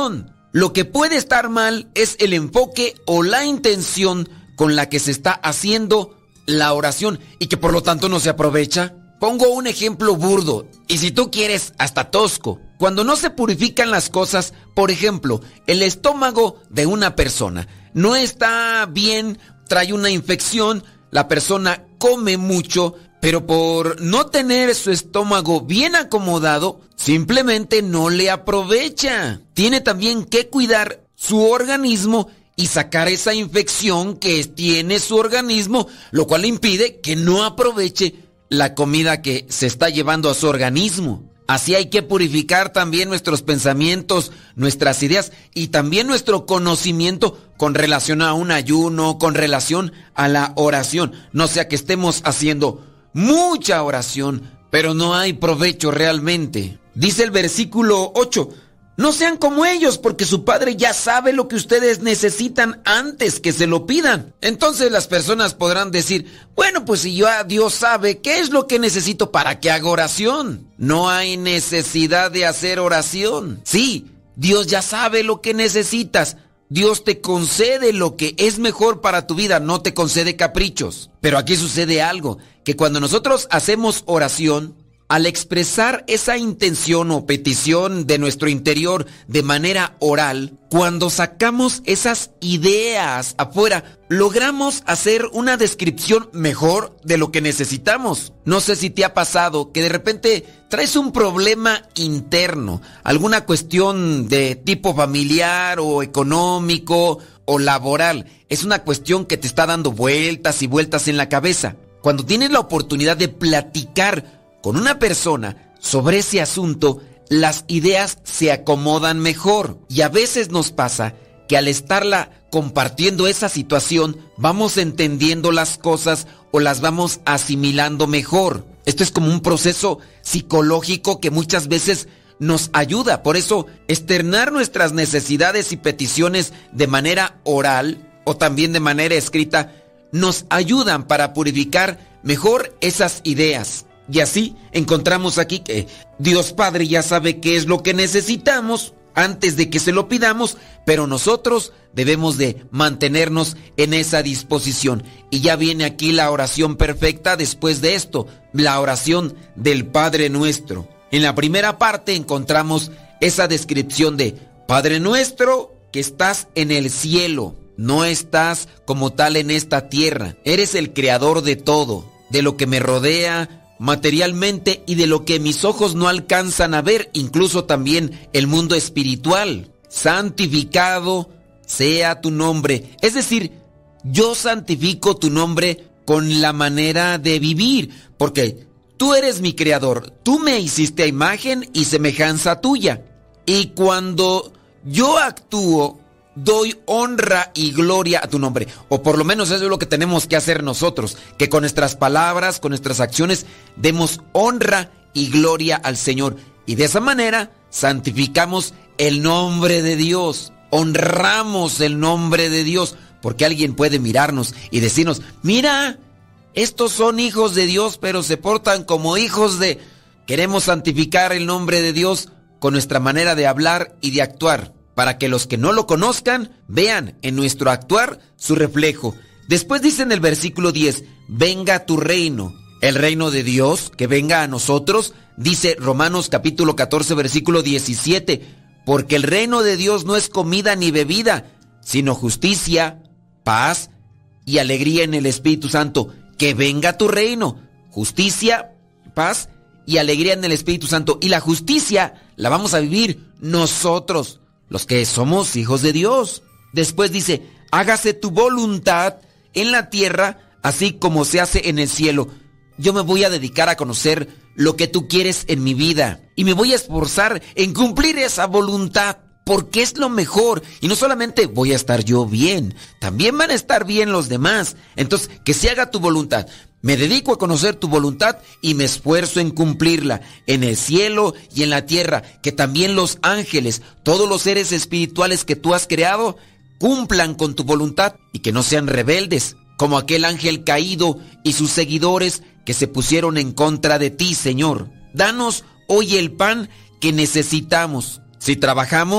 Lo que puede estar mal es el enfoque o la intención con la que se está haciendo la oración y que por lo tanto no se aprovecha. Pongo un ejemplo burdo y si tú quieres hasta tosco. Cuando no se purifican las cosas, por ejemplo, el estómago de una persona no está bien, trae una infección, la persona come mucho, pero por no tener su estómago bien acomodado, simplemente no le aprovecha. Tiene también que cuidar su organismo y sacar esa infección que tiene su organismo, lo cual impide que no aproveche la comida que se está llevando a su organismo. Así hay que purificar también nuestros pensamientos, nuestras ideas y también nuestro conocimiento con relación a un ayuno, con relación a la oración. No sea que estemos haciendo mucha oración, pero no hay provecho realmente. Dice el versículo ocho, no sean como ellos, porque su Padre ya sabe lo que ustedes necesitan antes que se lo pidan. Entonces las personas podrán decir, bueno, pues si ya Dios sabe qué es lo que necesito para que haga oración. No hay necesidad de hacer oración. Sí, Dios ya sabe lo que necesitas. Dios te concede lo que es mejor para tu vida, no te concede caprichos. Pero aquí sucede algo, que cuando nosotros hacemos oración, al expresar esa intención o petición de nuestro interior de manera oral, cuando sacamos esas ideas afuera, logramos hacer una descripción mejor de lo que necesitamos. No sé si te ha pasado que de repente traes un problema interno, alguna cuestión de tipo familiar o económico o laboral. Es una cuestión que te está dando vueltas y vueltas en la cabeza. Cuando tienes la oportunidad de platicar con una persona sobre ese asunto, las ideas se acomodan mejor. Y a veces nos pasa que al estarla compartiendo esa situación, vamos entendiendo las cosas o las vamos asimilando mejor. Esto es como un proceso psicológico que muchas veces nos ayuda. Por eso, externar nuestras necesidades y peticiones de manera oral o también de manera escrita nos ayudan para purificar mejor esas ideas. Y así encontramos aquí que Dios Padre ya sabe qué es lo que necesitamos antes de que se lo pidamos, pero nosotros debemos de mantenernos en esa disposición. Y ya viene aquí la oración perfecta después de esto, la oración del Padre Nuestro. En la primera parte encontramos esa descripción de Padre Nuestro que estás en el cielo, no estás como tal en esta tierra, eres el creador de todo, de lo que me rodea materialmente y de lo que mis ojos no alcanzan a ver, incluso también el mundo espiritual. Santificado sea tu nombre. Es decir, yo santifico tu nombre con la manera de vivir, porque tú eres mi creador, tú me hiciste a imagen y semejanza tuya. Y cuando yo actúo, doy honra y gloria a tu nombre. O por lo menos eso es lo que tenemos que hacer nosotros, que con nuestras palabras, con nuestras acciones, demos honra y gloria al Señor. Y de esa manera santificamos el nombre de Dios, honramos el nombre de Dios, porque alguien puede mirarnos y decirnos, mira, estos son hijos de Dios, pero se portan como hijos de... Queremos santificar el nombre de Dios con nuestra manera de hablar y de actuar, para que los que no lo conozcan vean en nuestro actuar su reflejo. Después dice en el versículo diez, venga tu reino, el reino de Dios, que venga a nosotros. Dice Romanos capítulo catorce, versículo diecisiete, porque el reino de Dios no es comida ni bebida, sino justicia, paz y alegría en el Espíritu Santo. Que venga tu reino, justicia, paz y alegría en el Espíritu Santo. Y la justicia la vamos a vivir nosotros, los que somos hijos de Dios. Después dice, hágase tu voluntad en la tierra, así como se hace en el cielo. Yo me voy a dedicar a conocer lo que tú quieres en mi vida y me voy a esforzar en cumplir esa voluntad, porque es lo mejor. Y no solamente voy a estar yo bien, también van a estar bien los demás. Entonces, que se haga tu voluntad. Me dedico a conocer tu voluntad y me esfuerzo en cumplirla en el cielo y en la tierra. Que también los ángeles, todos los seres espirituales que tú has creado, cumplan con tu voluntad y que no sean rebeldes, como aquel ángel caído y sus seguidores que se pusieron en contra de ti, Señor. Danos hoy el pan que necesitamos. Si trabajamos,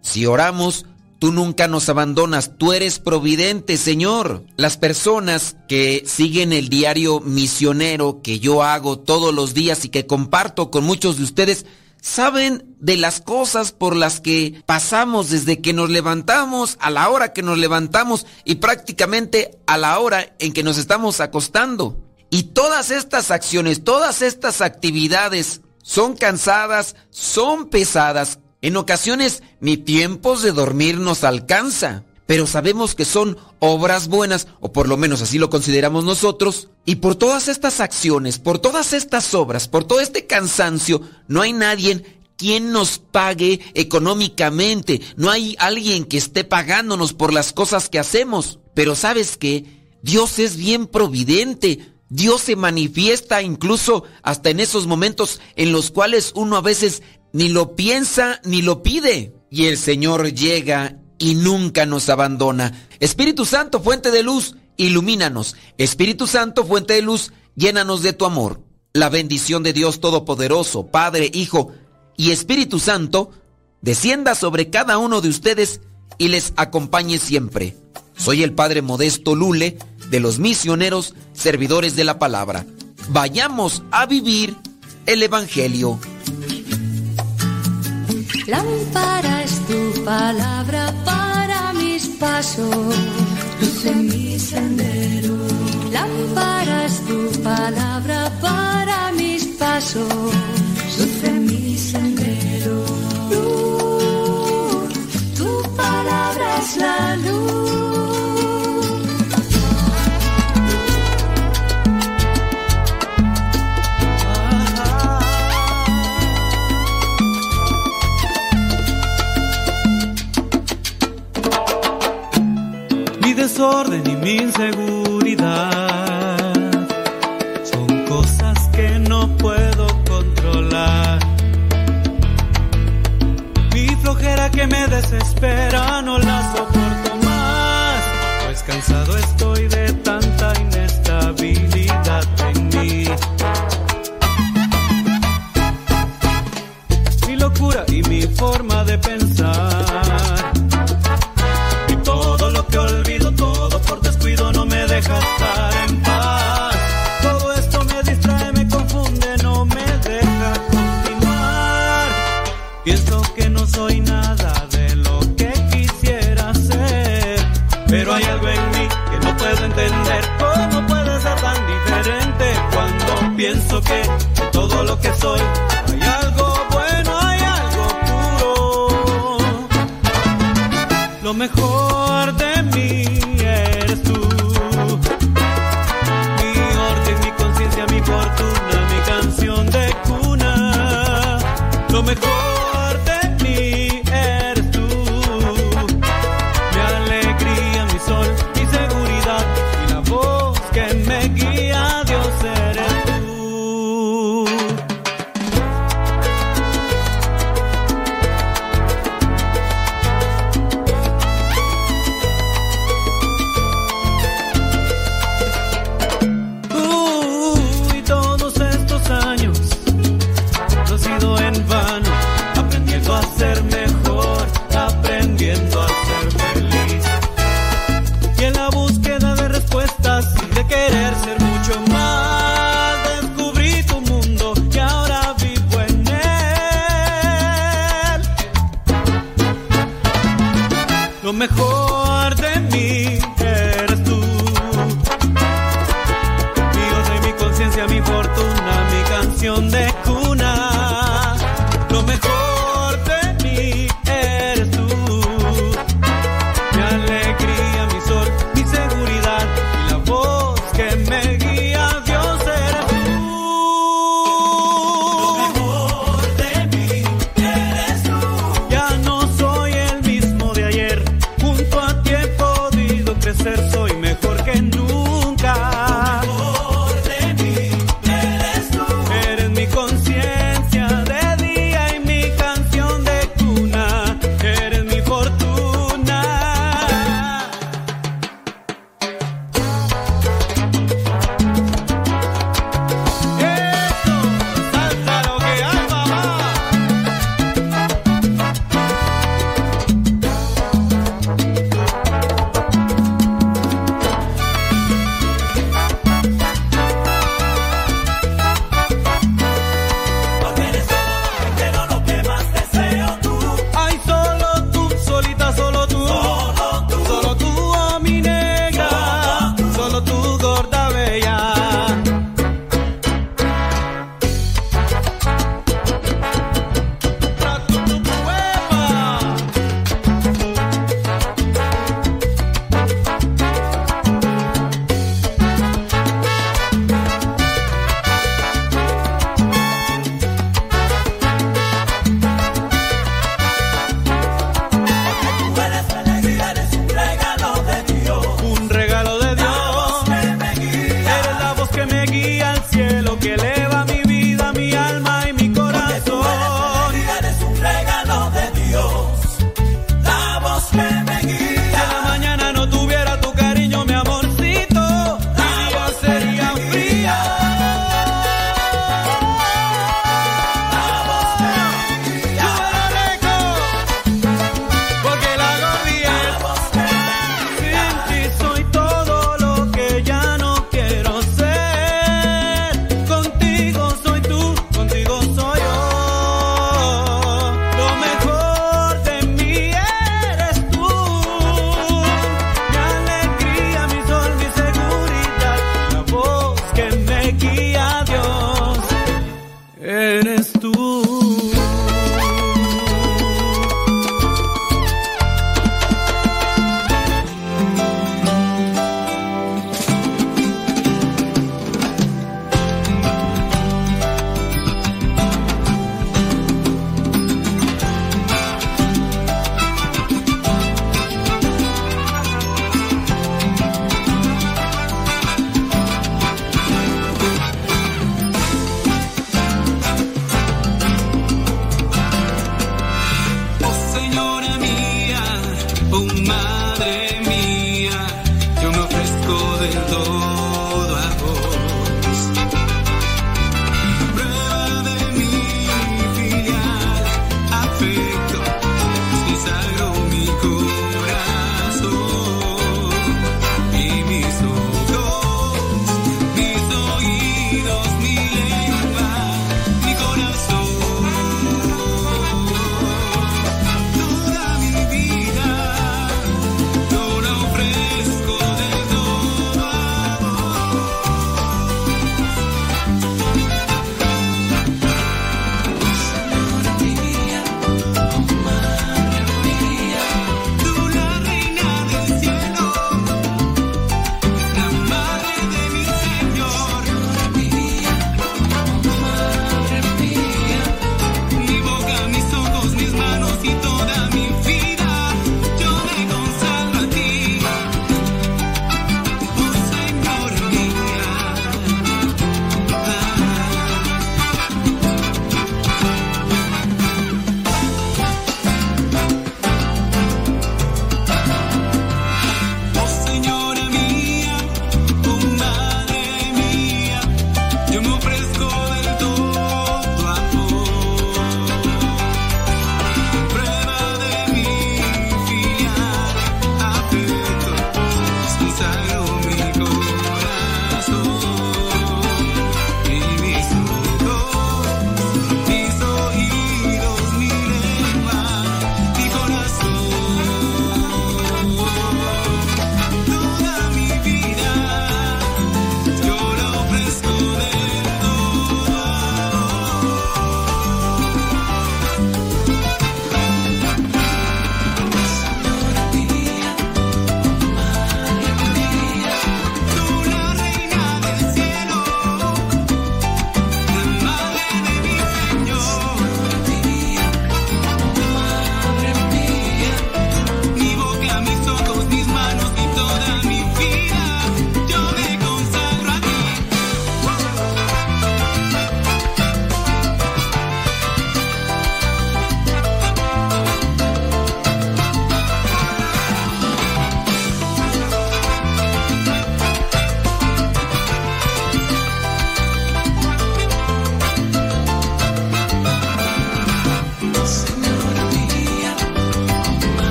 Si oramos, tú nunca nos abandonas, tú eres providente, Señor. Las personas que siguen el diario misionero que yo hago todos los días y que comparto con muchos de ustedes, saben de las cosas por las que pasamos desde que nos levantamos, a la hora que nos levantamos y prácticamente a la hora en que nos estamos acostando. Y todas estas acciones, todas estas actividades son cansadas, son pesadas. En ocasiones ni tiempos de dormir nos alcanza, pero sabemos que son obras buenas, o por lo menos así lo consideramos nosotros, y por todas estas acciones, por todas estas obras, por todo este cansancio, no hay nadie quien nos pague económicamente, no hay alguien que esté pagándonos por las cosas que hacemos. Pero ¿sabes qué? Dios es bien providente. Dios se manifiesta incluso hasta en esos momentos en los cuales uno a veces ni lo piensa ni lo pide. Y el Señor llega y nunca nos abandona. Espíritu Santo, fuente de luz, ilumínanos. Espíritu Santo, fuente de luz, llénanos de tu amor. La bendición de Dios Todopoderoso, Padre, Hijo y Espíritu Santo, descienda sobre cada uno de ustedes y les acompañe siempre. Soy el Padre Modesto Lule, de los misioneros servidores de la palabra. Vayamos a vivir el Evangelio. Lámpara es tu palabra para mis pasos, luz en mi sendero. Lámpara es tu palabra para mis pasos, luz en mi sendero. Luz, tu palabra es la luz. Mi desorden y mi inseguridad son cosas que no puedo controlar. Mi flojera que me desespera no la soporto más, pues cansado estoy de tanta inestabilidad en mí. Mi locura y mi forma de pensar, y todo lo que olvido, todo por descuido no me deja estar en paz. Todo esto me distrae, me confunde, no me deja continuar. Pienso que no soy nada de lo que quisiera ser, pero hay algo en mí que no puedo entender. ¿Cómo puede ser tan diferente cuando pienso que de todo lo que soy hay algo bueno, hay algo puro? Lo mejor de mí eres tú, mi orden, mi conciencia, mi fortuna, mi canción de cuna. Lo mejor de mí eres tú, mi alegría, mi sol, mi seguridad y la voz que me guía. Dios, eres tú. Uh, y todos estos años no ha sido en vano, aprendiendo a ser mejor, aprendiendo a ser feliz. Y en la búsqueda de respuestas y de querer ser mucho más, descubrí tu mundo y ahora vivo en él. Lo mejor de mí eres tú, mi orden, mi conciencia, mi fortuna, mi canción de cuna. Lo mejor de mí eres tú, mi alegría, mi sol, mi seguridad y la voz que me guía. Dios, eres tú. Lo mejor de mí eres tú. Ya no soy el mismo de ayer, un que me guía al cielo, que eleva mi vida, mi alma y mi corazón. Eres un regalo de Dios, la voz que me guía. Si en la mañana no tuviera tu cariño, mi amorcito, mi vida sería fría. La voz que me guía. Yo me lo dejo, porque la hago bien. Sin ti soy todo lo que ya no quiero ser. Contigo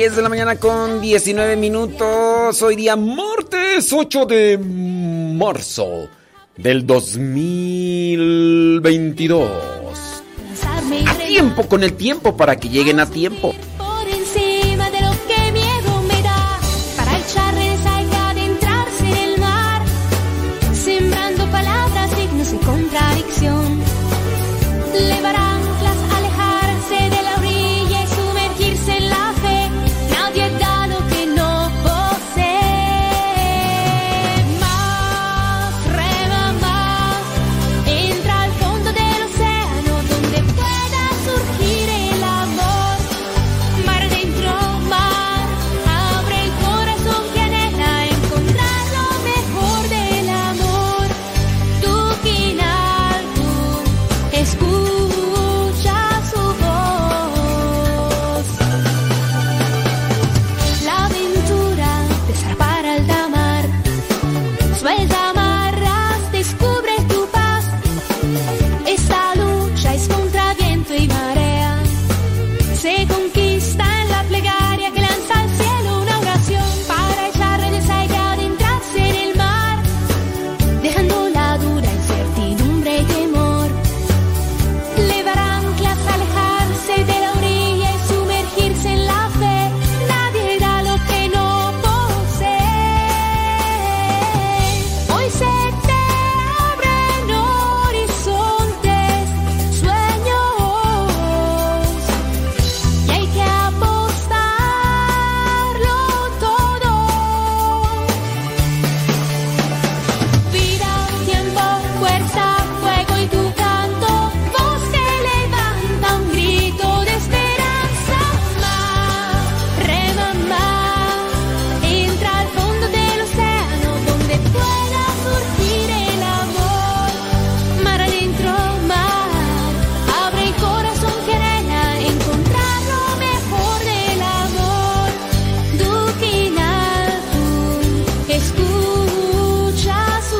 diez de la mañana con diecinueve minutos. Hoy día martes ocho de marzo del dos mil veintidós. A tiempo, con el tiempo, para que lleguen a tiempo. Por encima de lo que miedo me da, para echar esa y adentrarse en el mar, sembrando palabras dignas de contradicción. Levar anclas, alejarse de la orilla y sumergirse en la fe. Nadie da lo que no posee. Más, rema más, entra al fondo del océano donde pueda surgir el amor. Mar adentro, mar, abre el corazón que anhela encontrar lo mejor del amor. Tú, Quinal, tú, escucha su voz. La aventura de zarpar alta mar, suelta amarras, descubre tu paz. Esta lucha es contra viento y marea, se conquista en la plegaria que lanza al cielo una oración para echar redes y adentrarse en el mar, dejando la dura incertidumbre y temor. Levar anclas, alejarse de la orilla y sumergirse en la fe. Nadie da lo que no posee. Hoy se te abren horizontes, sueños, y hay que apostarlo todo. Vida, tiempo, fuerza, fuego y tu canto, voz que levanta un grito de esperanza. Más, rema más, entra al fondo del océano donde pueda surgir el amor. Mar adentro, mar, abre el corazón que anhela encontrar lo mejor del amor. Tú, Quinal, tú, escucha su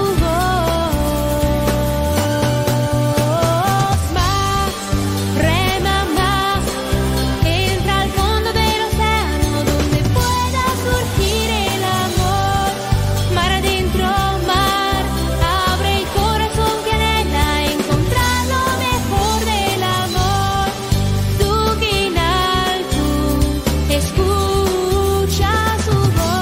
voz. Más, rema más, entra al fondo del océano donde pueda surgir el amor. Mar adentro, mar, abre el corazón que anhela encontrar lo mejor del amor. Tú, Quinal, tú, escucha su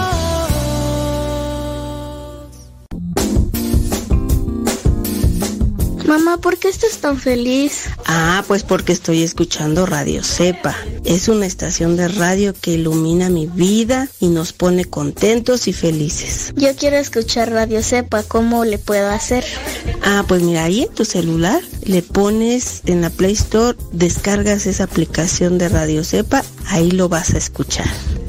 voz. Mamá, ¿por qué estás tan feliz? Ah, pues porque estoy escuchando Radio Cepa. Es una estación de radio que ilumina mi vida y nos pone contentos y felices. Yo quiero escuchar Radio Cepa, ¿cómo le puedo hacer? Ah, pues mira, ahí en tu celular le pones en la Play Store, descargas esa aplicación de Radio Cepa, ahí lo vas a escuchar.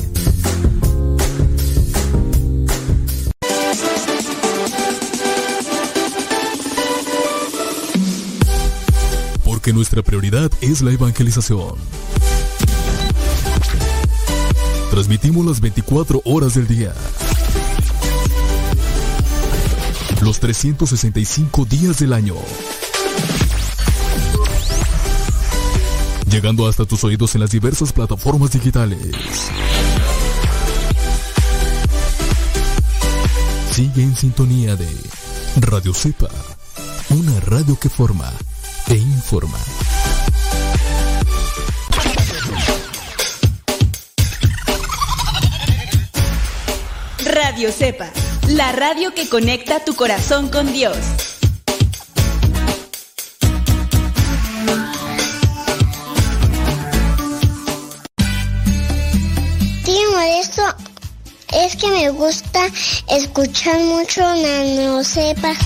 Porque nuestra prioridad es la evangelización. Transmitimos las veinticuatro horas del día, los trescientos sesenta y cinco días del año, llegando hasta tus oídos en las diversas plataformas digitales. Sigue en sintonía de Radio Cepa, una radio que forma e informa. Radio Cepa, la radio que conecta tu corazón con Dios. Tío Modesto, es que me gusta escuchar mucho Nano Cepa.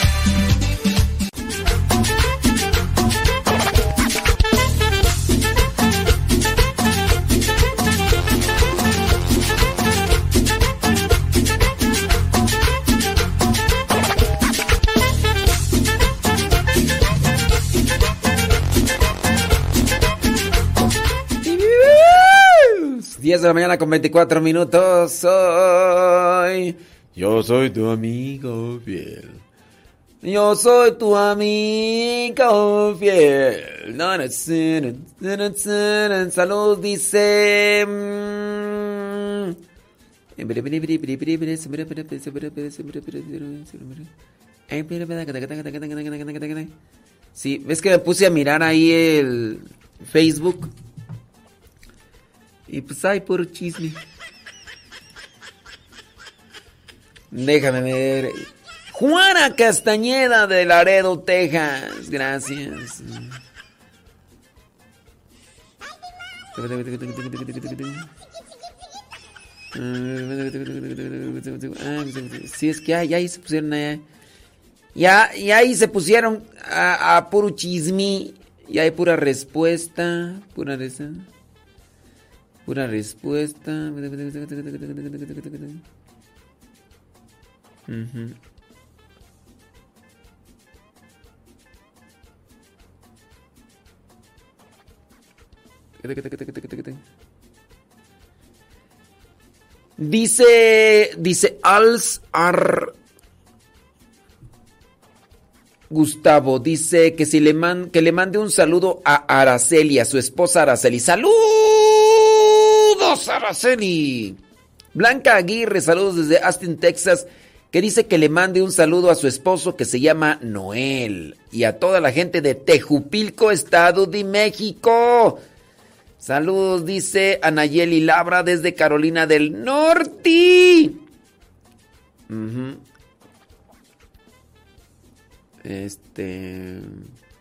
diez de la mañana con veinticuatro minutos. Soy. Yo soy tu amigo fiel. Yo soy tu amigo fiel. Salud, dice. Sí, ves que me puse a mirar ahí el Facebook. Y pues hay puro chisme. Déjame ver. Juana Castañeda de Laredo, Texas. Gracias. Sí, es que ya, ya ahí se pusieron allá. Ya, y ahí se pusieron a, a puro chisme. Y hay pura respuesta. Pura respuesta. Pura respuesta. Uh-huh. Dice, dice Als Ar Gustavo, dice que si le man, que le mande un saludo a Araceli, a su esposa Araceli. ¡Saludos, Araceli! Blanca Aguirre, saludos desde Austin, Texas, que dice que le mande un saludo a su esposo que se llama Noel y a toda la gente de Tejupilco, Estado de México. Saludos, dice Anayeli Labra desde Carolina del Norte. Uh-huh. Este...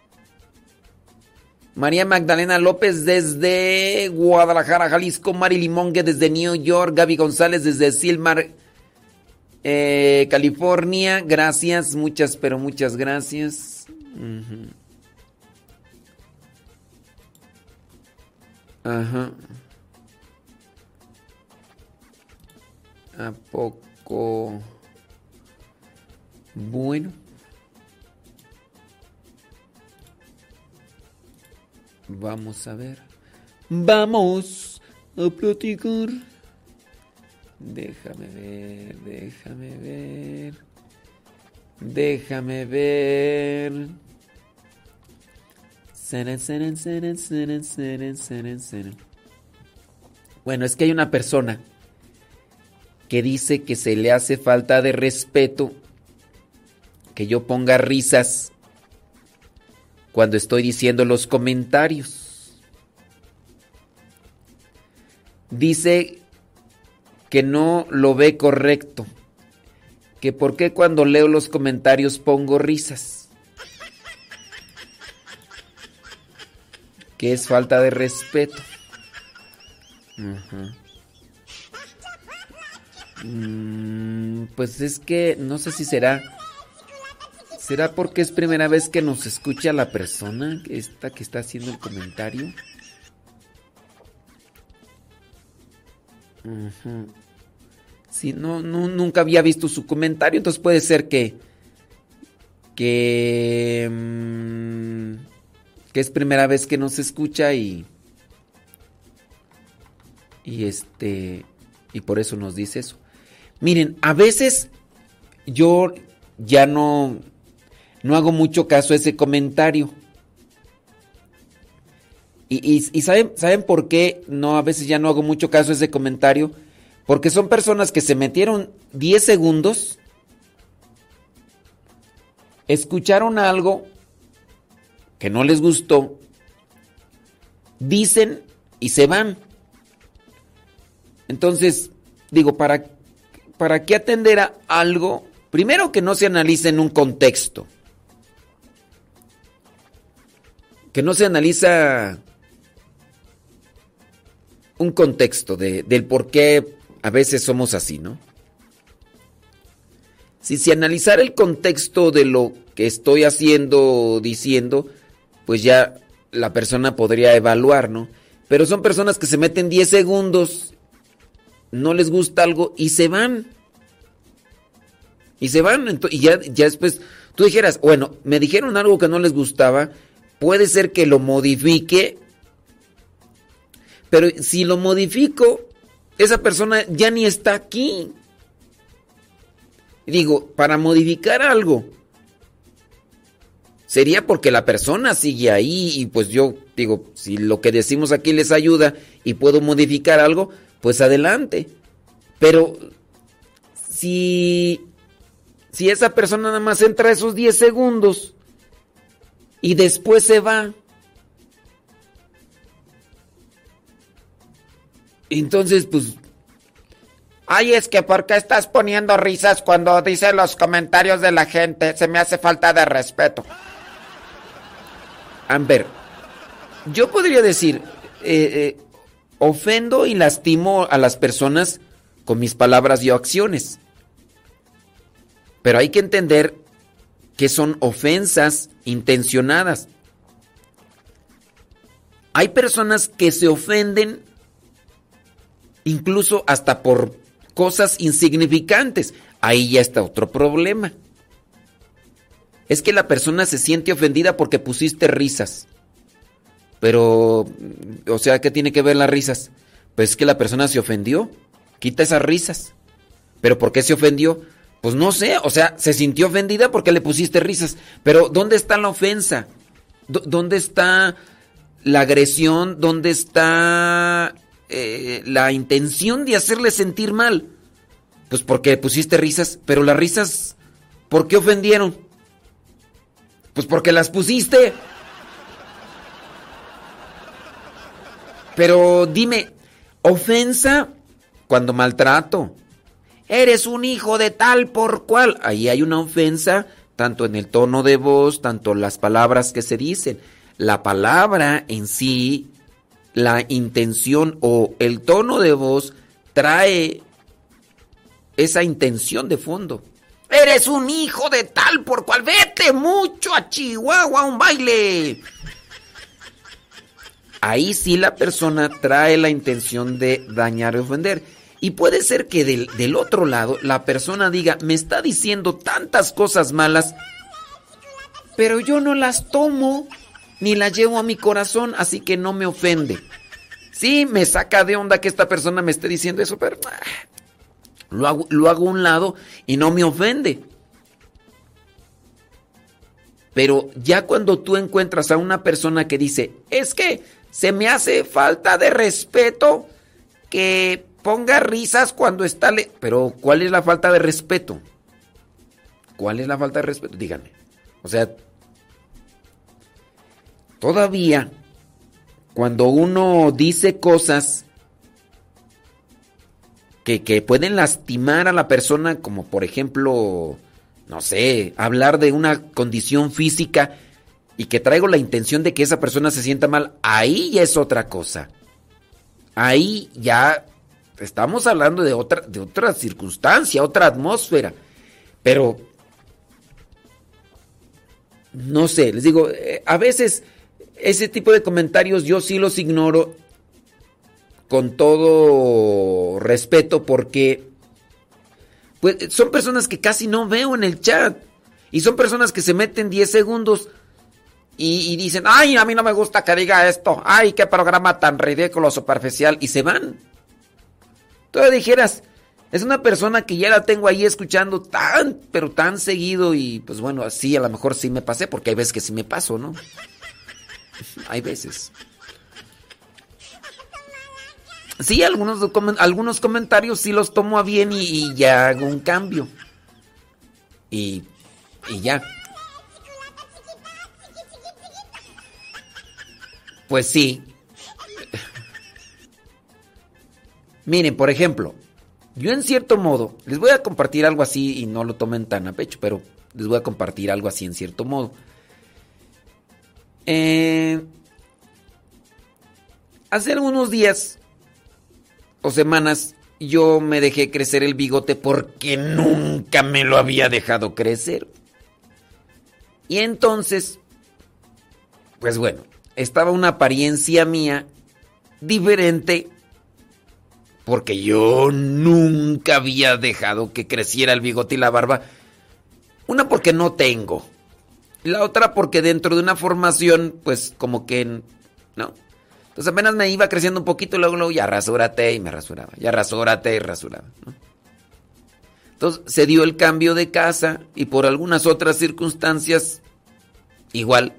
María Magdalena López desde Guadalajara, Jalisco. Mari Limongue desde New York. Gaby González desde Silmar, eh, California. Gracias, muchas, pero muchas gracias. Uh-huh. Ajá. ¿A poco? Bueno. Vamos a ver. Vamos a platicar. Déjame ver, déjame ver. Déjame ver. Bueno, es que hay una persona que dice que se le hace falta de respeto que yo ponga risas cuando estoy diciendo los comentarios. Dice que no lo ve correcto, que por qué cuando leo los comentarios pongo risas. Que es falta de respeto. Uh-huh. Mm, pues es que no sé si será. ¿Será porque es primera vez que nos escucha la persona esta que está haciendo el comentario? Uh-huh. Sí, no, no, nunca había visto su comentario, entonces puede ser que. Que. Mmm, que es primera vez que nos escucha y y este y por eso nos dice eso. Miren, a veces yo ya no no hago mucho caso a ese comentario. Y, y, y saben, ¿saben por qué no a veces ya no hago mucho caso a ese comentario? Porque son personas que se metieron diez segundos, escucharon algo que no les gustó, dicen y se van. Entonces, digo, ¿para, para qué atender a algo? Primero, que no se analice en un contexto. Que no se analiza un contexto de, del por qué a veces somos así, ¿no? Si se analizara el contexto de lo que estoy haciendo o diciendo, pues ya la persona podría evaluar, ¿no? Pero son personas que se meten diez segundos, no les gusta algo y se van. Y se van, y ya, ya después tú dijeras, bueno, me dijeron algo que no les gustaba, puede ser que lo modifique, pero si lo modifico, esa persona ya ni está aquí. Digo, para modificar algo, sería porque la persona sigue ahí y pues yo digo, si lo que decimos aquí les ayuda y puedo modificar algo, pues adelante. Pero si, si esa persona nada más entra esos diez segundos y después se va, entonces pues... Ay, es que ¿por qué estás poniendo risas cuando dice los comentarios de la gente? Se me hace falta de respeto. Amber, yo podría decir, eh, eh, ofendo y lastimo a las personas con mis palabras y acciones. Pero hay que entender que son ofensas intencionadas. Hay personas que se ofenden incluso hasta por cosas insignificantes. Ahí ya está otro problema. Es que la persona se siente ofendida porque pusiste risas. Pero, o sea, ¿qué tiene que ver las risas? Pues es que la persona se ofendió. Quita esas risas. ¿Pero por qué se ofendió? Pues no sé, o sea, se sintió ofendida porque le pusiste risas. Pero ¿dónde está la ofensa? D- ¿Dónde está la agresión? ¿Dónde está eh, la intención de hacerle sentir mal? Pues porque pusiste risas, pero las risas, ¿por qué ofendieron? Pues porque las pusiste. Pero dime, ofensa cuando maltrato. Eres un hijo de tal por cual. Ahí hay una ofensa, tanto en el tono de voz, tanto en las palabras que se dicen. La palabra en sí, la intención o el tono de voz trae esa intención de fondo. Eres un hijo de tal por cual. Vete mucho a Chihuahua a un baile. Ahí sí la persona trae la intención de dañar y ofender. Y puede ser que del, del otro lado la persona diga, me está diciendo tantas cosas malas, pero yo no las tomo ni las llevo a mi corazón, así que no me ofende. Sí, me saca de onda que esta persona me esté diciendo eso, pero ah, lo hago, lo hago a un lado y no me ofende. Pero ya cuando tú encuentras a una persona que dice, es que se me hace falta de respeto que ponga risas cuando está... Le Pero ¿cuál es la falta de respeto? ¿Cuál es la falta de respeto? Díganme. O sea, todavía cuando uno dice cosas que, que pueden lastimar a la persona, como por ejemplo, no sé, hablar de una condición física y que traigo la intención de que esa persona se sienta mal, ahí ya es otra cosa. Ahí ya estamos hablando de otra, de otra circunstancia, otra atmósfera. Pero, no sé, les digo, eh, a veces ese tipo de comentarios yo sí los ignoro con todo respeto porque pues, son personas que casi no veo en el chat. Y son personas que se meten diez segundos y, y dicen, ay, a mí no me gusta que diga esto. Ay, qué programa tan ridículo, superficial. Y se van. Tú dijeras, es una persona que ya la tengo ahí escuchando tan, pero tan seguido. Y pues bueno, así a lo mejor sí me pasé, porque hay veces que sí me paso, ¿no? Hay veces. Sí, algunos, algunos comentarios sí los tomo a bien y, y ya hago un cambio. Y, y ya. Pues sí. Miren, por ejemplo, yo en cierto modo, les voy a compartir algo así y no lo tomen tan a pecho, pero les voy a compartir algo así en cierto modo. Eh, hace algunos días o semanas yo me dejé crecer el bigote porque nunca me lo había dejado crecer. Y entonces, pues bueno, estaba una apariencia mía diferente porque yo nunca había dejado que creciera el bigote y la barba. Una porque no tengo. La otra porque dentro de una formación, pues como que, ¿no? Entonces apenas me iba creciendo un poquito y luego, luego ya rasúrate y me rasuraba. Ya rasúrate y rasuraba, ¿no? Entonces se dio el cambio de casa y por algunas otras circunstancias, igual,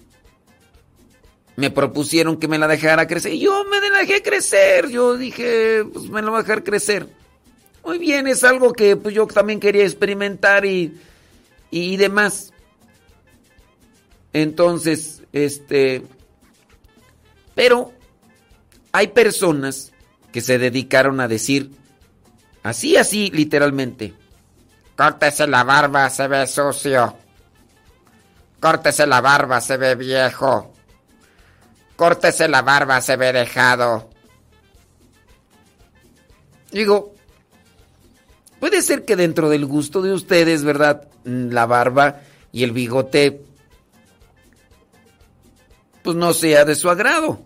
me propusieron que me la dejara crecer. Y yo me la dejé crecer. Yo dije, pues me la voy a dejar crecer. Muy bien, es algo que pues, yo también quería experimentar y, y demás. Entonces, este... Pero hay personas que se dedicaron a decir, así, así, literalmente, córtese la barba, se ve sucio. Córtese la barba, se ve viejo. Córtese la barba, se ve dejado. Digo, puede ser que dentro del gusto de ustedes, ¿verdad? La barba y el bigote, pues no sea de su agrado.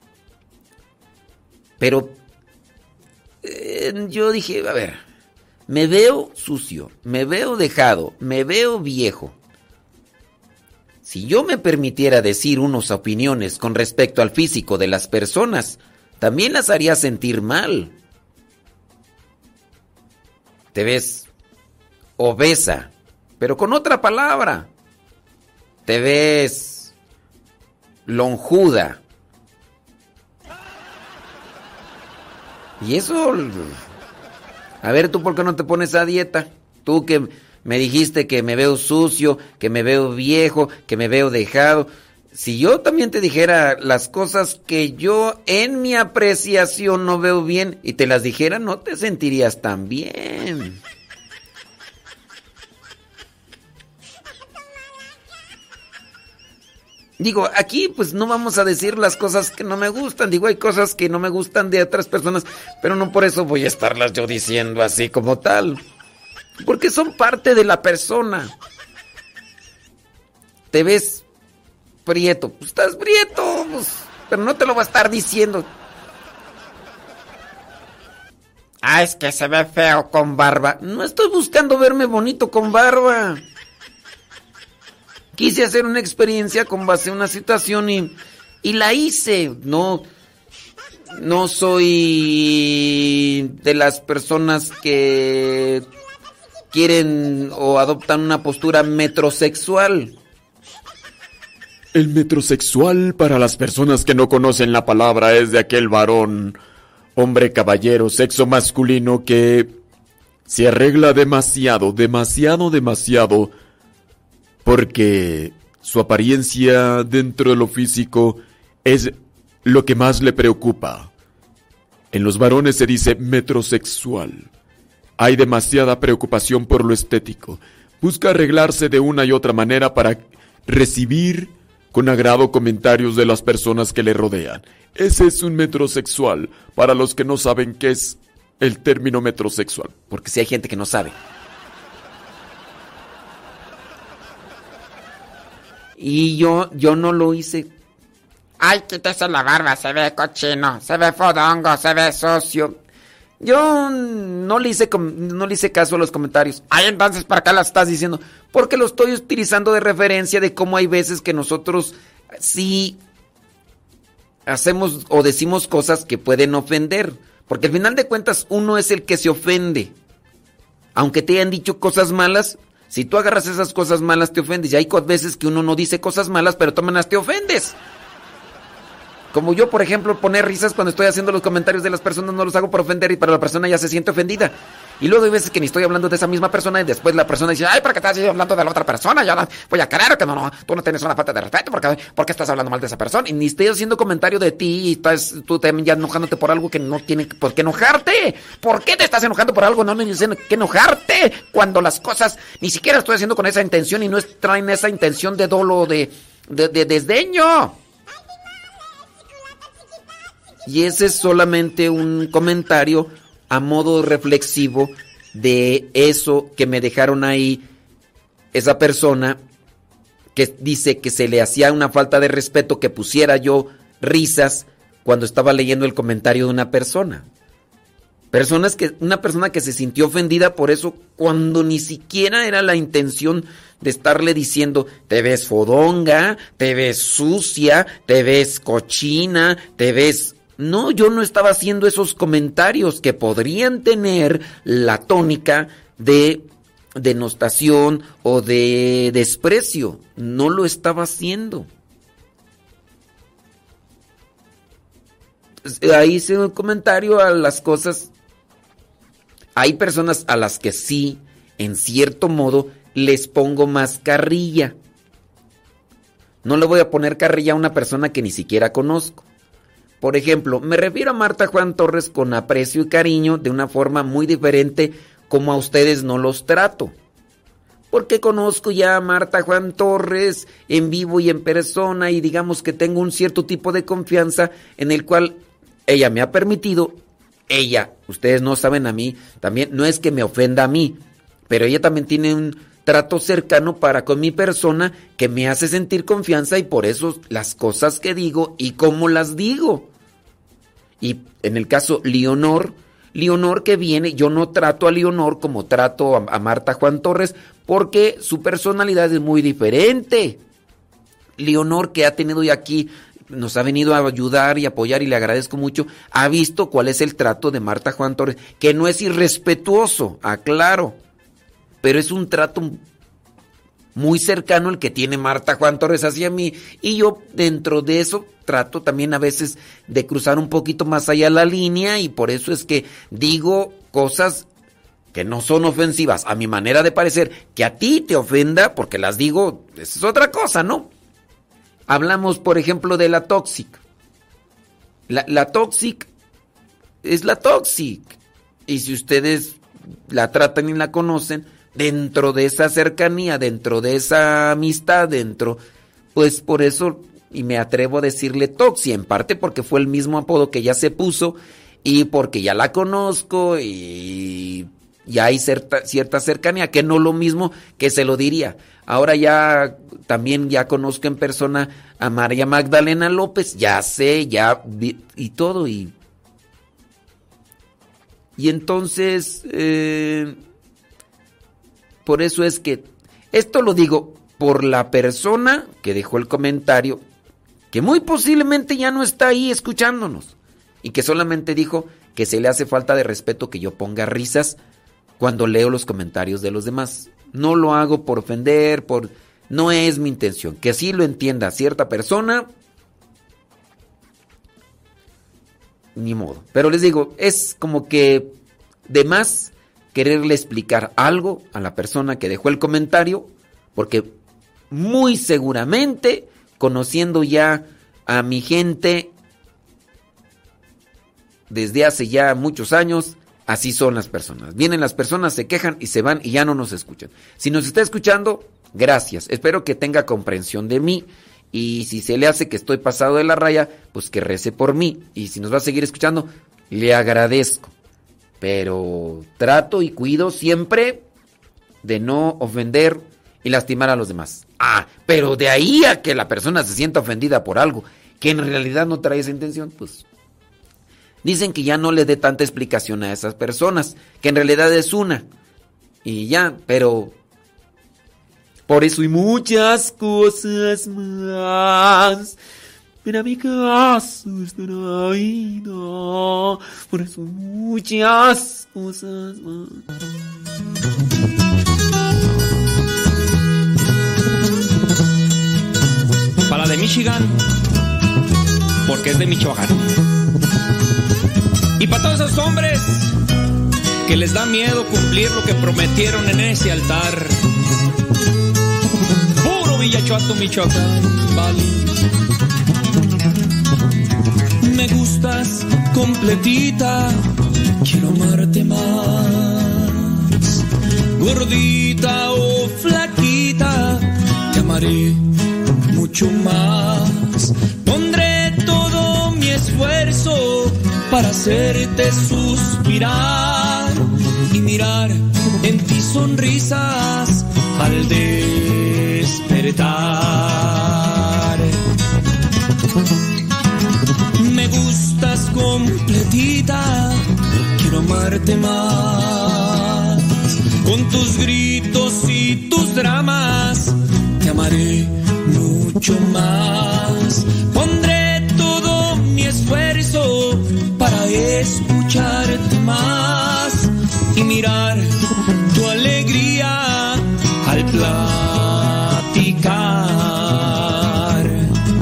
Pero eh, yo dije, a ver, me veo sucio, me veo dejado, me veo viejo. Si yo me permitiera decir unas opiniones con respecto al físico de las personas, también las haría sentir mal. Te ves obesa, pero con otra palabra. Te ves lonjuda. Y eso... A ver, ¿tú por qué no te pones a dieta? Tú que me dijiste que me veo sucio, que me veo viejo, que me veo dejado. Si yo también te dijera las cosas que yo en mi apreciación no veo bien y te las dijera, no te sentirías tan bien. Digo, aquí pues no vamos a decir las cosas que no me gustan. Digo, hay cosas que no me gustan de otras personas, pero no por eso voy a estarlas yo diciendo así como tal. Porque son parte de la persona. Te ves prieto, pues estás prieto, pues, pero no te lo va a estar diciendo. Ah, es que se ve feo con barba. No estoy buscando verme bonito con barba. Quise hacer una experiencia con base a una situación y, y la hice. No, no soy de las personas que quieren o adoptan una postura metrosexual. El metrosexual, para las personas que no conocen la palabra, es de aquel varón, hombre caballero, sexo masculino que se arregla demasiado, demasiado, demasiado, porque su apariencia dentro de lo físico es lo que más le preocupa. En los varones se dice metrosexual. Hay demasiada preocupación por lo estético. Busca arreglarse de una y otra manera para recibir con agrado comentarios de las personas que le rodean. Ese es un metrosexual, para los que no saben qué es el término metrosexual. Porque si hay gente que no sabe. Y yo, yo no lo hice. Ay, quítese la barba, se ve cochino, se ve fodongo, se ve sucio. Yo no le hice, no le hice caso a los comentarios. Ay, entonces, ¿para qué las estás diciendo? Porque lo estoy utilizando de referencia de cómo hay veces que nosotros sí hacemos o decimos cosas que pueden ofender. Porque al final de cuentas uno es el que se ofende. Aunque te hayan dicho cosas malas, si tú agarras esas cosas malas te ofendes. Y hay veces que uno no dice cosas malas, pero toman las te ofendes. Como yo, por ejemplo, poner risas cuando estoy haciendo los comentarios de las personas, no los hago por ofender y para la persona ya se siente ofendida. Y luego hay veces que ni estoy hablando de esa misma persona y después la persona dice, ay, ¿para qué estás hablando de la otra persona? Ya no, voy a creer que no, no, tú no tienes una falta de respeto porque, porque estás hablando mal de esa persona. Y ni estoy haciendo comentario de ti y estás tú también ya enojándote por algo que no tiene por qué enojarte. ¿Por qué te estás enojando por algo? No tienes que enojarte cuando las cosas ni siquiera estoy haciendo con esa intención y no traen esa intención de dolo, de, de, de desdeño. Y ese es solamente un comentario a modo reflexivo de eso que me dejaron ahí esa persona que dice que se le hacía una falta de respeto que pusiera yo risas cuando estaba leyendo el comentario de una persona. Personas que, una persona que se sintió ofendida por eso cuando ni siquiera era la intención de estarle diciendo te ves fodonga, te ves sucia, te ves cochina, te ves... No, yo no estaba haciendo esos comentarios que podrían tener la tónica de denostación o de desprecio. No lo estaba haciendo. Ahí hice un comentario a las cosas hay personas a las que sí, en cierto modo, les pongo más carrilla. No le voy a poner carrilla a una persona que ni siquiera conozco. Por ejemplo, me refiero a Marta Juan Torres con aprecio y cariño de una forma muy diferente como a ustedes no los trato. Porque conozco ya a Marta Juan Torres en vivo y en persona y digamos que tengo un cierto tipo de confianza en el cual ella me ha permitido, ella, ustedes no saben a mí, también no es que me ofenda a mí, pero ella también tiene un trato cercano para con mi persona que me hace sentir confianza y por eso las cosas que digo y cómo las digo. Y en el caso Leonor, Leonor que viene, yo no trato a Leonor como trato a, a Marta Juan Torres porque su personalidad es muy diferente. Leonor que ha tenido ya aquí, nos ha venido a ayudar y apoyar y le agradezco mucho, ha visto cuál es el trato de Marta Juan Torres, que no es irrespetuoso, aclaro, pero es un trato muy cercano el que tiene Marta Juan Torres hacia mí y yo dentro de eso trato también a veces de cruzar un poquito más allá la línea y por eso es que digo cosas que no son ofensivas a mi manera de parecer, que a ti te ofenda porque las digo, esa es otra cosa, ¿no? Hablamos, por ejemplo, de la Toxic. La, la Toxic es la Toxic. Y si ustedes la tratan y la conocen, dentro de esa cercanía, dentro de esa amistad, dentro, pues por eso, y me atrevo a decirle Toxi, en parte porque fue el mismo apodo que ya se puso y porque ya la conozco y ya hay cierta, cierta cercanía, que no lo mismo que se lo diría. Ahora ya también ya conozco en persona a María Magdalena López, ya sé, ya vi, y todo, y, y entonces, eh, por eso es que, esto lo digo por la persona que dejó el comentario, que muy posiblemente ya no está ahí escuchándonos, y que solamente dijo que se le hace falta de respeto que yo ponga risas cuando leo los comentarios de los demás. No lo hago por ofender, por... no es mi intención. Que así lo entienda cierta persona, ni modo. Pero les digo, es como que de más quererle explicar algo a la persona que dejó el comentario, porque muy seguramente, conociendo ya a mi gente desde hace ya muchos años, así son las personas. Vienen las personas, se quejan y se van y ya no nos escuchan. Si nos está escuchando, gracias. Espero que tenga comprensión de mí. Y si se le hace que estoy pasado de la raya, pues que rece por mí. Y si nos va a seguir escuchando, le agradezco. Pero trato y cuido siempre de no ofender y lastimar a los demás. Ah, pero de ahí a que la persona se sienta ofendida por algo que en realidad no trae esa intención, pues... Dicen que ya no le dé tanta explicación a esas personas, que en realidad es una. Y ya, pero... Por eso y muchas cosas más. Ven a mi casa, estar ahí, no. Por eso muchas cosas más. Para la de Michigan, porque es de Michoacán. Y para todos esos hombres que les da miedo cumplir lo que prometieron en ese altar. Puro Villachuato, Michoacán, vale. Me gustas completita, quiero amarte más. Gordita o flaquita, te amaré mucho más. Pondré todo mi esfuerzo para hacerte suspirar y mirar en ti sonrisas al despertar. Me gustas completita, quiero amarte más. Con tus gritos y tus dramas, te amaré mucho más. Pondré todo mi esfuerzo para escucharte más y mirar tu alegría al platicar.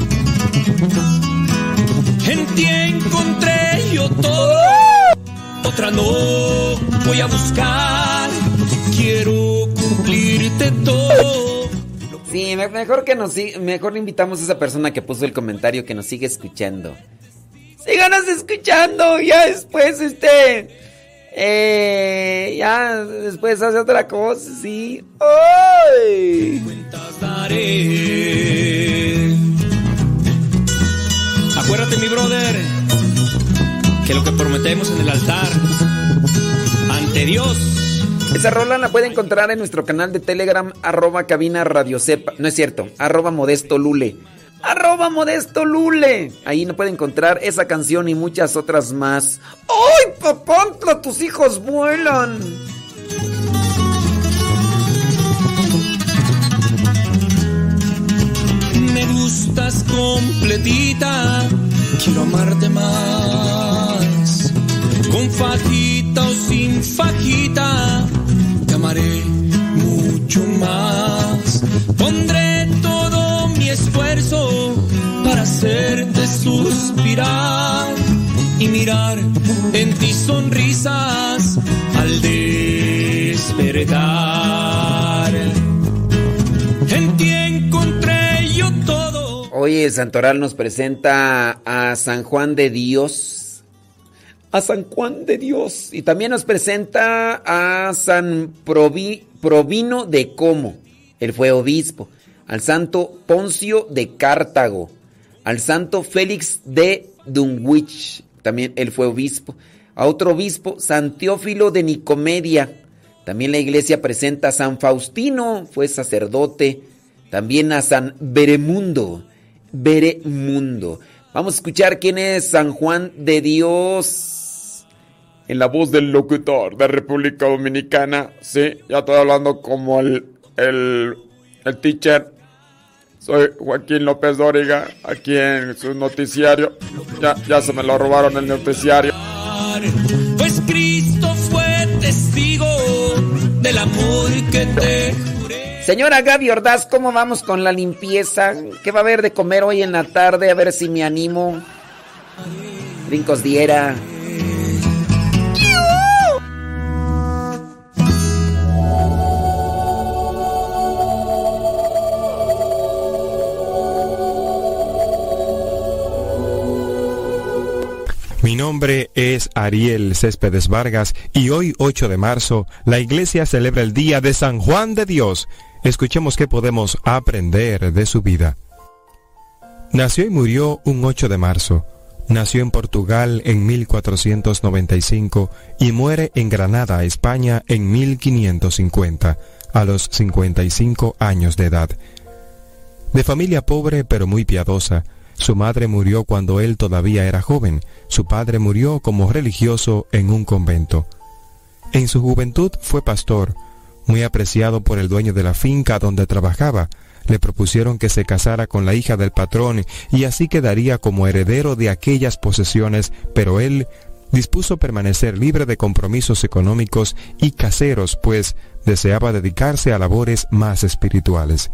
En ti encontré yo todo, otra no voy a buscar. Quiero cumplirte todo. Sí, mejor que nos siga, mejor invitamos a esa persona que puso el comentario que nos sigue escuchando. Síganos escuchando, ya después este eh, ya después hace otra cosa, sí. ¡Ay! Cuentas daré. Acuérdate, mi brother, que lo que prometemos en el altar ante Dios. Esa rola la puede encontrar en nuestro canal de Telegram, arroba cabina Radio Cepa. No es cierto, arroba Modesto Lule. Arroba Modesto Lule. Ahí no puede encontrar esa canción y muchas otras más. ¡Ay, papantla! ¡Tus hijos vuelan! Me gustas completita, quiero amarte más. Con fajita o sin fajita, te amaré mucho más. Pondré todo mi esfuerzo para hacerte suspirar y mirar en ti sonrisas al despertar. En ti encontré yo todo. Hoy el Santoral nos presenta a San Juan de Dios. A San Juan de Dios. Y también nos presenta a San Provi, Provino de Como. Él fue obispo. Al santo Poncio de Cartago. Al santo Félix de Dunwich. También él fue obispo. A otro obispo, San Teófilo de Nicomedia. También la iglesia presenta a San Faustino. Fue sacerdote. También a San Beremundo. Beremundo. Vamos a escuchar quién es San Juan de Dios. En la voz del locutor de República Dominicana. Sí, ya estoy hablando como el, el, el teacher. Soy Joaquín López Dóriga, aquí en su noticiario. Ya, ya se me lo robaron el noticiario. Pues Cristo fue testigo del amor que te juré. Señora Gaby Ordaz, ¿cómo vamos con la limpieza? ¿Qué va a haber de comer hoy en la tarde? A ver si me animo. Brincos diera. Mi nombre es Ariel Céspedes Vargas y hoy, ocho de marzo, la iglesia celebra el Día de San Juan de Dios. Escuchemos qué podemos aprender de su vida. Nació y murió un ocho de marzo. Nació en Portugal en mil cuatrocientos noventa y cinco y muere en Granada, España, en mil quinientos cincuenta, a los cincuenta y cinco años de edad. De familia pobre pero muy piadosa. Su madre murió cuando él todavía era joven. Su padre murió como religioso en un convento. En su juventud fue pastor, muy apreciado por el dueño de la finca donde trabajaba. Le propusieron que se casara con la hija del patrón y así quedaría como heredero de aquellas posesiones, pero él dispuso permanecer libre de compromisos económicos y caseros, pues deseaba dedicarse a labores más espirituales.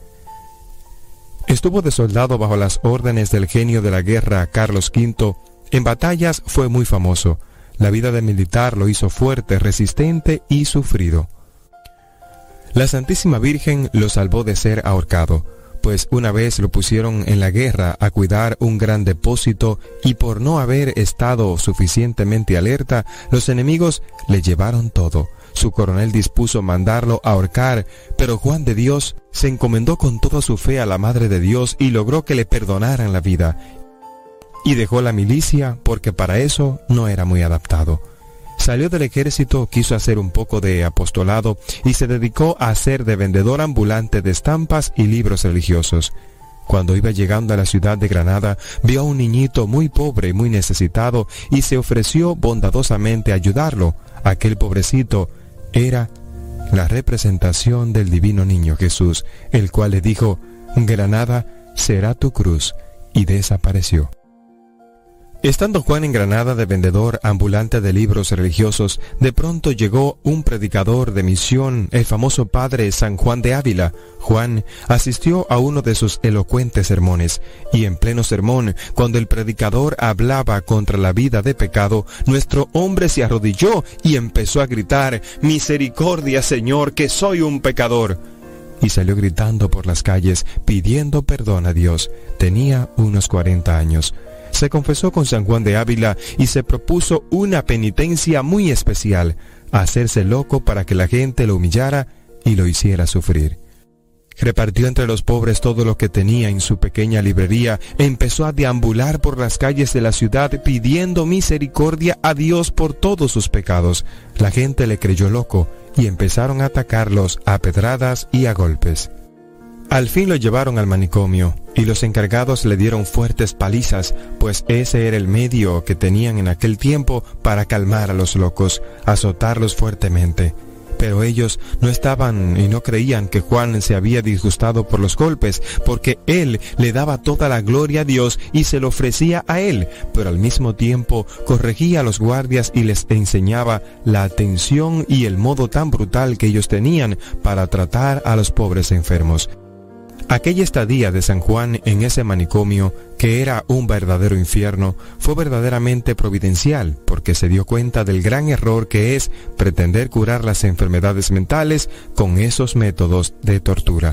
Estuvo de soldado bajo las órdenes del genio de la guerra, Carlos quinto. En batallas fue muy famoso. La vida de militar lo hizo fuerte, resistente y sufrido. La Santísima Virgen lo salvó de ser ahorcado, pues una vez lo pusieron en la guerra a cuidar un gran depósito y por no haber estado suficientemente alerta, los enemigos le llevaron todo. Su coronel dispuso mandarlo a ahorcar, pero Juan de Dios se encomendó con toda su fe a la Madre de Dios y logró que le perdonaran la vida. Y dejó la milicia porque para eso no era muy adaptado. Salió del ejército, quiso hacer un poco de apostolado y se dedicó a ser de vendedor ambulante de estampas y libros religiosos. Cuando iba llegando a la ciudad de Granada, vio a un niñito muy pobre y muy necesitado y se ofreció bondadosamente a ayudarlo. Aquel pobrecito era la representación del divino niño Jesús, el cual le dijo: Granada será tu cruz, y desapareció. Estando Juan en Granada de vendedor ambulante de libros religiosos, de pronto llegó un predicador de misión, el famoso padre San Juan de Ávila. Juan asistió a uno de sus elocuentes sermones, y en pleno sermón, cuando el predicador hablaba contra la vida de pecado, nuestro hombre se arrodilló y empezó a gritar: «Misericordia, Señor, que soy un pecador». Y salió gritando por las calles, pidiendo perdón a Dios. Tenía unos cuarenta años. Se confesó con San Juan de Ávila y se propuso una penitencia muy especial: hacerse loco para que la gente lo humillara y lo hiciera sufrir. Repartió entre los pobres todo lo que tenía en su pequeña librería e empezó a deambular por las calles de la ciudad pidiendo misericordia a Dios por todos sus pecados. La gente le creyó loco y empezaron a atacarlos a pedradas y a golpes. Al fin lo llevaron al manicomio, y los encargados le dieron fuertes palizas, pues ese era el medio que tenían en aquel tiempo para calmar a los locos, azotarlos fuertemente. Pero ellos no estaban y no creían que Juan se había disgustado por los golpes, porque él le daba toda la gloria a Dios y se lo ofrecía a él, pero al mismo tiempo corregía a los guardias y les enseñaba la atención y el modo tan brutal que ellos tenían para tratar a los pobres enfermos. Aquella estadía de San Juan en ese manicomio, que era un verdadero infierno, fue verdaderamente providencial, porque se dio cuenta del gran error que es pretender curar las enfermedades mentales con esos métodos de tortura.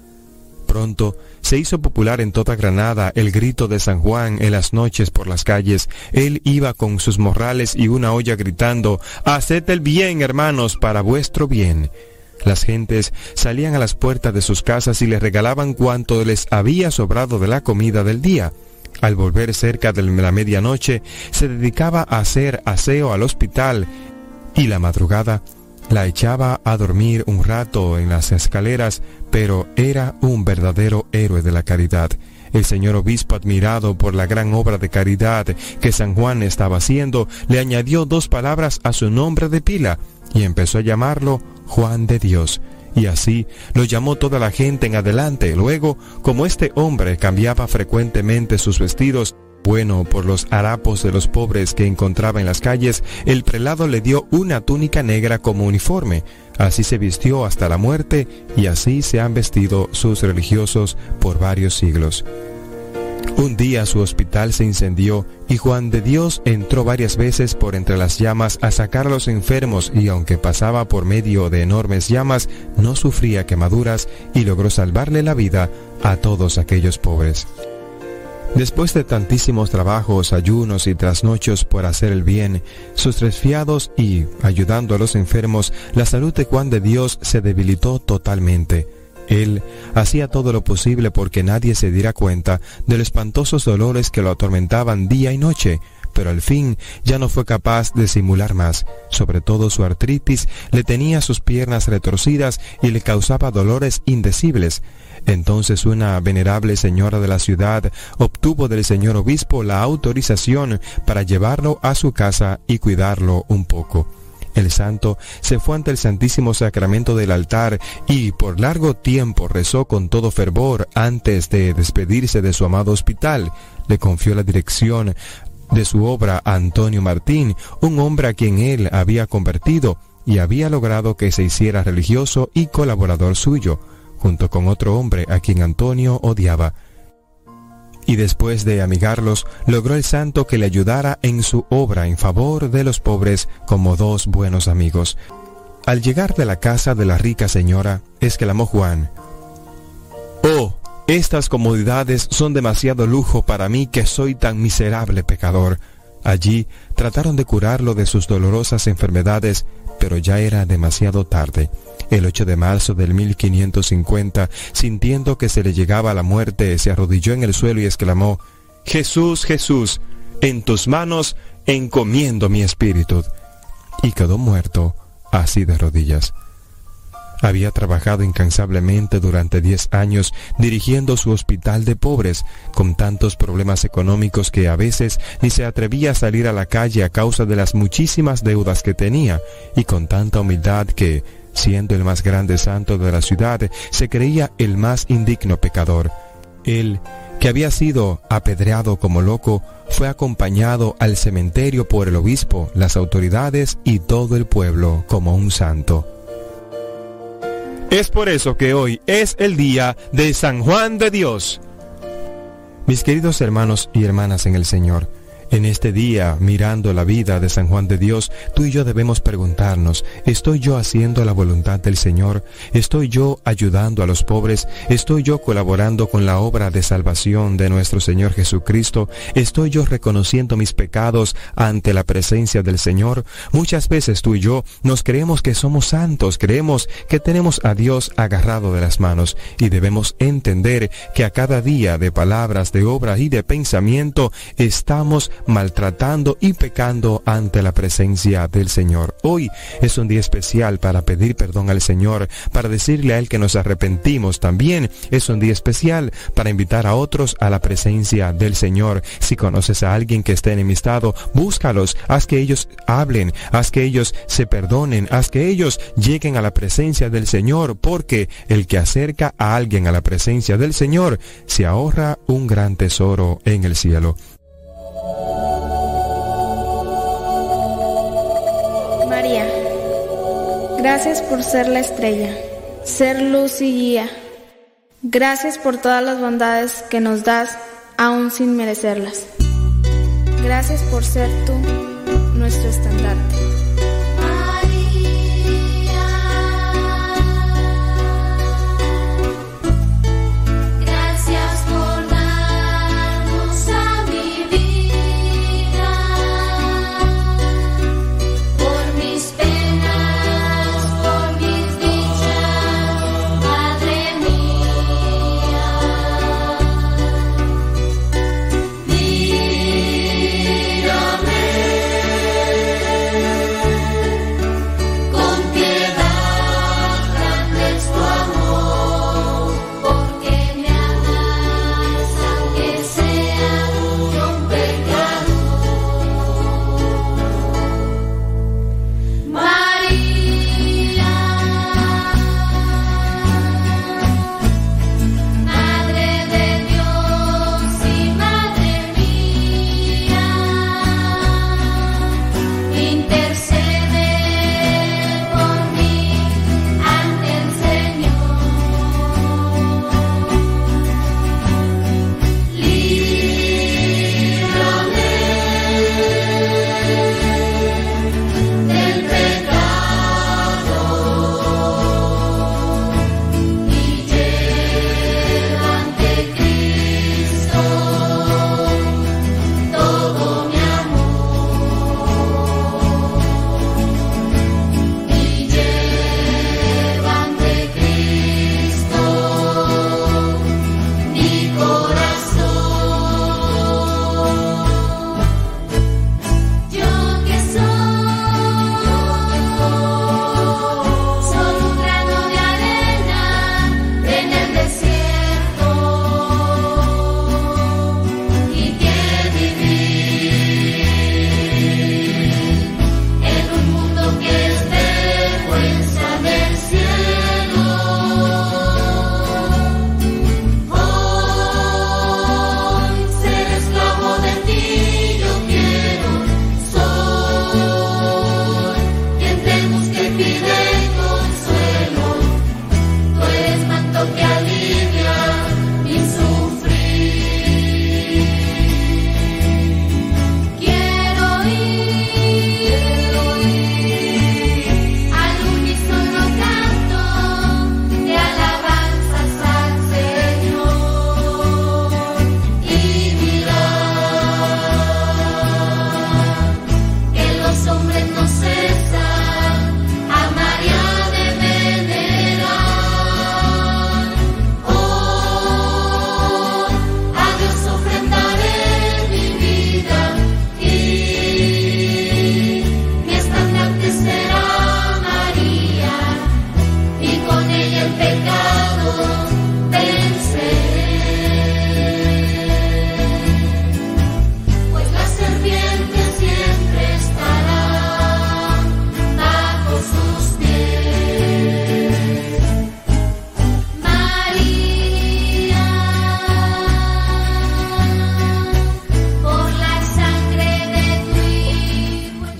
Pronto se hizo popular en toda Granada el grito de San Juan en las noches por las calles. Él iba con sus morrales y una olla gritando: «Haced el bien, hermanos, para vuestro bien». Las gentes salían a las puertas de sus casas y les regalaban cuanto les había sobrado de la comida del día. Al volver cerca de la medianoche, se dedicaba a hacer aseo al hospital, y la madrugada la echaba a dormir un rato en las escaleras, pero era un verdadero héroe de la caridad. El señor obispo, admirado por la gran obra de caridad que San Juan estaba haciendo, le añadió dos palabras a su nombre de pila, y empezó a llamarlo Juan de Dios, y así lo llamó toda la gente en adelante. Luego, como este hombre cambiaba frecuentemente sus vestidos, bueno por los harapos de los pobres que encontraba en las calles, el prelado le dio una túnica negra como uniforme. Así se vistió hasta la muerte, y así se han vestido sus religiosos por varios siglos. Un día su hospital se incendió y Juan de Dios entró varias veces por entre las llamas a sacar a los enfermos, y aunque pasaba por medio de enormes llamas, no sufría quemaduras y logró salvarle la vida a todos aquellos pobres. Después de tantísimos trabajos, ayunos y trasnochos por hacer el bien, sus resfriados y ayudando a los enfermos, la salud de Juan de Dios se debilitó totalmente. Él hacía todo lo posible porque nadie se diera cuenta de los espantosos dolores que lo atormentaban día y noche, pero al fin ya no fue capaz de simular más. Sobre todo su artritis le tenía sus piernas retorcidas y le causaba dolores indecibles. Entonces una venerable señora de la ciudad obtuvo del señor obispo la autorización para llevarlo a su casa y cuidarlo un poco. El santo se fue ante el Santísimo Sacramento del altar y por largo tiempo rezó con todo fervor antes de despedirse de su amado hospital. Le confió la dirección de su obra a Antonio Martín, un hombre a quien él había convertido y había logrado que se hiciera religioso y colaborador suyo, junto con otro hombre a quien Antonio odiaba. Y después de amigarlos, logró el santo que le ayudara en su obra en favor de los pobres como dos buenos amigos. Al llegar de la casa de la rica señora, exclamó Juan: «Oh, estas comodidades son demasiado lujo para mí, que soy tan miserable pecador». Allí trataron de curarlo de sus dolorosas enfermedades, pero ya era demasiado tarde. El ocho de marzo del mil quinientos cincuenta, sintiendo que se le llegaba la muerte, se arrodilló en el suelo y exclamó: «Jesús, Jesús, en tus manos encomiendo mi espíritu». Y quedó muerto, así de rodillas. Había trabajado incansablemente durante diez años dirigiendo su hospital de pobres, con tantos problemas económicos que a veces ni se atrevía a salir a la calle a causa de las muchísimas deudas que tenía, y con tanta humildad que, siendo el más grande santo de la ciudad, se creía el más indigno pecador. Él que había sido apedreado como loco, fue acompañado al cementerio por el obispo, las autoridades y todo el pueblo como un santo. Es por eso que hoy es el día de San Juan de Dios. Mis queridos hermanos y hermanas en el Señor, en este día, mirando la vida de San Juan de Dios, tú y yo debemos preguntarnos, ¿estoy yo haciendo la voluntad del Señor? ¿Estoy yo ayudando a los pobres? ¿Estoy yo colaborando con la obra de salvación de nuestro Señor Jesucristo? ¿Estoy yo reconociendo mis pecados ante la presencia del Señor? Muchas veces tú y yo nos creemos que somos santos, creemos que tenemos a Dios agarrado de las manos, y debemos entender que a cada día de palabras, de obras y de pensamiento estamos maltratando y pecando ante la presencia del Señor. Hoy es un día especial para pedir perdón al Señor, para decirle a Él que nos arrepentimos. También es un día especial para invitar a otros a la presencia del Señor. Si conoces a alguien que esté enemistado, búscalos, haz que ellos hablen, haz que ellos se perdonen, haz que ellos lleguen a la presencia del Señor, porque el que acerca a alguien a la presencia del Señor se ahorra un gran tesoro en el cielo. María, gracias por ser la estrella, ser luz y guía. Gracias por todas las bondades que nos das, aún sin merecerlas. Gracias por ser tú, nuestro estandarte. Mírame,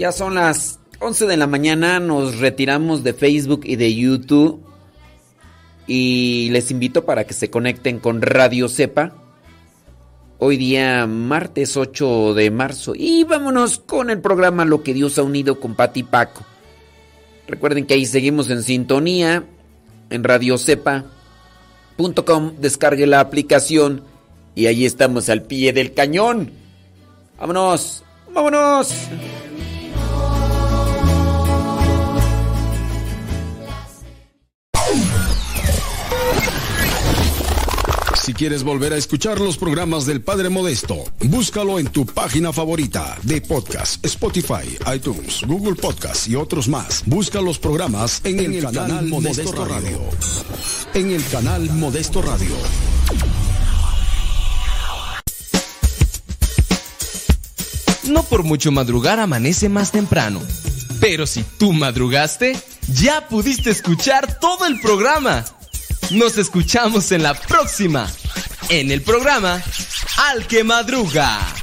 Ya son las once de la mañana, nos retiramos de Facebook y de YouTube. Y les invito para que se conecten con Radio Cepa. Hoy día, martes ocho de marzo. Y vámonos con el programa Lo que Dios ha unido con Pati Paco. Recuerden que ahí seguimos en sintonía en radio cepa punto com. Descargue la aplicación y ahí estamos al pie del cañón. ¡Vámonos! ¡Vámonos! Si quieres volver a escuchar los programas del Padre Modesto, búscalo en tu página favorita de podcast, Spotify, iTunes, Google Podcast y otros más. Busca los programas en, en el, el canal, canal Modesto, Modesto Radio. Radio. En el canal Modesto Radio. No por mucho madrugar amanece más temprano. Pero si tú madrugaste, ya pudiste escuchar todo el programa. Nos escuchamos en la próxima, en el programa Al que Madruga.